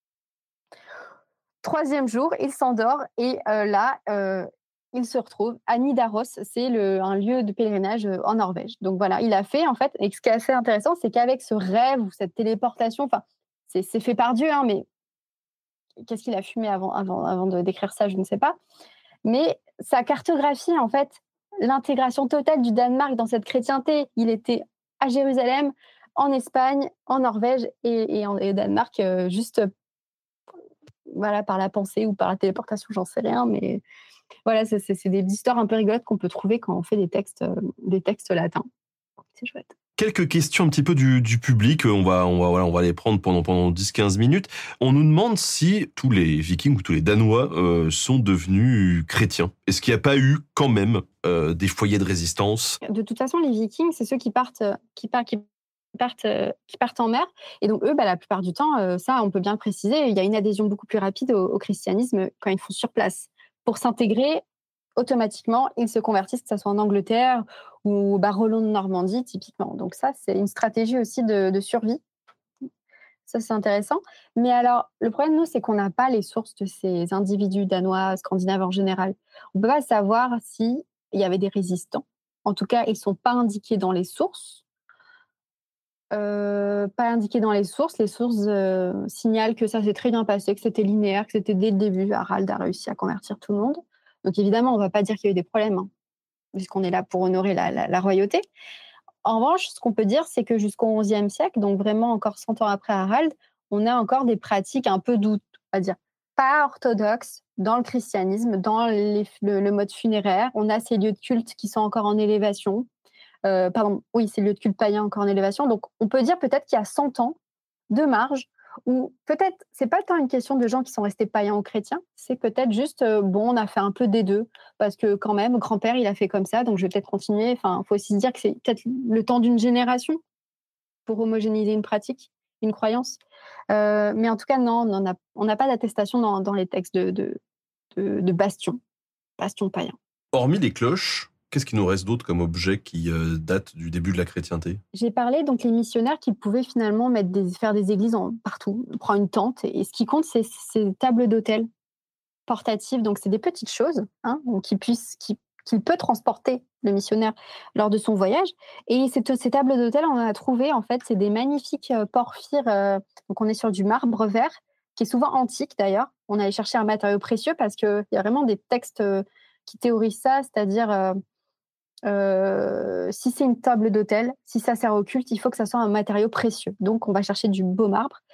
Troisième jour, il s'endort et euh, là, euh, il se retrouve à Nidaros, c'est le, un lieu de pèlerinage euh, en Norvège. Donc voilà, il a fait en fait, et ce qui est assez intéressant, c'est qu'avec ce rêve ou cette téléportation, enfin, c'est, c'est fait par Dieu, hein, mais qu'est-ce qu'il a fumé avant, avant, avant de décrire ça, je ne sais pas. Mais ça cartographie en fait l'intégration totale du Danemark dans cette chrétienté. Il était à Jérusalem, en Espagne, en Norvège et, et, en, et au Danemark, euh, juste voilà, par la pensée ou par la téléportation, j'en sais rien, mais voilà, c'est, c'est, c'est des histoires un peu rigolotes qu'on peut trouver quand on fait des textes, euh, des textes latins. C'est chouette. Quelques questions un petit peu du, du public. On va, on va, voilà, on va les prendre pendant, pendant dix à quinze minutes. On nous demande si tous les Vikings ou tous les Danois euh, sont devenus chrétiens. Est-ce qu'il n'y a pas eu quand même euh, des foyers de résistance? De toute façon, les Vikings, c'est ceux qui partent, qui partent, qui partent, euh, qui partent en mer. Et donc, eux, bah, la plupart du temps, euh, ça, on peut bien le préciser, il y a une adhésion beaucoup plus rapide au, au christianisme quand ils font sur place. Pour s'intégrer, automatiquement, ils se convertissent, que ce soit en Angleterre ou bah, Roland de Normandie, typiquement. Donc ça, c'est une stratégie aussi de, de survie. Ça, c'est intéressant. Mais alors, le problème, nous, c'est qu'on n'a pas les sources de ces individus danois, scandinaves en général. On ne peut pas savoir s'il y avait des résistants. En tout cas, ils ne sont pas indiqués dans les sources. Euh, pas indiqués dans les sources. Les sources euh, signalent que ça s'est très bien passé, que c'était linéaire, que c'était dès le début. Harald a réussi à convertir tout le monde. Donc évidemment, on ne va pas dire qu'il y a eu des problèmes, hein, puisqu'on est là pour honorer la, la, la royauté. En revanche, ce qu'on peut dire, c'est que jusqu'au onzième siècle, donc vraiment encore cent ans après Harald, on a encore des pratiques un peu doutes, on va dire, pas orthodoxes dans le christianisme, dans les, le, le mode funéraire. On a ces lieux de culte qui sont encore en élévation. Euh, pardon, oui, ces lieux de culte païens encore en élévation. Donc, on peut dire peut-être qu'il y a cent ans de marge, ou peut-être, c'est pas tant une question de gens qui sont restés païens ou chrétiens, c'est peut-être juste, euh, bon, on a fait un peu des deux, parce que quand même, grand-père, il a fait comme ça, donc je vais peut-être continuer. Enfin, il faut aussi se dire que c'est peut-être le temps d'une génération pour homogénéiser une pratique, une croyance. Euh, mais en tout cas, non, on n'a on n'a pas d'attestation dans, dans les textes de, de, de, de bastion, bastion païen. Hormis les cloches, qu'est-ce qui nous reste d'autre comme objet qui euh, date du début de la chrétienté? J'ai parlé donc les missionnaires qui pouvaient finalement mettre des, faire des églises en, partout, prendre une tente. Et ce qui compte, c'est ces tables d'autel portatives. Donc, c'est des petites choses hein, qui puissent, qui, qu'il peut transporter le missionnaire lors de son voyage. Et ces, ces tables d'autel, on en a trouvé, en fait, c'est des magnifiques euh, porphyres. Euh, donc, on est sur du marbre vert, qui est souvent antique d'ailleurs. On allait chercher un matériau précieux parce qu'il y a vraiment des textes euh, qui théorisent ça, c'est-à-dire... Euh, Euh, si c'est une table d'autel, si ça sert au culte, il faut que ça soit un matériau précieux. Donc, on va chercher du beau marbre.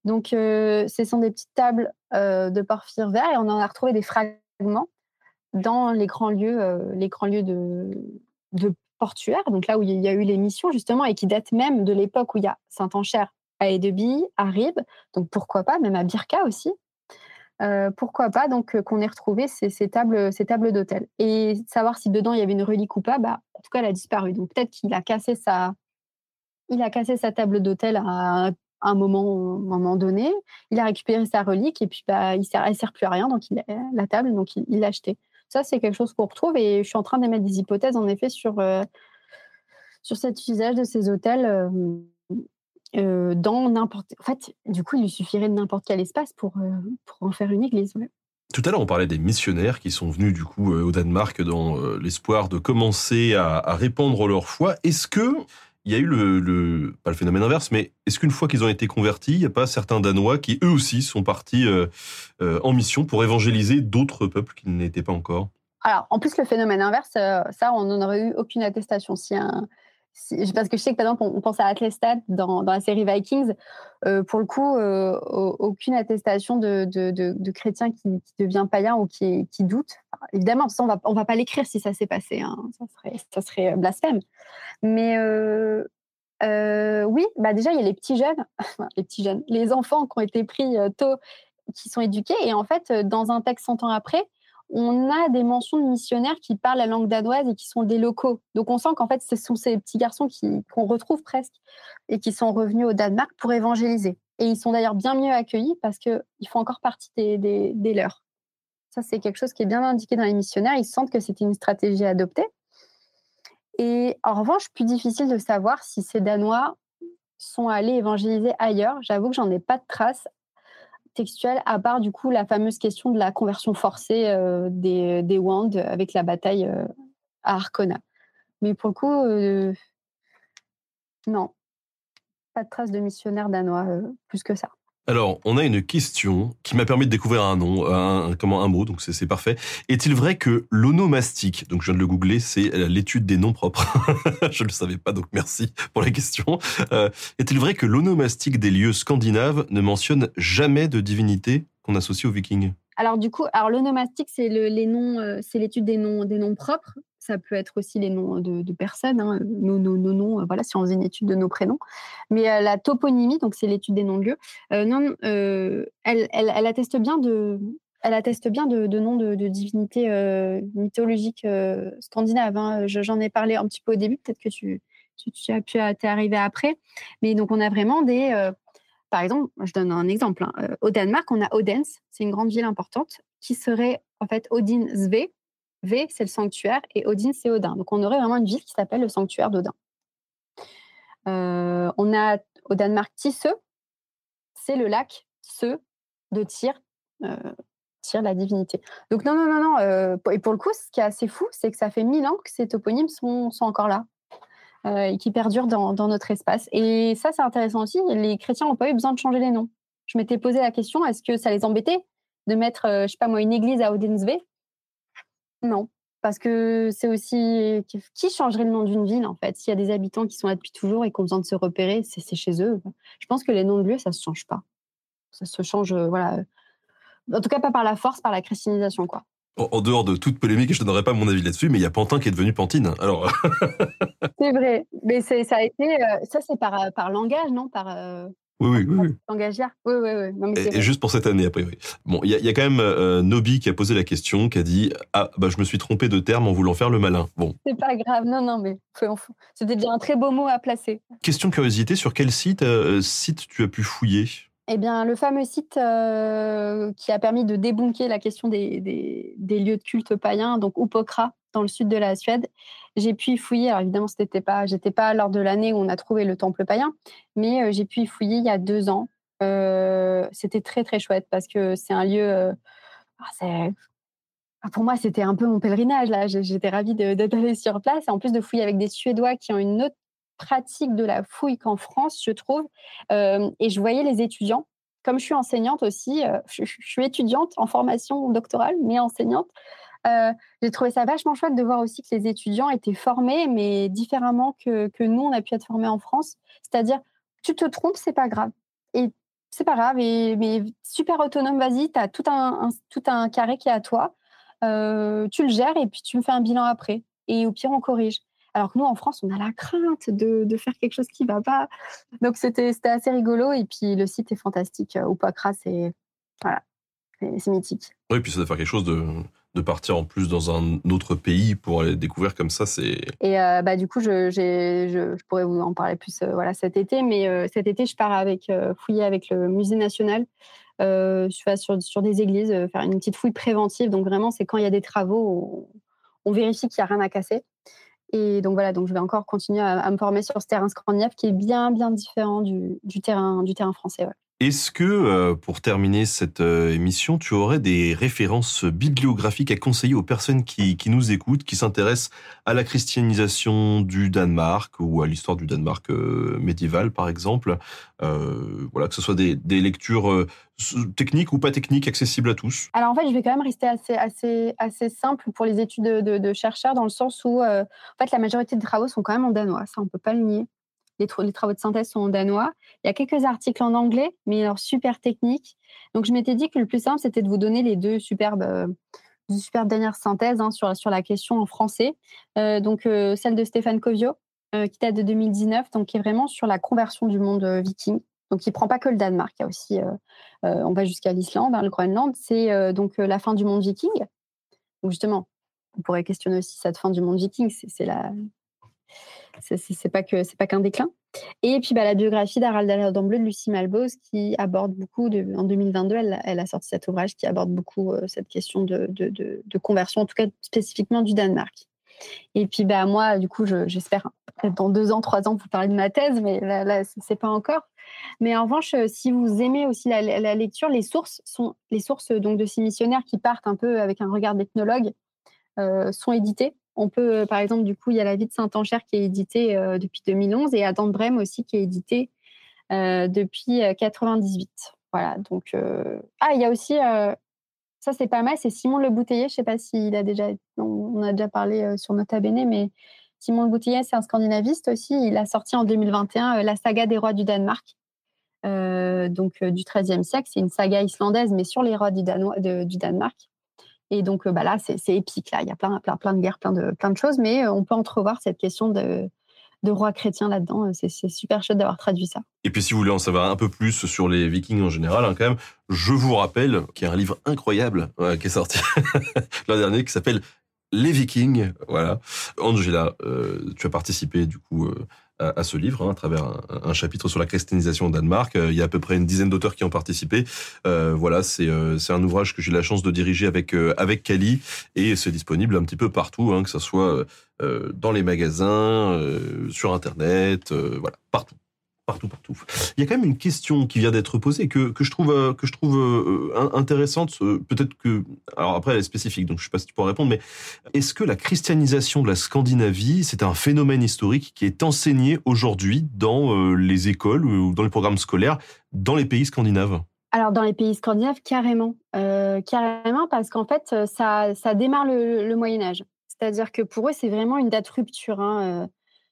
Donc, euh, ce sont des petites tables euh, de porphyre vert et on en a retrouvé des fragments dans les grands lieux, euh, les grands lieux de, de portuaire, donc là où il y a eu les missions justement et qui datent même de l'époque où il y a Saint-Ancher à Edeby, à Ribes, donc pourquoi pas, même à Birka aussi. Euh, pourquoi pas donc euh, qu'on ait retrouvé ces, ces tables, ces tables d'hôtel et savoir si dedans il y avait une relique ou pas. Bah, en tout cas, elle a disparu. Donc peut-être qu'il a cassé sa, il a cassé sa table d'hôtel à un moment, un moment donné. Il a récupéré sa relique et puis bah, il sert, elle sert plus à rien. Donc il, la table, donc il, il l'a achetée. Ça, c'est quelque chose qu'on retrouve et je suis en train d'émettre des hypothèses en effet sur euh, sur cet usage de ces hôtels. Euh, Euh, dans n'importe... En fait, du coup, il lui suffirait de n'importe quel espace pour, euh, pour en faire une église. Ouais. Tout à l'heure, on parlait des missionnaires qui sont venus du coup euh, au Danemark dans euh, l'espoir de commencer à, à répandre leur foi. Est-ce que il y a eu le, le pas le phénomène inverse, mais est-ce qu'une fois qu'ils ont été convertis, il n'y a pas certains Danois qui eux aussi sont partis euh, euh, en mission pour évangéliser d'autres peuples qui n'étaient pas encore? Alors, en plus, le phénomène inverse, euh, ça, on n'en aurait eu aucune attestation. Si un, si, parce que je sais que, par exemple, on, on pense à Atlestad dans, dans la série Vikings. Euh, pour le coup, euh, aucune attestation de, de, de, de chrétien qui, qui devient païen ou qui, qui doute. Alors, évidemment, ça, on va, on va pas l'écrire si ça s'est passé. Hein. Ça serait, ça serait blasphème. Mais euh, euh, oui, bah déjà, il y a les petits jeunes, les petits jeunes, les enfants qui ont été pris euh, tôt, qui sont éduqués. Et en fait, dans un texte cent ans après, on a des mentions de missionnaires qui parlent la langue danoise et qui sont des locaux. Donc, on sent qu'en fait, ce sont ces petits garçons qui, qu'on retrouve presque et qui sont revenus au Danemark pour évangéliser. Et ils sont d'ailleurs bien mieux accueillis parce qu'ils font encore partie des, des, des leurs. Ça, c'est quelque chose qui est bien indiqué dans les missionnaires. Ils sentent que c'était une stratégie adoptée. Et en revanche, plus difficile de savoir si ces Danois sont allés évangéliser ailleurs. J'avoue que j'en ai pas de traces textuelle, à part du coup la fameuse question de la conversion forcée euh, des, des Wand avec la bataille euh, à Arkona. Mais pour le coup, euh, non, pas de traces de missionnaires danois euh, plus que ça. Alors, on a une question qui m'a permis de découvrir un nom, un, comment un mot, donc c'est, c'est parfait. Est-il vrai que l'onomastique, donc je viens de le googler, c'est l'étude des noms propres. Je ne le savais pas, donc merci pour la question. Euh, est-il vrai que l'onomastique des lieux scandinaves ne mentionne jamais de divinité qu'on associe aux Vikings? Alors du coup, alors l'onomastique, c'est le, les noms, euh, c'est l'étude des noms, des noms propres. Ça peut être aussi les noms de, de personnes, hein, nos, nos, nos noms. Euh, voilà, si on faisait une étude de nos prénoms. Mais euh, la toponymie, donc c'est l'étude des noms de lieux. Euh, non, euh, elle, elle, elle atteste bien de, elle atteste bien de, de noms de, de divinités euh, mythologiques euh, scandinaves. Hein. Je, j'en ai parlé un petit peu au début. Peut-être que tu, tu, tu as pu t'es arrivé après. Mais donc on a vraiment des euh, Par exemple, je donne un exemple. Hein. Euh, au Danemark, on a Odense, c'est une grande ville importante, qui serait en fait Odin Sve. V, c'est le sanctuaire, et Odin, c'est Odin. Donc, on aurait vraiment une ville qui s'appelle le sanctuaire d'Odin. Euh, on a au Danemark Tissø, c'est le lac Se de Tyr, euh, Tyr, la divinité. Donc, non, non, non, non. Euh, et pour le coup, ce qui est assez fou, c'est que ça fait mille ans que ces toponymes sont, sont encore là. Euh, et qui perdurent dans, dans notre espace. Et ça, c'est intéressant aussi. Les chrétiens n'ont pas eu besoin de changer les noms. Je m'étais posé la question, est-ce que ça les embêtait de mettre, euh, je sais pas moi, une église à Odensve? Non, parce que c'est aussi... Qui changerait le nom d'une ville, en fait? S'il y a des habitants qui sont là depuis toujours et qui ont besoin de se repérer, c'est, c'est chez eux. Je pense que les noms de lieux, ça se change pas. Ça se change, euh, voilà. En tout cas, pas par la force, par la christianisation, quoi. En dehors de toute polémique, je ne donnerai pas mon avis là-dessus, mais il y a Pantin qui est devenu Pantine. Alors, c'est vrai, mais c'est, ça a été, euh, ça c'est par, par langage, non? Par, euh, oui, oui, oui. oui. Langagière. Oui, oui, oui. Non, mais c'est et, et juste pour cette année, a priori. Bon, il y, y a quand même euh, Nobi qui a posé la question, qui a dit « Ah, bah je me suis trompé de terme en voulant faire le malin. » Bon. C'est pas grave, non, non, mais c'était déjà un très beau mot à placer. Question de curiosité, sur quel site, euh, site tu as pu fouiller? Eh bien, le fameux site euh, qui a permis de débunker la question des, des, des lieux de culte païens, donc Upokra, dans le sud de la Suède. J'ai pu y fouiller, alors évidemment, c'était pas, j'étais pas lors de l'année où on a trouvé le temple païen, mais euh, j'ai pu y fouiller il y a deux ans. Euh, c'était très, très chouette parce que c'est un lieu... Euh, c'est... Pour moi, c'était un peu mon pèlerinage, là. J'étais ravie de, d'être allée sur place. Et en plus de fouiller avec des Suédois qui ont une autre pratique de la fouille qu'en France, je trouve. Euh, et je voyais les étudiants, comme je suis enseignante aussi, euh, je, je suis étudiante en formation doctorale, mais enseignante. Euh, j'ai trouvé ça vachement chouette de voir aussi que les étudiants étaient formés, mais différemment que, que nous, on a pu être formés en France. C'est-à-dire, tu te trompes, c'est pas grave. Et c'est pas grave, et, mais super autonome, vas-y, tu as tout un, un, tout un carré qui est à toi, euh, tu le gères et puis tu me fais un bilan après. Et au pire, on corrige. Alors que nous, en France, on a la crainte de, de faire quelque chose qui ne va pas. Donc, c'était, c'était assez rigolo. Et puis, le site est fantastique. Upakra, c'est, voilà, c'est, c'est mythique. Oui, puis ça doit faire quelque chose de, de partir en plus dans un autre pays pour aller découvrir comme ça. C'est... Et euh, bah, du coup, je, j'ai, je, je pourrais vous en parler plus euh, voilà, cet été. Mais euh, cet été, je pars avec, euh, fouiller avec le Musée national. Euh, je vais sur, sur des églises, euh, faire une petite fouille préventive. Donc, vraiment, c'est quand il y a des travaux, on, on vérifie qu'il n'y a rien à casser. Et donc voilà, donc je vais encore continuer à, à me former sur ce terrain scandinave qui est bien, bien différent du, du, terrain, du terrain français. Ouais. Est-ce que, euh, pour terminer cette euh, émission, tu aurais des références bibliographiques à conseiller aux personnes qui, qui nous écoutent, qui s'intéressent à la christianisation du Danemark ou à l'histoire du Danemark euh, médiéval, par exemple, euh, voilà, que ce soit des, des lectures euh, techniques ou pas techniques, accessibles à tous? Alors en fait, je vais quand même rester assez, assez, assez simple pour les études de, de, de chercheurs, dans le sens où euh, en fait, la majorité des travaux sont quand même en danois, ça on ne peut pas le nier. Les, tra- les travaux de synthèse sont en danois. Il y a quelques articles en anglais, mais alors super techniques. Donc, je m'étais dit que le plus simple, c'était de vous donner les deux superbes, euh, deux superbes dernières synthèses hein, sur, sur la question en français. Euh, donc, euh, celle de Stéphane Kovio, euh, qui date de deux mille dix-neuf, donc qui est vraiment sur la conversion du monde euh, viking. Donc, il ne prend pas que le Danemark. Il y a aussi, euh, euh, on va jusqu'à l'Islande, hein, le Groenland. C'est euh, donc euh, la fin du monde viking. Donc, justement, on pourrait questionner aussi cette fin du monde viking. C'est, c'est la... C'est, c'est, c'est pas que c'est pas qu'un déclin. Et puis bah, la biographie d'Harald Hardrada de Lucie Malbos qui aborde beaucoup de, en deux mille vingt-deux elle, elle a sorti cet ouvrage qui aborde beaucoup euh, cette question de, de, de, de conversion, en tout cas spécifiquement du Danemark. Et puis bah moi du coup je, j'espère peut-être dans deux ans trois ans vous parler de ma thèse, mais là, là c'est pas encore. Mais en revanche si vous aimez aussi la, la lecture, les sources sont les sources donc de ces missionnaires qui partent un peu avec un regard d'ethnologue euh, sont éditées. On peut, par exemple, du coup, il y a La vie de Saint-Ancher qui est édité euh, depuis deux mille onze et Adam de Brême aussi qui est édité euh, depuis quatre-vingt-dix-huit. Voilà, donc... Euh... Ah, il y a aussi... Euh... Ça, c'est pas mal, c'est Simon Le Bouteiller. Je ne sais pas s'il a déjà... On a déjà parlé euh, sur Nota Bene, mais Simon Le Bouteiller, c'est un scandinaviste aussi. Il a sorti en deux mille vingt et un euh, La saga des rois du Danemark, euh, donc euh, du treizième siècle. C'est une saga islandaise, mais sur les rois du, Dano... de, du Danemark. Et donc bah là, c'est, c'est épique. Là. Il y a plein, plein, plein de guerres, plein de, plein de choses, mais on peut entrevoir cette question de, de roi chrétien là-dedans. C'est, c'est super chouette d'avoir traduit ça. Et puis si vous voulez en savoir un peu plus sur les Vikings en général, hein, quand même, je vous rappelle qu'il y a un livre incroyable euh, qui est sorti l'an dernier qui s'appelle Les Vikings. Voilà. Angela, euh, tu as participé du coup euh, à, à ce livre hein, à travers un, un chapitre sur la christianisation au Danemark. Euh, il y a à peu près une dizaine d'auteurs qui ont participé. Euh, voilà, c'est euh, c'est un ouvrage que j'ai la chance de diriger avec euh, avec Kali et c'est disponible un petit peu partout, hein, que ce soit euh, dans les magasins, euh, sur Internet, euh, voilà, partout. Partout, partout. Il y a quand même une question qui vient d'être posée que, que je trouve, euh, que je trouve euh, intéressante. Euh, peut-être que... Alors après, elle est spécifique, donc je ne sais pas si tu pourras répondre, mais est-ce que la christianisation de la Scandinavie, c'est un phénomène historique qui est enseigné aujourd'hui dans euh, les écoles ou dans les programmes scolaires dans les pays scandinaves ? Alors, dans les pays scandinaves, carrément. Euh, carrément, parce qu'en fait, ça, ça démarre le, le Moyen-Âge. C'est-à-dire que pour eux, c'est vraiment une date rupture, hein, euh,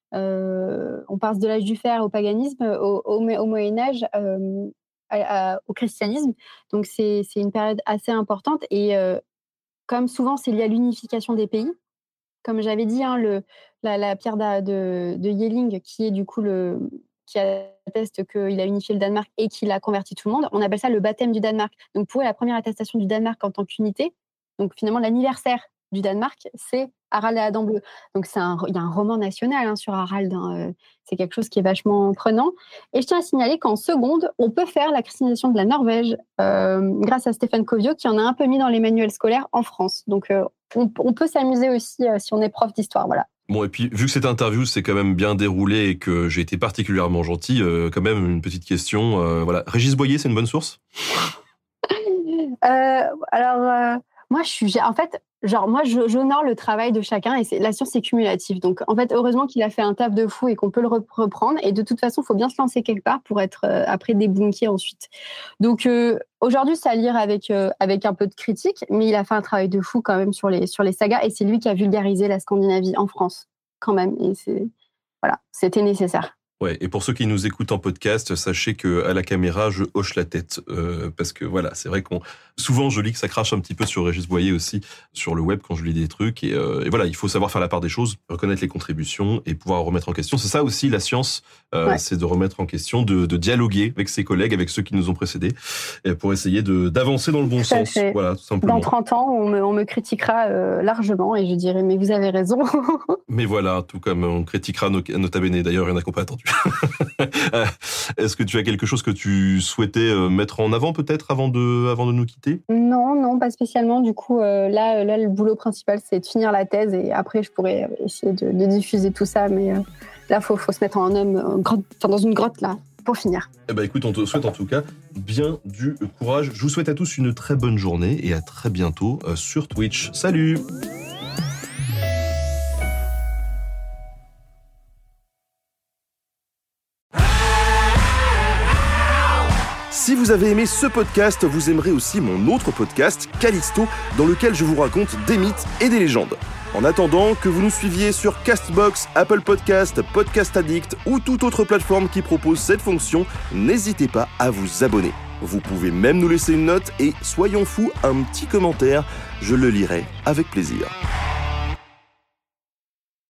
Euh, on passe de l'âge du fer au paganisme, au, au, au Moyen-Âge, euh, à, à, au christianisme. Donc, c'est, c'est une période assez importante. Et euh, comme souvent, c'est lié à l'unification des pays. Comme j'avais dit, hein, le, la, la pierre de, de Yelling, qui est du coup le... qui atteste qu'il a unifié le Danemark et qu'il a converti tout le monde, on appelle ça le baptême du Danemark. Donc, pour eux, la première attestation du Danemark en tant qu'unité, donc finalement l'anniversaire du Danemark, c'est Harald et la Dent Bleue. Donc, c'est un, il y a un roman national hein, sur Harald. Hein, c'est quelque chose qui est vachement prenant. Et je tiens à signaler qu'en seconde, on peut faire la christianisation de la Norvège euh, grâce à Stéphane Kovio, qui en a un peu mis dans les manuels scolaires en France. Donc, euh, on, on peut s'amuser aussi euh, si on est prof d'histoire. Voilà. Bon, et puis, vu que cette interview s'est quand même bien déroulée et que j'ai été particulièrement gentil, euh, quand même, une petite question. Euh, voilà. Régis Boyer, c'est une bonne source ? euh, Alors, euh, moi, je suis... En fait... Genre, moi, je, j'honore le travail de chacun et c'est, la science, c'est cumulatif. Donc, en fait, heureusement qu'il a fait un taf de fou et qu'on peut le reprendre. Et de toute façon, il faut bien se lancer quelque part pour être euh, après débunké ensuite. Donc, euh, aujourd'hui, c'est à lire avec, euh, avec un peu de critique, mais il a fait un travail de fou quand même sur les, sur les sagas et c'est lui qui a vulgarisé la Scandinavie en France, quand même. Et c'est, voilà, c'était nécessaire. Ouais, et pour ceux qui nous écoutent en podcast, sachez que à la caméra, je hoche la tête euh, parce que voilà, c'est vrai qu'on souvent je lis que ça crache un petit peu sur Régis Boyer aussi sur le web quand je lis des trucs et, euh, et voilà, il faut savoir faire la part des choses, reconnaître les contributions et pouvoir remettre en question. C'est ça aussi la science, euh, ouais. c'est de remettre en question, de, de dialoguer avec ses collègues, avec ceux qui nous ont précédés, et pour essayer de d'avancer dans le bon tout sens. Fait. Voilà, tout simplement. Dans trente ans, on me, on me critiquera euh, largement et je dirai mais vous avez raison. Mais voilà, tout comme on critiquera Nota Bene. D'ailleurs, il y en a qui n'ont pas attendu. Est-ce que tu as quelque chose que tu souhaitais mettre en avant peut-être avant de, avant de nous quitter ? Non, non, pas spécialement. Du coup, euh, là, là, le boulot principal, c'est de finir la thèse et après, je pourrais essayer de, de diffuser tout ça. Mais euh, là, il faut, faut se mettre en homme en grotte, enfin, dans une grotte, là, pour finir. Eh ben, écoute, on te souhaite en tout cas bien du courage. Je vous souhaite à tous une très bonne journée et à très bientôt euh, sur Twitch. Salut ! Si vous avez aimé ce podcast, vous aimerez aussi mon autre podcast, Callisto, dans lequel je vous raconte des mythes et des légendes. En attendant que vous nous suiviez sur Castbox, Apple Podcast, Podcast Addict ou toute autre plateforme qui propose cette fonction, n'hésitez pas à vous abonner. Vous pouvez même nous laisser une note et, soyons fous, un petit commentaire, je le lirai avec plaisir.